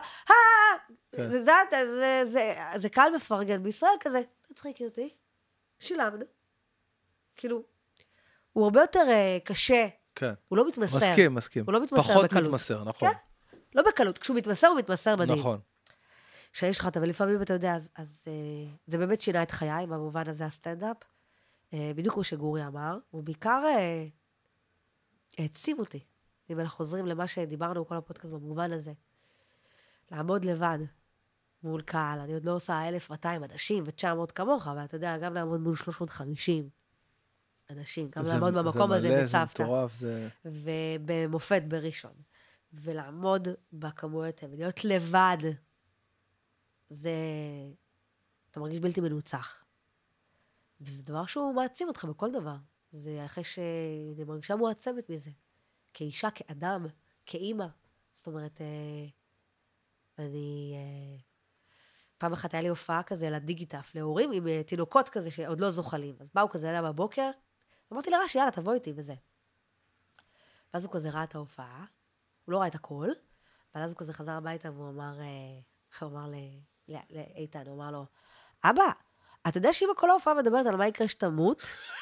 Speaker 2: זה קהל מפרגן, בישראל כזה, תצחיקי אותי, שילמנו. כאילו, הוא הרבה יותר קשה,
Speaker 1: כן.
Speaker 2: הוא לא מתמסר.
Speaker 1: מסכים.
Speaker 2: הוא לא מתמסר בקלות.
Speaker 1: פחות מתמסר, נכון.
Speaker 2: כן, לא בקלות, כשהוא מתמסר, הוא מתמסר בדין.
Speaker 1: נכון.
Speaker 2: שיש לך, אבל לפעמים אתה יודע, אז זה באמת שינה את חיי, במובן הזה הסטנדאפ, בדיוק כמו שגורי אמר, הוא בעיקר העצים אותי, אם אנחנו חוזרים למה שדיברנו בכל הפודקאסט במובן הזה. לעמוד לבד מול קהל, אני עוד לא עושה 1,200 אנשים ו-900 כמוך, אבל אתה יודע, גם לעמוד מול 350 אנשים, גם לעמוד במקום הזה בצוותא.
Speaker 1: זה מטורף, זה...
Speaker 2: ובמופת בראשון. ולעמוד בכמויות, ולהיות לבד, זה... אתה מרגיש בלתי מנוצח. וזה דבר שהוא מעצים אותך בכל דבר. זה אחרי שאני מרגישה מועצמת מזה. כאישה, כאדם, כאימא. זאת אומרת, אני... פעם אחת היה לי הופעה כזה לדיגיטף, להורים עם תינוקות כזה שעוד לא זוחלים. אז באו כזה אליי בבוקר, אמרתי לרש"י, יאללה, תבוא איתי וזה. ואז הוא כזה ראה את ההופעה, הוא לא ראה את הכל, אבל אז הוא כזה חזר הביתה והוא אמר לאיתן, הוא אמר לו, אבא, אתה יודע שאמא כל ההופעה מדברת על מה יקרה שתמות?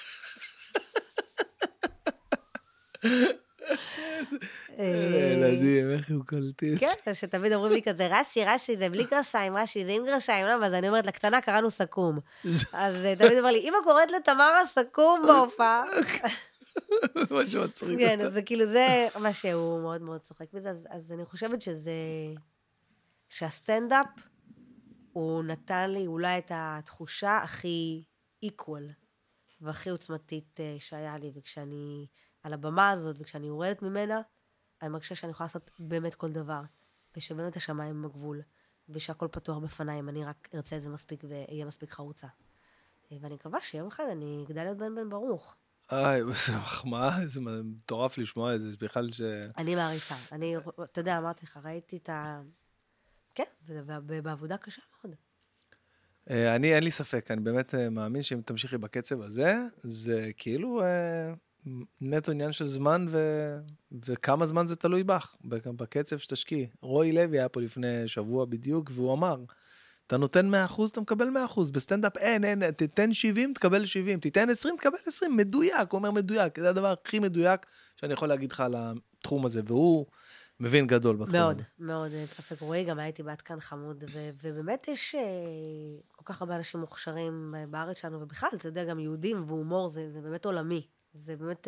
Speaker 1: ילדים, איך הוא קולטים.
Speaker 2: כן, שתמיד אומרים לי כזה, רש"י, זה בלי גרשיים, רש"י, זה עם גרשיים, למה? אז אני אומרת, לקטנה קראנו סכום. אז תמיד אומר לי, אמא קוראת לתמרה סכום בהופעה.
Speaker 1: משהו מצחיק.
Speaker 2: כן, אז זה כאילו, זה מה שהוא מאוד מאוד צוחק בזה, אז אני חושבת שהסטנדאפ, הוא נתן לי אולי את התחושה הכי equal, והכי עוצמתית שהיה לי, וכשאני על הבמה הזאת, וכשאני יורדת ממנה, אני מרגישה שאני יכולה לעשות באמת כל דבר, ושבאמת השמיים הם הגבול, ושהכל פתוח בפניי, אם אני רק ארצה את זה מספיק, ואהיה מספיק חרוצה. ואני מקווה שיום אחד אני אגדל להיות בן ברוך.
Speaker 1: זה מחמאה, זה מטורף לשמוע את זה, בכלל ש...
Speaker 2: אני מעריצה. אתה יודע, אמרתי לך, ראיתי את ה... כן, ובעבודה קשה מאוד.
Speaker 1: אין לי ספק, אני באמת מאמין שאם תמשיכי בקצב הזה, זה כאילו נטו עניין של זמן, וכמה זמן זה תלוי בך, בקצב שתשקיעי. רועי לוי היה פה לפני שבוע בדיוק, והוא אמר, אתה נותן 100%, אתה מקבל 100%, בסטנדאפ אין, תיתן 70, תקבל 70, תיתן 20, תקבל 20, מדויק, הוא אומר מדויק, זה הדבר הכי מדויק שאני יכול להגיד לך על התחום הזה, והוא מבין גדול בתחום הזה.
Speaker 2: מאוד, מאוד, ספק רועי, גם הייתי בת כאן חמוד, ובאמת יש כל כך הרבה אנשים מוכשרים בארץ שלנו, ובכלל, אתה יודע, גם יהודים והומור, זה באמת עולמי, זה באמת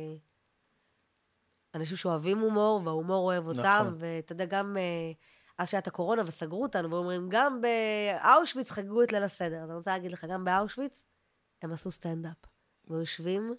Speaker 2: אנשים שאוהבים הומור, וההומור אוהב אותם, ואתה יודע, גם אז שהיה את הקורונה וסגרו אותנו, ואומרים, גם באושוויץ חגגו את ליל הסדר. אז אני רוצה להגיד לך, גם באושוויץ, הם עשו סטנדאפ. ויושבים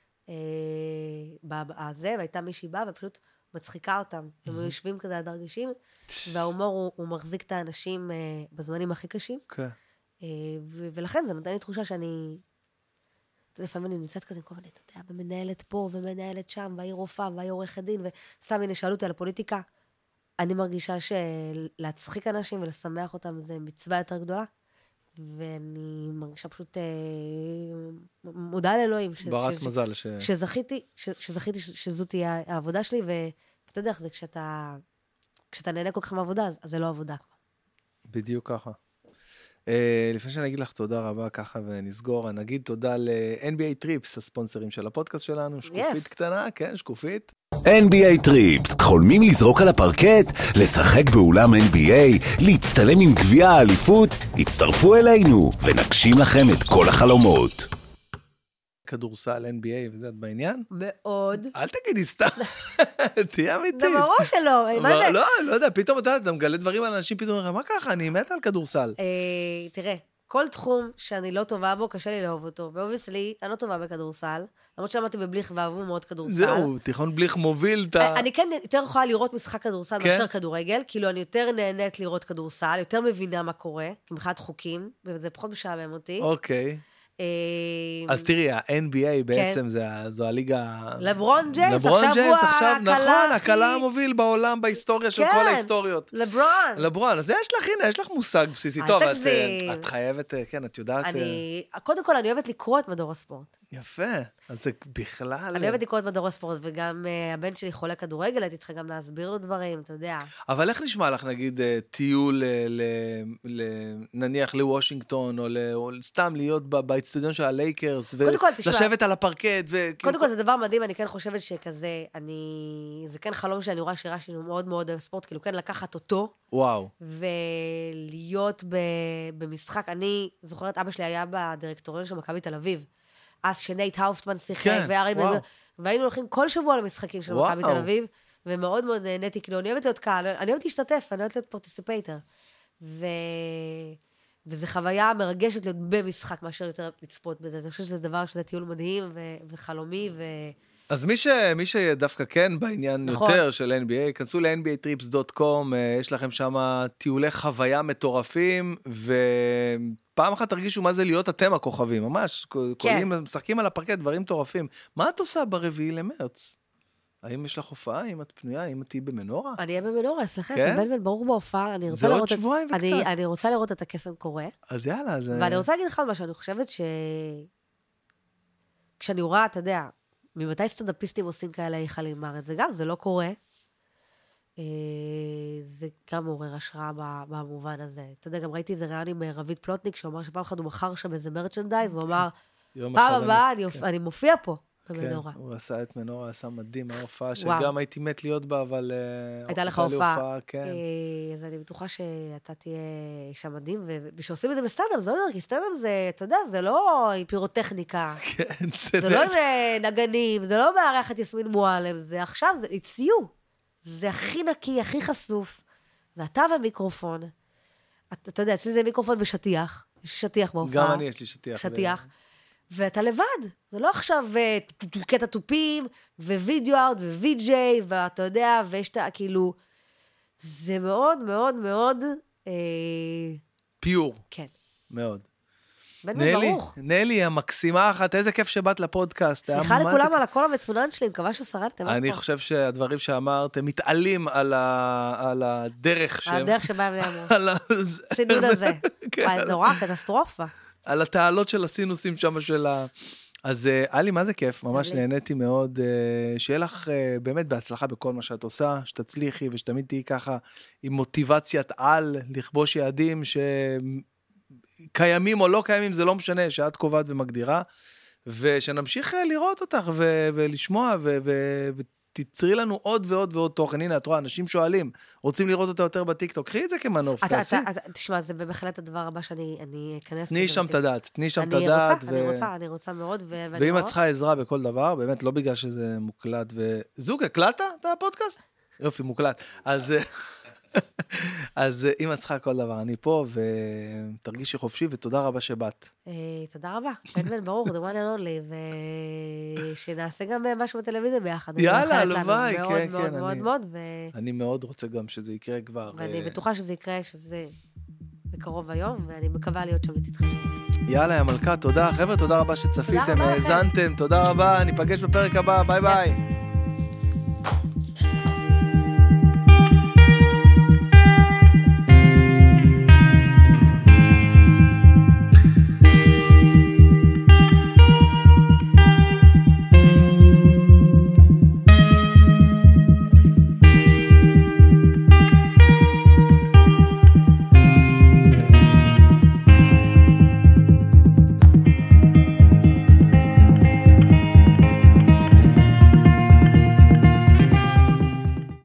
Speaker 2: בזה, והייתה מישהי באה, ופשוט מצחיקה אותם. הם יושבים כזה עד הרגישים, וההומור הוא מחזיק את האנשים בזמנים הכי קשים. ולכן זה נותן לי תחושה שאני לפעמים אני נמצאת כזה, כל מיני, אתה יודע, ומנהלת פה, ומנהלת שם, והיא רופאה, והיא עורכת דין, וסתם, הנה, שאלו אותי על הפוליטיקה. אני מרגישה שלהצחיק אנשים ולשמח אותם זה מצווה יותר גדולה, ואני מרגישה פשוט מודעה לאלוהים.
Speaker 1: ברת מזל.
Speaker 2: שזכיתי שזו תהיה העבודה שלי, ואתה יודע איך זה, כשאתה נהנה כל כך מהעבודה, אז זה לא עבודה.
Speaker 1: בדיוק ככה. לפני שאני אגיד לך תודה רבה ככה ונסגור, נגיד תודה ל-NBA טריפס, הספונסרים של הפודקאסט שלנו, שקופית קטנה, כן, שקופית.
Speaker 4: NBA טריפס, חולמים לזרוק על הפרקט, לשחק באולם NBA, להצטלם עם גביע האליפות, הצטרפו אלינו ונגשים לכם את כל החלומות.
Speaker 1: כדורסל, NBA וזה את בעניין?
Speaker 2: מאוד.
Speaker 1: אל תגידי סתם, תהיה אמיתית.
Speaker 2: זה ברור שלא.
Speaker 1: לא יודע, פתאום אתה מגלה דברים על אנשים, פתאום מה ככה, אני מת על כדורסל.
Speaker 2: תראה, כל תחום שאני לא טובה בו, קשה לי לאהוב אותו. ואובייסלי, אני לא טובה בכדורסל, למרות שלמדתי בבליך ואהבו מאוד כדורסל.
Speaker 1: זהו, תיכון בליך מוביל את ה...
Speaker 2: אני כן יותר יכולה לראות משחק כדורסל מאשר כדורגל, כאילו אני יותר נהנית לראות כדורסל, יותר מבינה מה קורה, מבחינת חוקים, וזה פחות משעמם אותי.
Speaker 1: אוקיי. אז תראי, ה-NBA בעצם זו הליגה...
Speaker 2: לברון ג'יימס, עכשיו
Speaker 1: נכון, הקלה המוביל בעולם, בהיסטוריה של כל ההיסטוריות. לברון, אז יש לך מושג בסיסי. טוב, את חייבת, כן, את יודעת...
Speaker 2: קודם כל, אני אוהבת לקרוא את מדור הספורט.
Speaker 1: יפה, אז זה בכלל...
Speaker 2: אני אוהבת לקרוא את מדור הספורט, וגם הבן שלי חולה כדורגל, הייתי צריכה גם להסביר לו דברים, אתה יודע.
Speaker 1: אבל איך נשמע לך, נגיד, טיול, נניח לוושינגטון, או סתם להיות באצטדיון של הלייקרס, ולשבת על הפרקט,
Speaker 2: קודם כל, זה דבר מדהים, אני כן חושבת שכזה, זה כן חלום שאני רואה שירה שאני מאוד מאוד אוהב ספורט, כאילו כן לקחת אותו,
Speaker 1: וואו.
Speaker 2: ולהיות במשחק, אני זוכרת, אבא שלי היה בדירקטוריון של מכבי תל אביב, אז שנייט האופטמן שיחק, והיינו הולכים כל שבוע למשחקים של מכבי תל אביב, ומאוד מאוד נהניתי, כאילו, אני אוהבת להיות קהל, אני אוהבת להשתתף, אני אוהבת להיות פרטיסיפייטר. וזו חוויה מרגשת להיות במשחק, מאשר יותר לצפות בזה. אני חושבת שזה דבר שזה טיול מדהים וחלומי.
Speaker 1: אז מי שדווקא כן בעניין יותר של NBA, כנסו ל-nbatrips.com, יש לכם שם טיולי חוויה מטורפים, ופעם אחת תרגישו מה זה להיות אתם הכוכבים, ממש, משחקים על הפרקט, דברים מטורפים. מה את עושה ב4 למרץ? האם יש לך הופעה? האם את פנויה? האם את תהיי במנורה?
Speaker 2: אני אהיה במנורה, סליחה, זה בן ברור בהופעה.
Speaker 1: זה עוד שבועיים וקצת.
Speaker 2: אני רוצה לראות את הקסם קורה.
Speaker 1: אז יאללה, זה...
Speaker 2: ואני רוצה להגיד לך מה שאני חושבת כשאני רואה, אתה יודע, ממתי סטנדאפיסטים עושים כאלה היכלים בארץ? זה גם, זה לא קורה. זה גם מעורר השראה במובן הזה. אתה יודע, גם ראיתי איזה רעיון עם רביד פלוטניק, שאומר שפעם אחת הוא מכר שם איזה מרצ'נדייז, והוא אמר, פעם הבאה אני מופיע פה. במנורה.
Speaker 1: כן, הוא עשה את מנורה, עשה מדהים, ההופעה שגם הייתי מת להיות בה, אבל...
Speaker 2: הייתה לך הופעה,
Speaker 1: כן.
Speaker 2: אז אני בטוחה שאתה תהיה שם מדהים, ושעושים את זה בסטנדאפ, זה לא יודע, כי סטנדאפ זה, אתה יודע, זה לא פירוטכניקה,
Speaker 1: כן,
Speaker 2: זה לא נגנים, זה לא מארחת יסמין מועלם, זה עכשיו, זה הציעו, זה הכי נקי, הכי חשוף, זה אתה ומיקרופון, אתה יודע, אצלי זה מיקרופון ושטיח, יש לי שטיח בהופעה.
Speaker 1: גם אני יש לי שטיח.
Speaker 2: ואתה לבד, זה לא עכשיו קטע טופים, ווידאו ארט, וויג'יי, ואתה יודע, ויש את, כאילו, זה מאוד מאוד מאוד...
Speaker 1: פיור.
Speaker 2: כן.
Speaker 1: מאוד.
Speaker 2: בן ברוך.
Speaker 1: נלי, המקסימה אחת, איזה כיף שבאת לפודקאסט.
Speaker 2: סליחה לכולם על הקול המצונן שלי, מקווה ששרדתם.
Speaker 1: אני חושב שהדברים שאמרת, הם מתעלים על הדרך
Speaker 2: על הדרך שבה הם נאמרו. סינון הזה. נורא, קטסטרופה.
Speaker 1: על התעלות של הסינוסים שם של ה... אז אלי, מה זה כיף? ממש נהניתי מאוד. שיהיה לך באמת בהצלחה בכל מה שאת עושה, שתצליחי ושתמיד תהיי ככה עם מוטיבציית על, לכבוש יעדים שקיימים או לא קיימים, זה לא משנה, שאת קובעת ומגדירה, ושנמשיך לראות אותך ולשמוע תצרי לנו עוד ועוד ועוד תוכן. הנה, את רואה, אנשים שואלים, רוצים לראות אותה יותר בטיקטוק, קחי את זה כמנוף, תעשי.
Speaker 2: תשמע, זה בהחלט הדבר הבא שאני אכנס.
Speaker 1: תני שם את הדעת,
Speaker 2: אני רוצה מאוד.
Speaker 1: ואם את צריכה עזרה בכל דבר, באמת לא בגלל שזה מוקלט זוג, הקלטת את הפודקאסט? יופי, מוקלט. אז אם את צריכה כל דבר, אני פה, ותרגישי חופשי, ותודה רבה שבאת.
Speaker 2: תודה רבה, בן ברוך, the one and only, ושנעשה גם משהו בטלוויזיה ביחד.
Speaker 1: יאללה, הלוואי, כן,
Speaker 2: מאוד מאוד מאוד.
Speaker 1: אני מאוד רוצה גם שזה יקרה כבר.
Speaker 2: ואני בטוחה שזה יקרה, שזה בקרוב היום, ואני מקווה להיות שם לצדך שלי.
Speaker 1: יאללה, המלכה, תודה. חבר'ה, תודה רבה שצפיתם, האזנתם, תודה רבה, ניפגש בפרק הבא, ביי ביי.